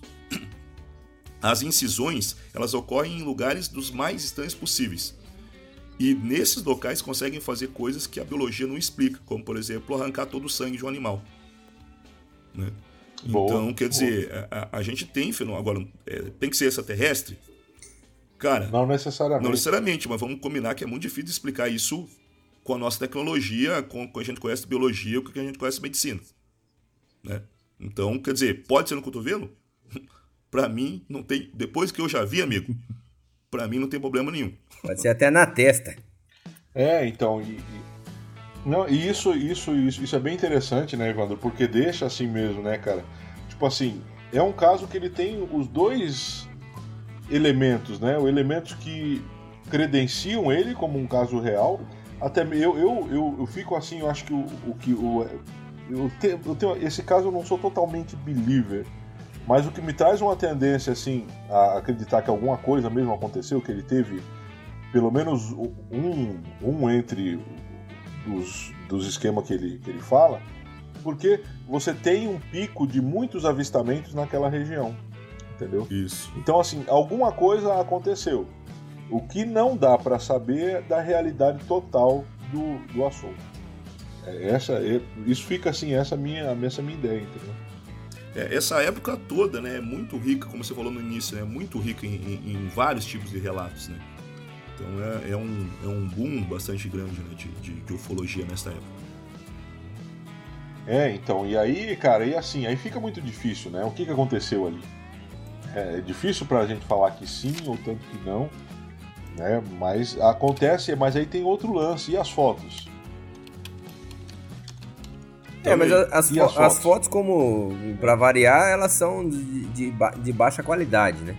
as incisões, elas ocorrem em lugares dos mais estranhos possíveis. E nesses locais conseguem fazer coisas que a biologia não explica, como, por exemplo, arrancar todo o sangue de um animal, né? Boa, então, quer boa. dizer, a, a gente tem fenômeno. Agora, é, tem que ser extraterrestre? Cara, Não necessariamente. não necessariamente, mas vamos combinar que é muito difícil de explicar isso com a nossa tecnologia, com o que a gente conhece de biologia, com o que a gente conhece de medicina, né? Então, quer dizer, pode ser no cotovelo? Pra mim, não tem. Depois que eu já vi, amigo, pra mim não tem problema nenhum. Pode ser até na testa. É, então, e, e- não, e isso, isso, isso, isso é bem interessante, né, Evandro? Porque deixa assim mesmo, né, cara? Tipo assim, é um caso que ele tem os dois elementos, né? Os elementos que credenciam ele como um caso real. Até eu, eu, eu, eu fico assim, eu acho que o, o que o eu te- eu tenho, esse caso eu não sou totalmente believer, mas o que me traz uma tendência assim a acreditar que alguma coisa mesmo aconteceu, que ele teve pelo menos um, um entre dos, dos esquemas que ele, que ele fala, porque você tem um pico de muitos avistamentos naquela região, entendeu? Isso. Então, assim, alguma coisa aconteceu. O que não dá para saber é da realidade total do, do assunto. É, essa, é, isso fica assim, essa minha, essa minha ideia, entendeu? É, essa época toda, né, é muito rica, como você falou no início, né, é muito rica em, em- em vários tipos de relatos, né? Então é, é um, é um boom bastante grande, né, de, de, de ufologia nessa época. É, então, e aí, cara, e assim, aí fica muito difícil, né? O que, que aconteceu ali? É difícil pra gente falar que sim ou tanto que não, né? Mas acontece, mas aí tem outro lance, e as fotos? É, mas a- as, E fo- as as fotos? fotos, como pra variar, elas são de, de, ba- de baixa qualidade, né?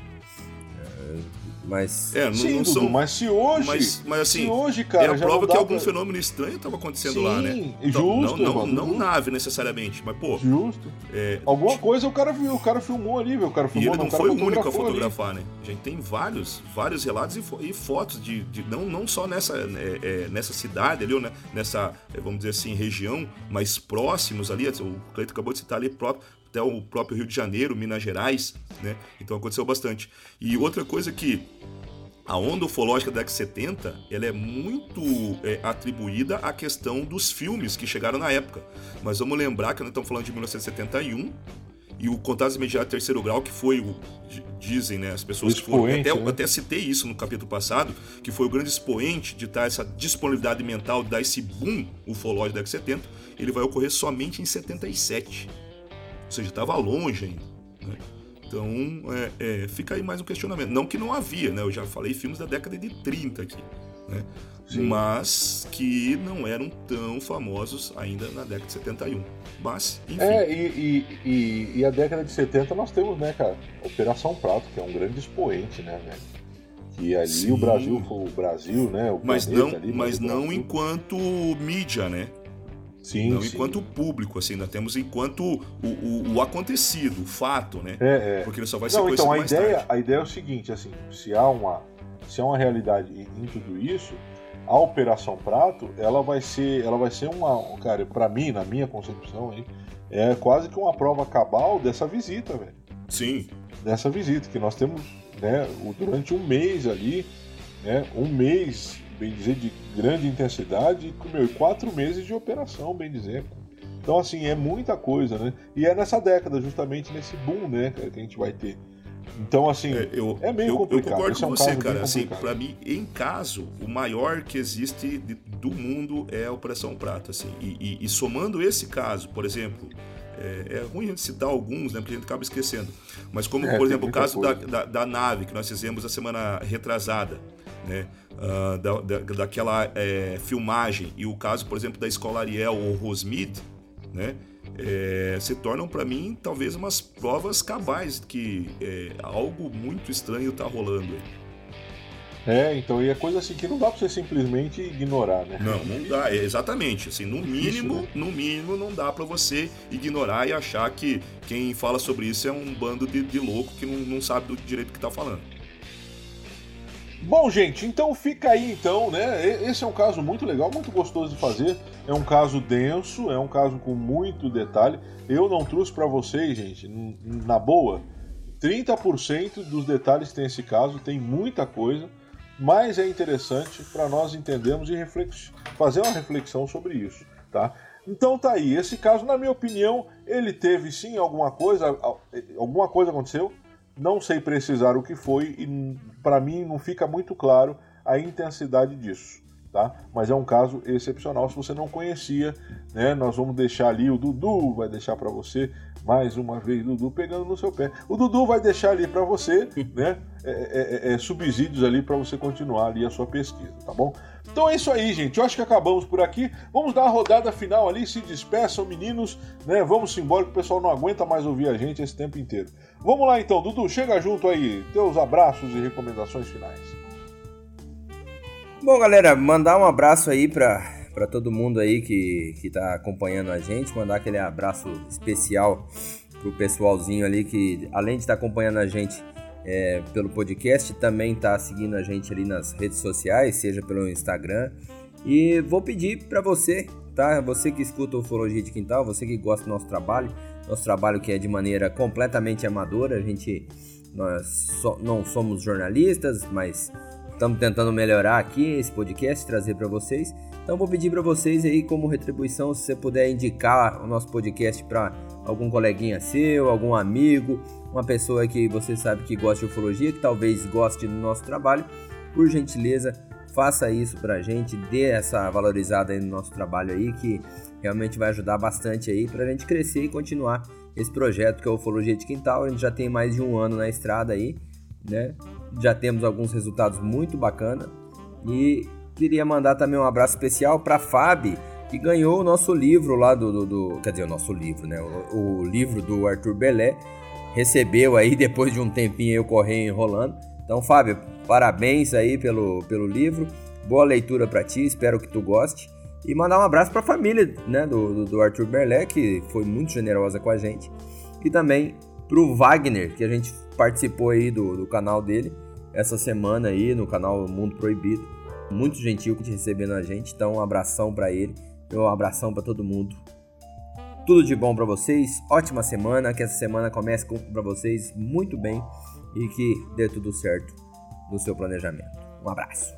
É, Mas. É, não, Sim, não Dudu, são. mas se hoje, Mas, mas assim, se hoje, cara, é a já prova não que dá algum pra- fenômeno estranho estava acontecendo Sim, lá, né? Então, justo, não, não, Evandro, não justo. nave necessariamente, mas pô, Justo. é, Alguma coisa o cara viu, o cara filmou ali, velho. O cara e filmou, ele não o cara foi o único a fotografou ali. fotografar, né? A gente tem vários, vários relatos e, fo- e fotos de, de não, não só nessa, é, é, nessa cidade ali, ou né, nessa, é, vamos dizer assim, região, mas próximos ali. O Cleiton acabou de citar ali próprio, até o próprio Rio de Janeiro, Minas Gerais, né? Então aconteceu bastante. E outra coisa que a onda ufológica da década de setenta, ela é muito é, atribuída à questão dos filmes que chegaram na época. Mas vamos lembrar que nós estamos falando de mil novecentos e setenta e um, e o Contatos Imediatos Terceiro Grau, que foi o, di- dizem, né, as pessoas O que foram, expoente, até, né? eu até citei isso no capítulo passado, que foi o grande expoente de dar essa disponibilidade mental, de dar esse boom ufológico da década de setenta, ele vai ocorrer somente em setenta e sete. Ou seja, estava longe ainda, né? Então, é, é, fica aí mais um questionamento. Não que não havia, né? Eu já falei filmes da década de trinta aqui, né? Sim. Mas que não eram tão famosos ainda na década de setenta e um. Mas, enfim. É, e, e, e, e a década de setenta nós temos, né, cara, Operação Prato, que é um grande expoente, né, velho? Que ali Sim. o Brasil foi o Brasil, né? O Mas planeta não, ali, mas o não Brasil. enquanto mídia, né? Sim, não sim. enquanto público, assim, nós temos enquanto o, o, o acontecido, o fato, né? É, é. Porque ele só vai ser Não, conhecido então a mais ideia, tarde. a ideia é o seguinte, assim, se há uma, se há uma realidade em, em tudo isso, a Operação Prato, ela vai ser, ela vai ser uma, cara, para mim, na minha concepção, aí, é quase que uma prova cabal dessa visita, velho. Sim, Dessa visita que nós temos, né, o- durante um mês ali, né, um mês, bem dizer, de grande intensidade e meu, quatro meses de operação, bem dizer. Então, assim, é muita coisa, né? E é nessa década, justamente nesse boom, né, cara, que a gente vai ter. Então, assim, é, eu, é meio eu, complicado. Eu concordo Esse com é um você, cara. Assim, complicado. pra mim, em caso, o maior que existe de, do mundo é a Operação Prato. Assim. E, e, e somando esse caso, por exemplo, é, é ruim a gente citar alguns, né? Porque a gente acaba esquecendo. Mas como, É, por exemplo, o caso da, coisa. da, da nave que nós fizemos a semana retrasada, né? Uh, da, da, daquela é, filmagem, e o caso, por exemplo, da Escola Ariel ou Rosemead, né? É, se tornam para mim talvez umas provas cabais que é, algo muito estranho está rolando. É, então, e é coisa assim que não dá para você simplesmente ignorar, né? Não, não dá, é, exatamente. Assim, no mínimo, Isso, né? no mínimo, não dá para você ignorar e achar que quem fala sobre isso é um bando de, de louco que não, não sabe do direito que tá falando. Bom, gente, então fica aí, então, né? Esse é um caso muito legal, muito gostoso de fazer. É um caso denso, é um caso com muito detalhe. Eu não trouxe para vocês, gente, na boa, trinta por cento dos detalhes que tem esse caso, tem muita coisa, mas é interessante para nós entendermos e reflex... fazer uma reflexão sobre isso, tá? Então tá aí, esse caso, na minha opinião, ele teve sim alguma coisa, alguma coisa aconteceu. Não sei precisar o que foi e para mim não fica muito claro a intensidade disso, tá? Mas é um caso excepcional. Se você não conhecia, né, nós vamos deixar ali, o Dudu vai deixar para você, mais uma vez, Dudu pegando no seu pé. O Dudu vai deixar ali para você, né, é, é, é, subsídios ali para você continuar ali a sua pesquisa, tá bom? Então é isso aí, gente. Eu acho que acabamos por aqui. Vamos dar a rodada final ali, se despeçam, meninos, né? Vamos embora que o pessoal não aguenta mais ouvir a gente esse tempo inteiro. Vamos lá então, Dudu, chega junto aí, teus abraços e recomendações finais. Bom, galera, mandar um abraço aí pra, pra todo mundo aí que, que tá acompanhando a gente, mandar aquele abraço especial pro pessoalzinho ali que, além de estar acompanhando a gente é, pelo podcast, também tá seguindo a gente ali nas redes sociais, seja pelo Instagram. E vou pedir pra você, tá? Você que escuta o Ufologia de Quintal, você que gosta do nosso trabalho, nosso trabalho que é de maneira completamente amadora, a gente nós so, não somos jornalistas, mas estamos tentando melhorar aqui esse podcast, trazer para vocês. Então vou pedir para vocês aí como retribuição, se você puder indicar o nosso podcast para algum coleguinha seu, algum amigo, uma pessoa que você sabe que gosta de ufologia, que talvez goste do nosso trabalho, por gentileza, faça isso pra gente, dê essa valorizada aí no nosso trabalho aí, que realmente vai ajudar bastante aí pra gente crescer e continuar esse projeto que é o Ufologia de Quintal. A gente já tem mais de um ano na estrada aí, né? Já temos alguns resultados muito bacanas. E queria mandar também um abraço especial pra Fábio, que ganhou o nosso livro lá do... do, do quer dizer, o nosso livro, né? O, o livro do Arthur Belé. Recebeu aí depois de um tempinho eu correndo enrolando. Então, Fábio, parabéns aí pelo, pelo livro. Boa leitura pra ti, espero que tu goste. E mandar um abraço pra família, né, do, do, do Arthur Berlé, que foi muito generosa com a gente. E também pro Wagner, que a gente participou aí do, do canal dele essa semana aí, no canal Mundo Proibido. Muito gentil que te recebendo a gente, então um abração pra ele. E um abração pra todo mundo. Tudo de bom pra vocês, ótima semana, que essa semana comece pra vocês muito bem. E que dê tudo certo no seu planejamento. Um abraço.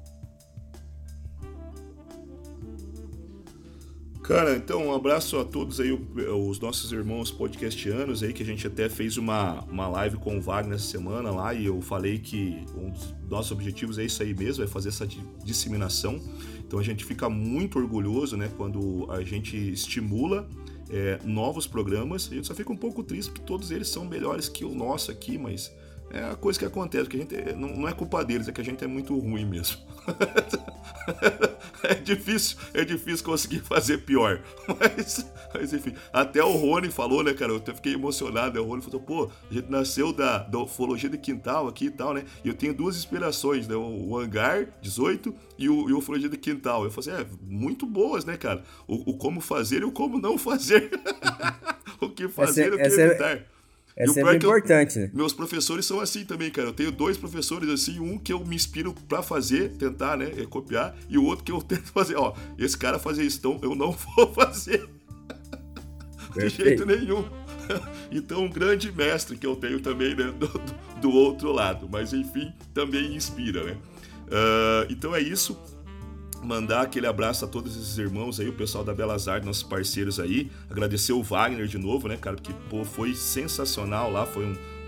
Cara, então um abraço a todos aí, os nossos irmãos podcastianos aí, que a gente até fez uma, uma live com o Wagner essa semana lá, e eu falei que um dos nossos objetivos é isso aí mesmo, é fazer essa disseminação. Então a gente fica muito orgulhoso, né, quando a gente estimula é, novos programas. A gente só fica um pouco triste porque todos eles são melhores que o nosso aqui, mas é a coisa que acontece, que a gente é, não, não é culpa deles, é que a gente é muito ruim mesmo. É difícil, é difícil conseguir fazer pior. Mas, mas enfim, até o Rony falou, né, cara? Eu até fiquei emocionado. Né? O Rony falou, pô, a gente nasceu da, da ufologia de quintal aqui e tal, né? E eu tenho duas inspirações, né? O, o Hangar dezoito e o, e o ufologia de quintal. Eu falei assim, é, muito boas, né, cara? O, o como fazer e o como não fazer. O que fazer e o que evitar. É... É sempre importante, eu, né? Meus professores são assim também, cara. Eu tenho dois professores assim, um que eu me inspiro pra fazer, tentar, né, é copiar, e o outro que eu tento fazer, ó, esse cara fazia isso, então eu não vou fazer. De jeito nenhum. Então, um grande mestre que eu tenho também, né, do, do outro lado. Mas, enfim, também inspira, né? Uh, então é isso. Mandar aquele abraço a todos esses irmãos aí, o pessoal da Belas Artes, nossos parceiros aí. Agradecer o Wagner de novo, né, cara? Porque, pô, foi sensacional lá, foi um,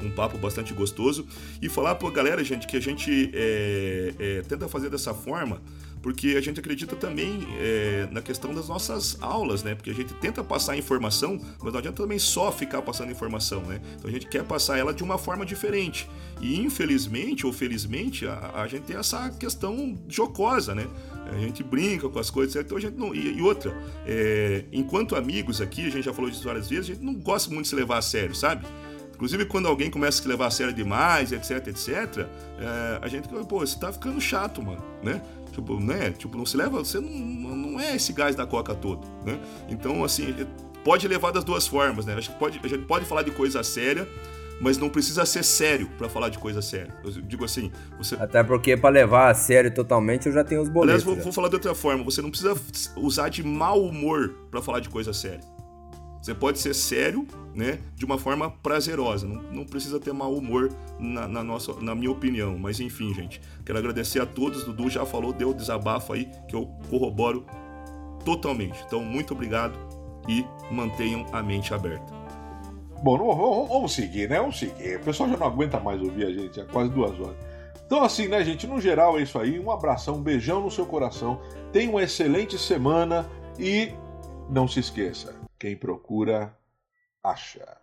um papo bastante gostoso. E falar pra galera, gente, que a gente é, é, tenta fazer dessa forma, porque a gente acredita também é, na questão das nossas aulas, né? Porque a gente tenta passar informação, mas não adianta também só ficar passando informação, né? Então a gente quer passar ela de uma forma diferente. E infelizmente ou felizmente, a, a gente tem essa questão jocosa, né? A gente brinca com as coisas, então a gente não... E, e outra, é, enquanto amigos aqui, a gente já falou disso várias vezes, a gente não gosta muito de se levar a sério, sabe? Inclusive, quando alguém começa a se levar a sério demais, etc, etcétera, é, a gente, pô, você tá ficando chato, mano, né? Tipo, né? Tipo, não se leva, você não, não é esse gás da coca todo, né? Então, assim, pode levar das duas formas, né? A gente pode, a gente pode falar de coisa séria, mas não precisa ser sério pra falar de coisa séria. Eu digo assim, você... Até porque pra levar a sério totalmente eu já tenho os boletos. Aliás, vou, vou falar de outra forma, você não precisa usar de mau humor pra falar de coisa séria. Você pode ser sério, né, de uma forma prazerosa. Não, não precisa ter mau humor, na, na, nossa, na minha opinião. Mas enfim, gente. Quero agradecer a todos. Dudu já falou, deu o desabafo aí, que eu corroboro totalmente. Então, muito obrigado e mantenham a mente aberta. Bom, não, vamos, vamos seguir, né? Vamos seguir. O pessoal já não aguenta mais ouvir a gente, há quase duas horas. Então, assim, né, gente? No geral é isso aí. Um abração, um beijão no seu coração. Tenha uma excelente semana e não se esqueça. Quem procura, acha.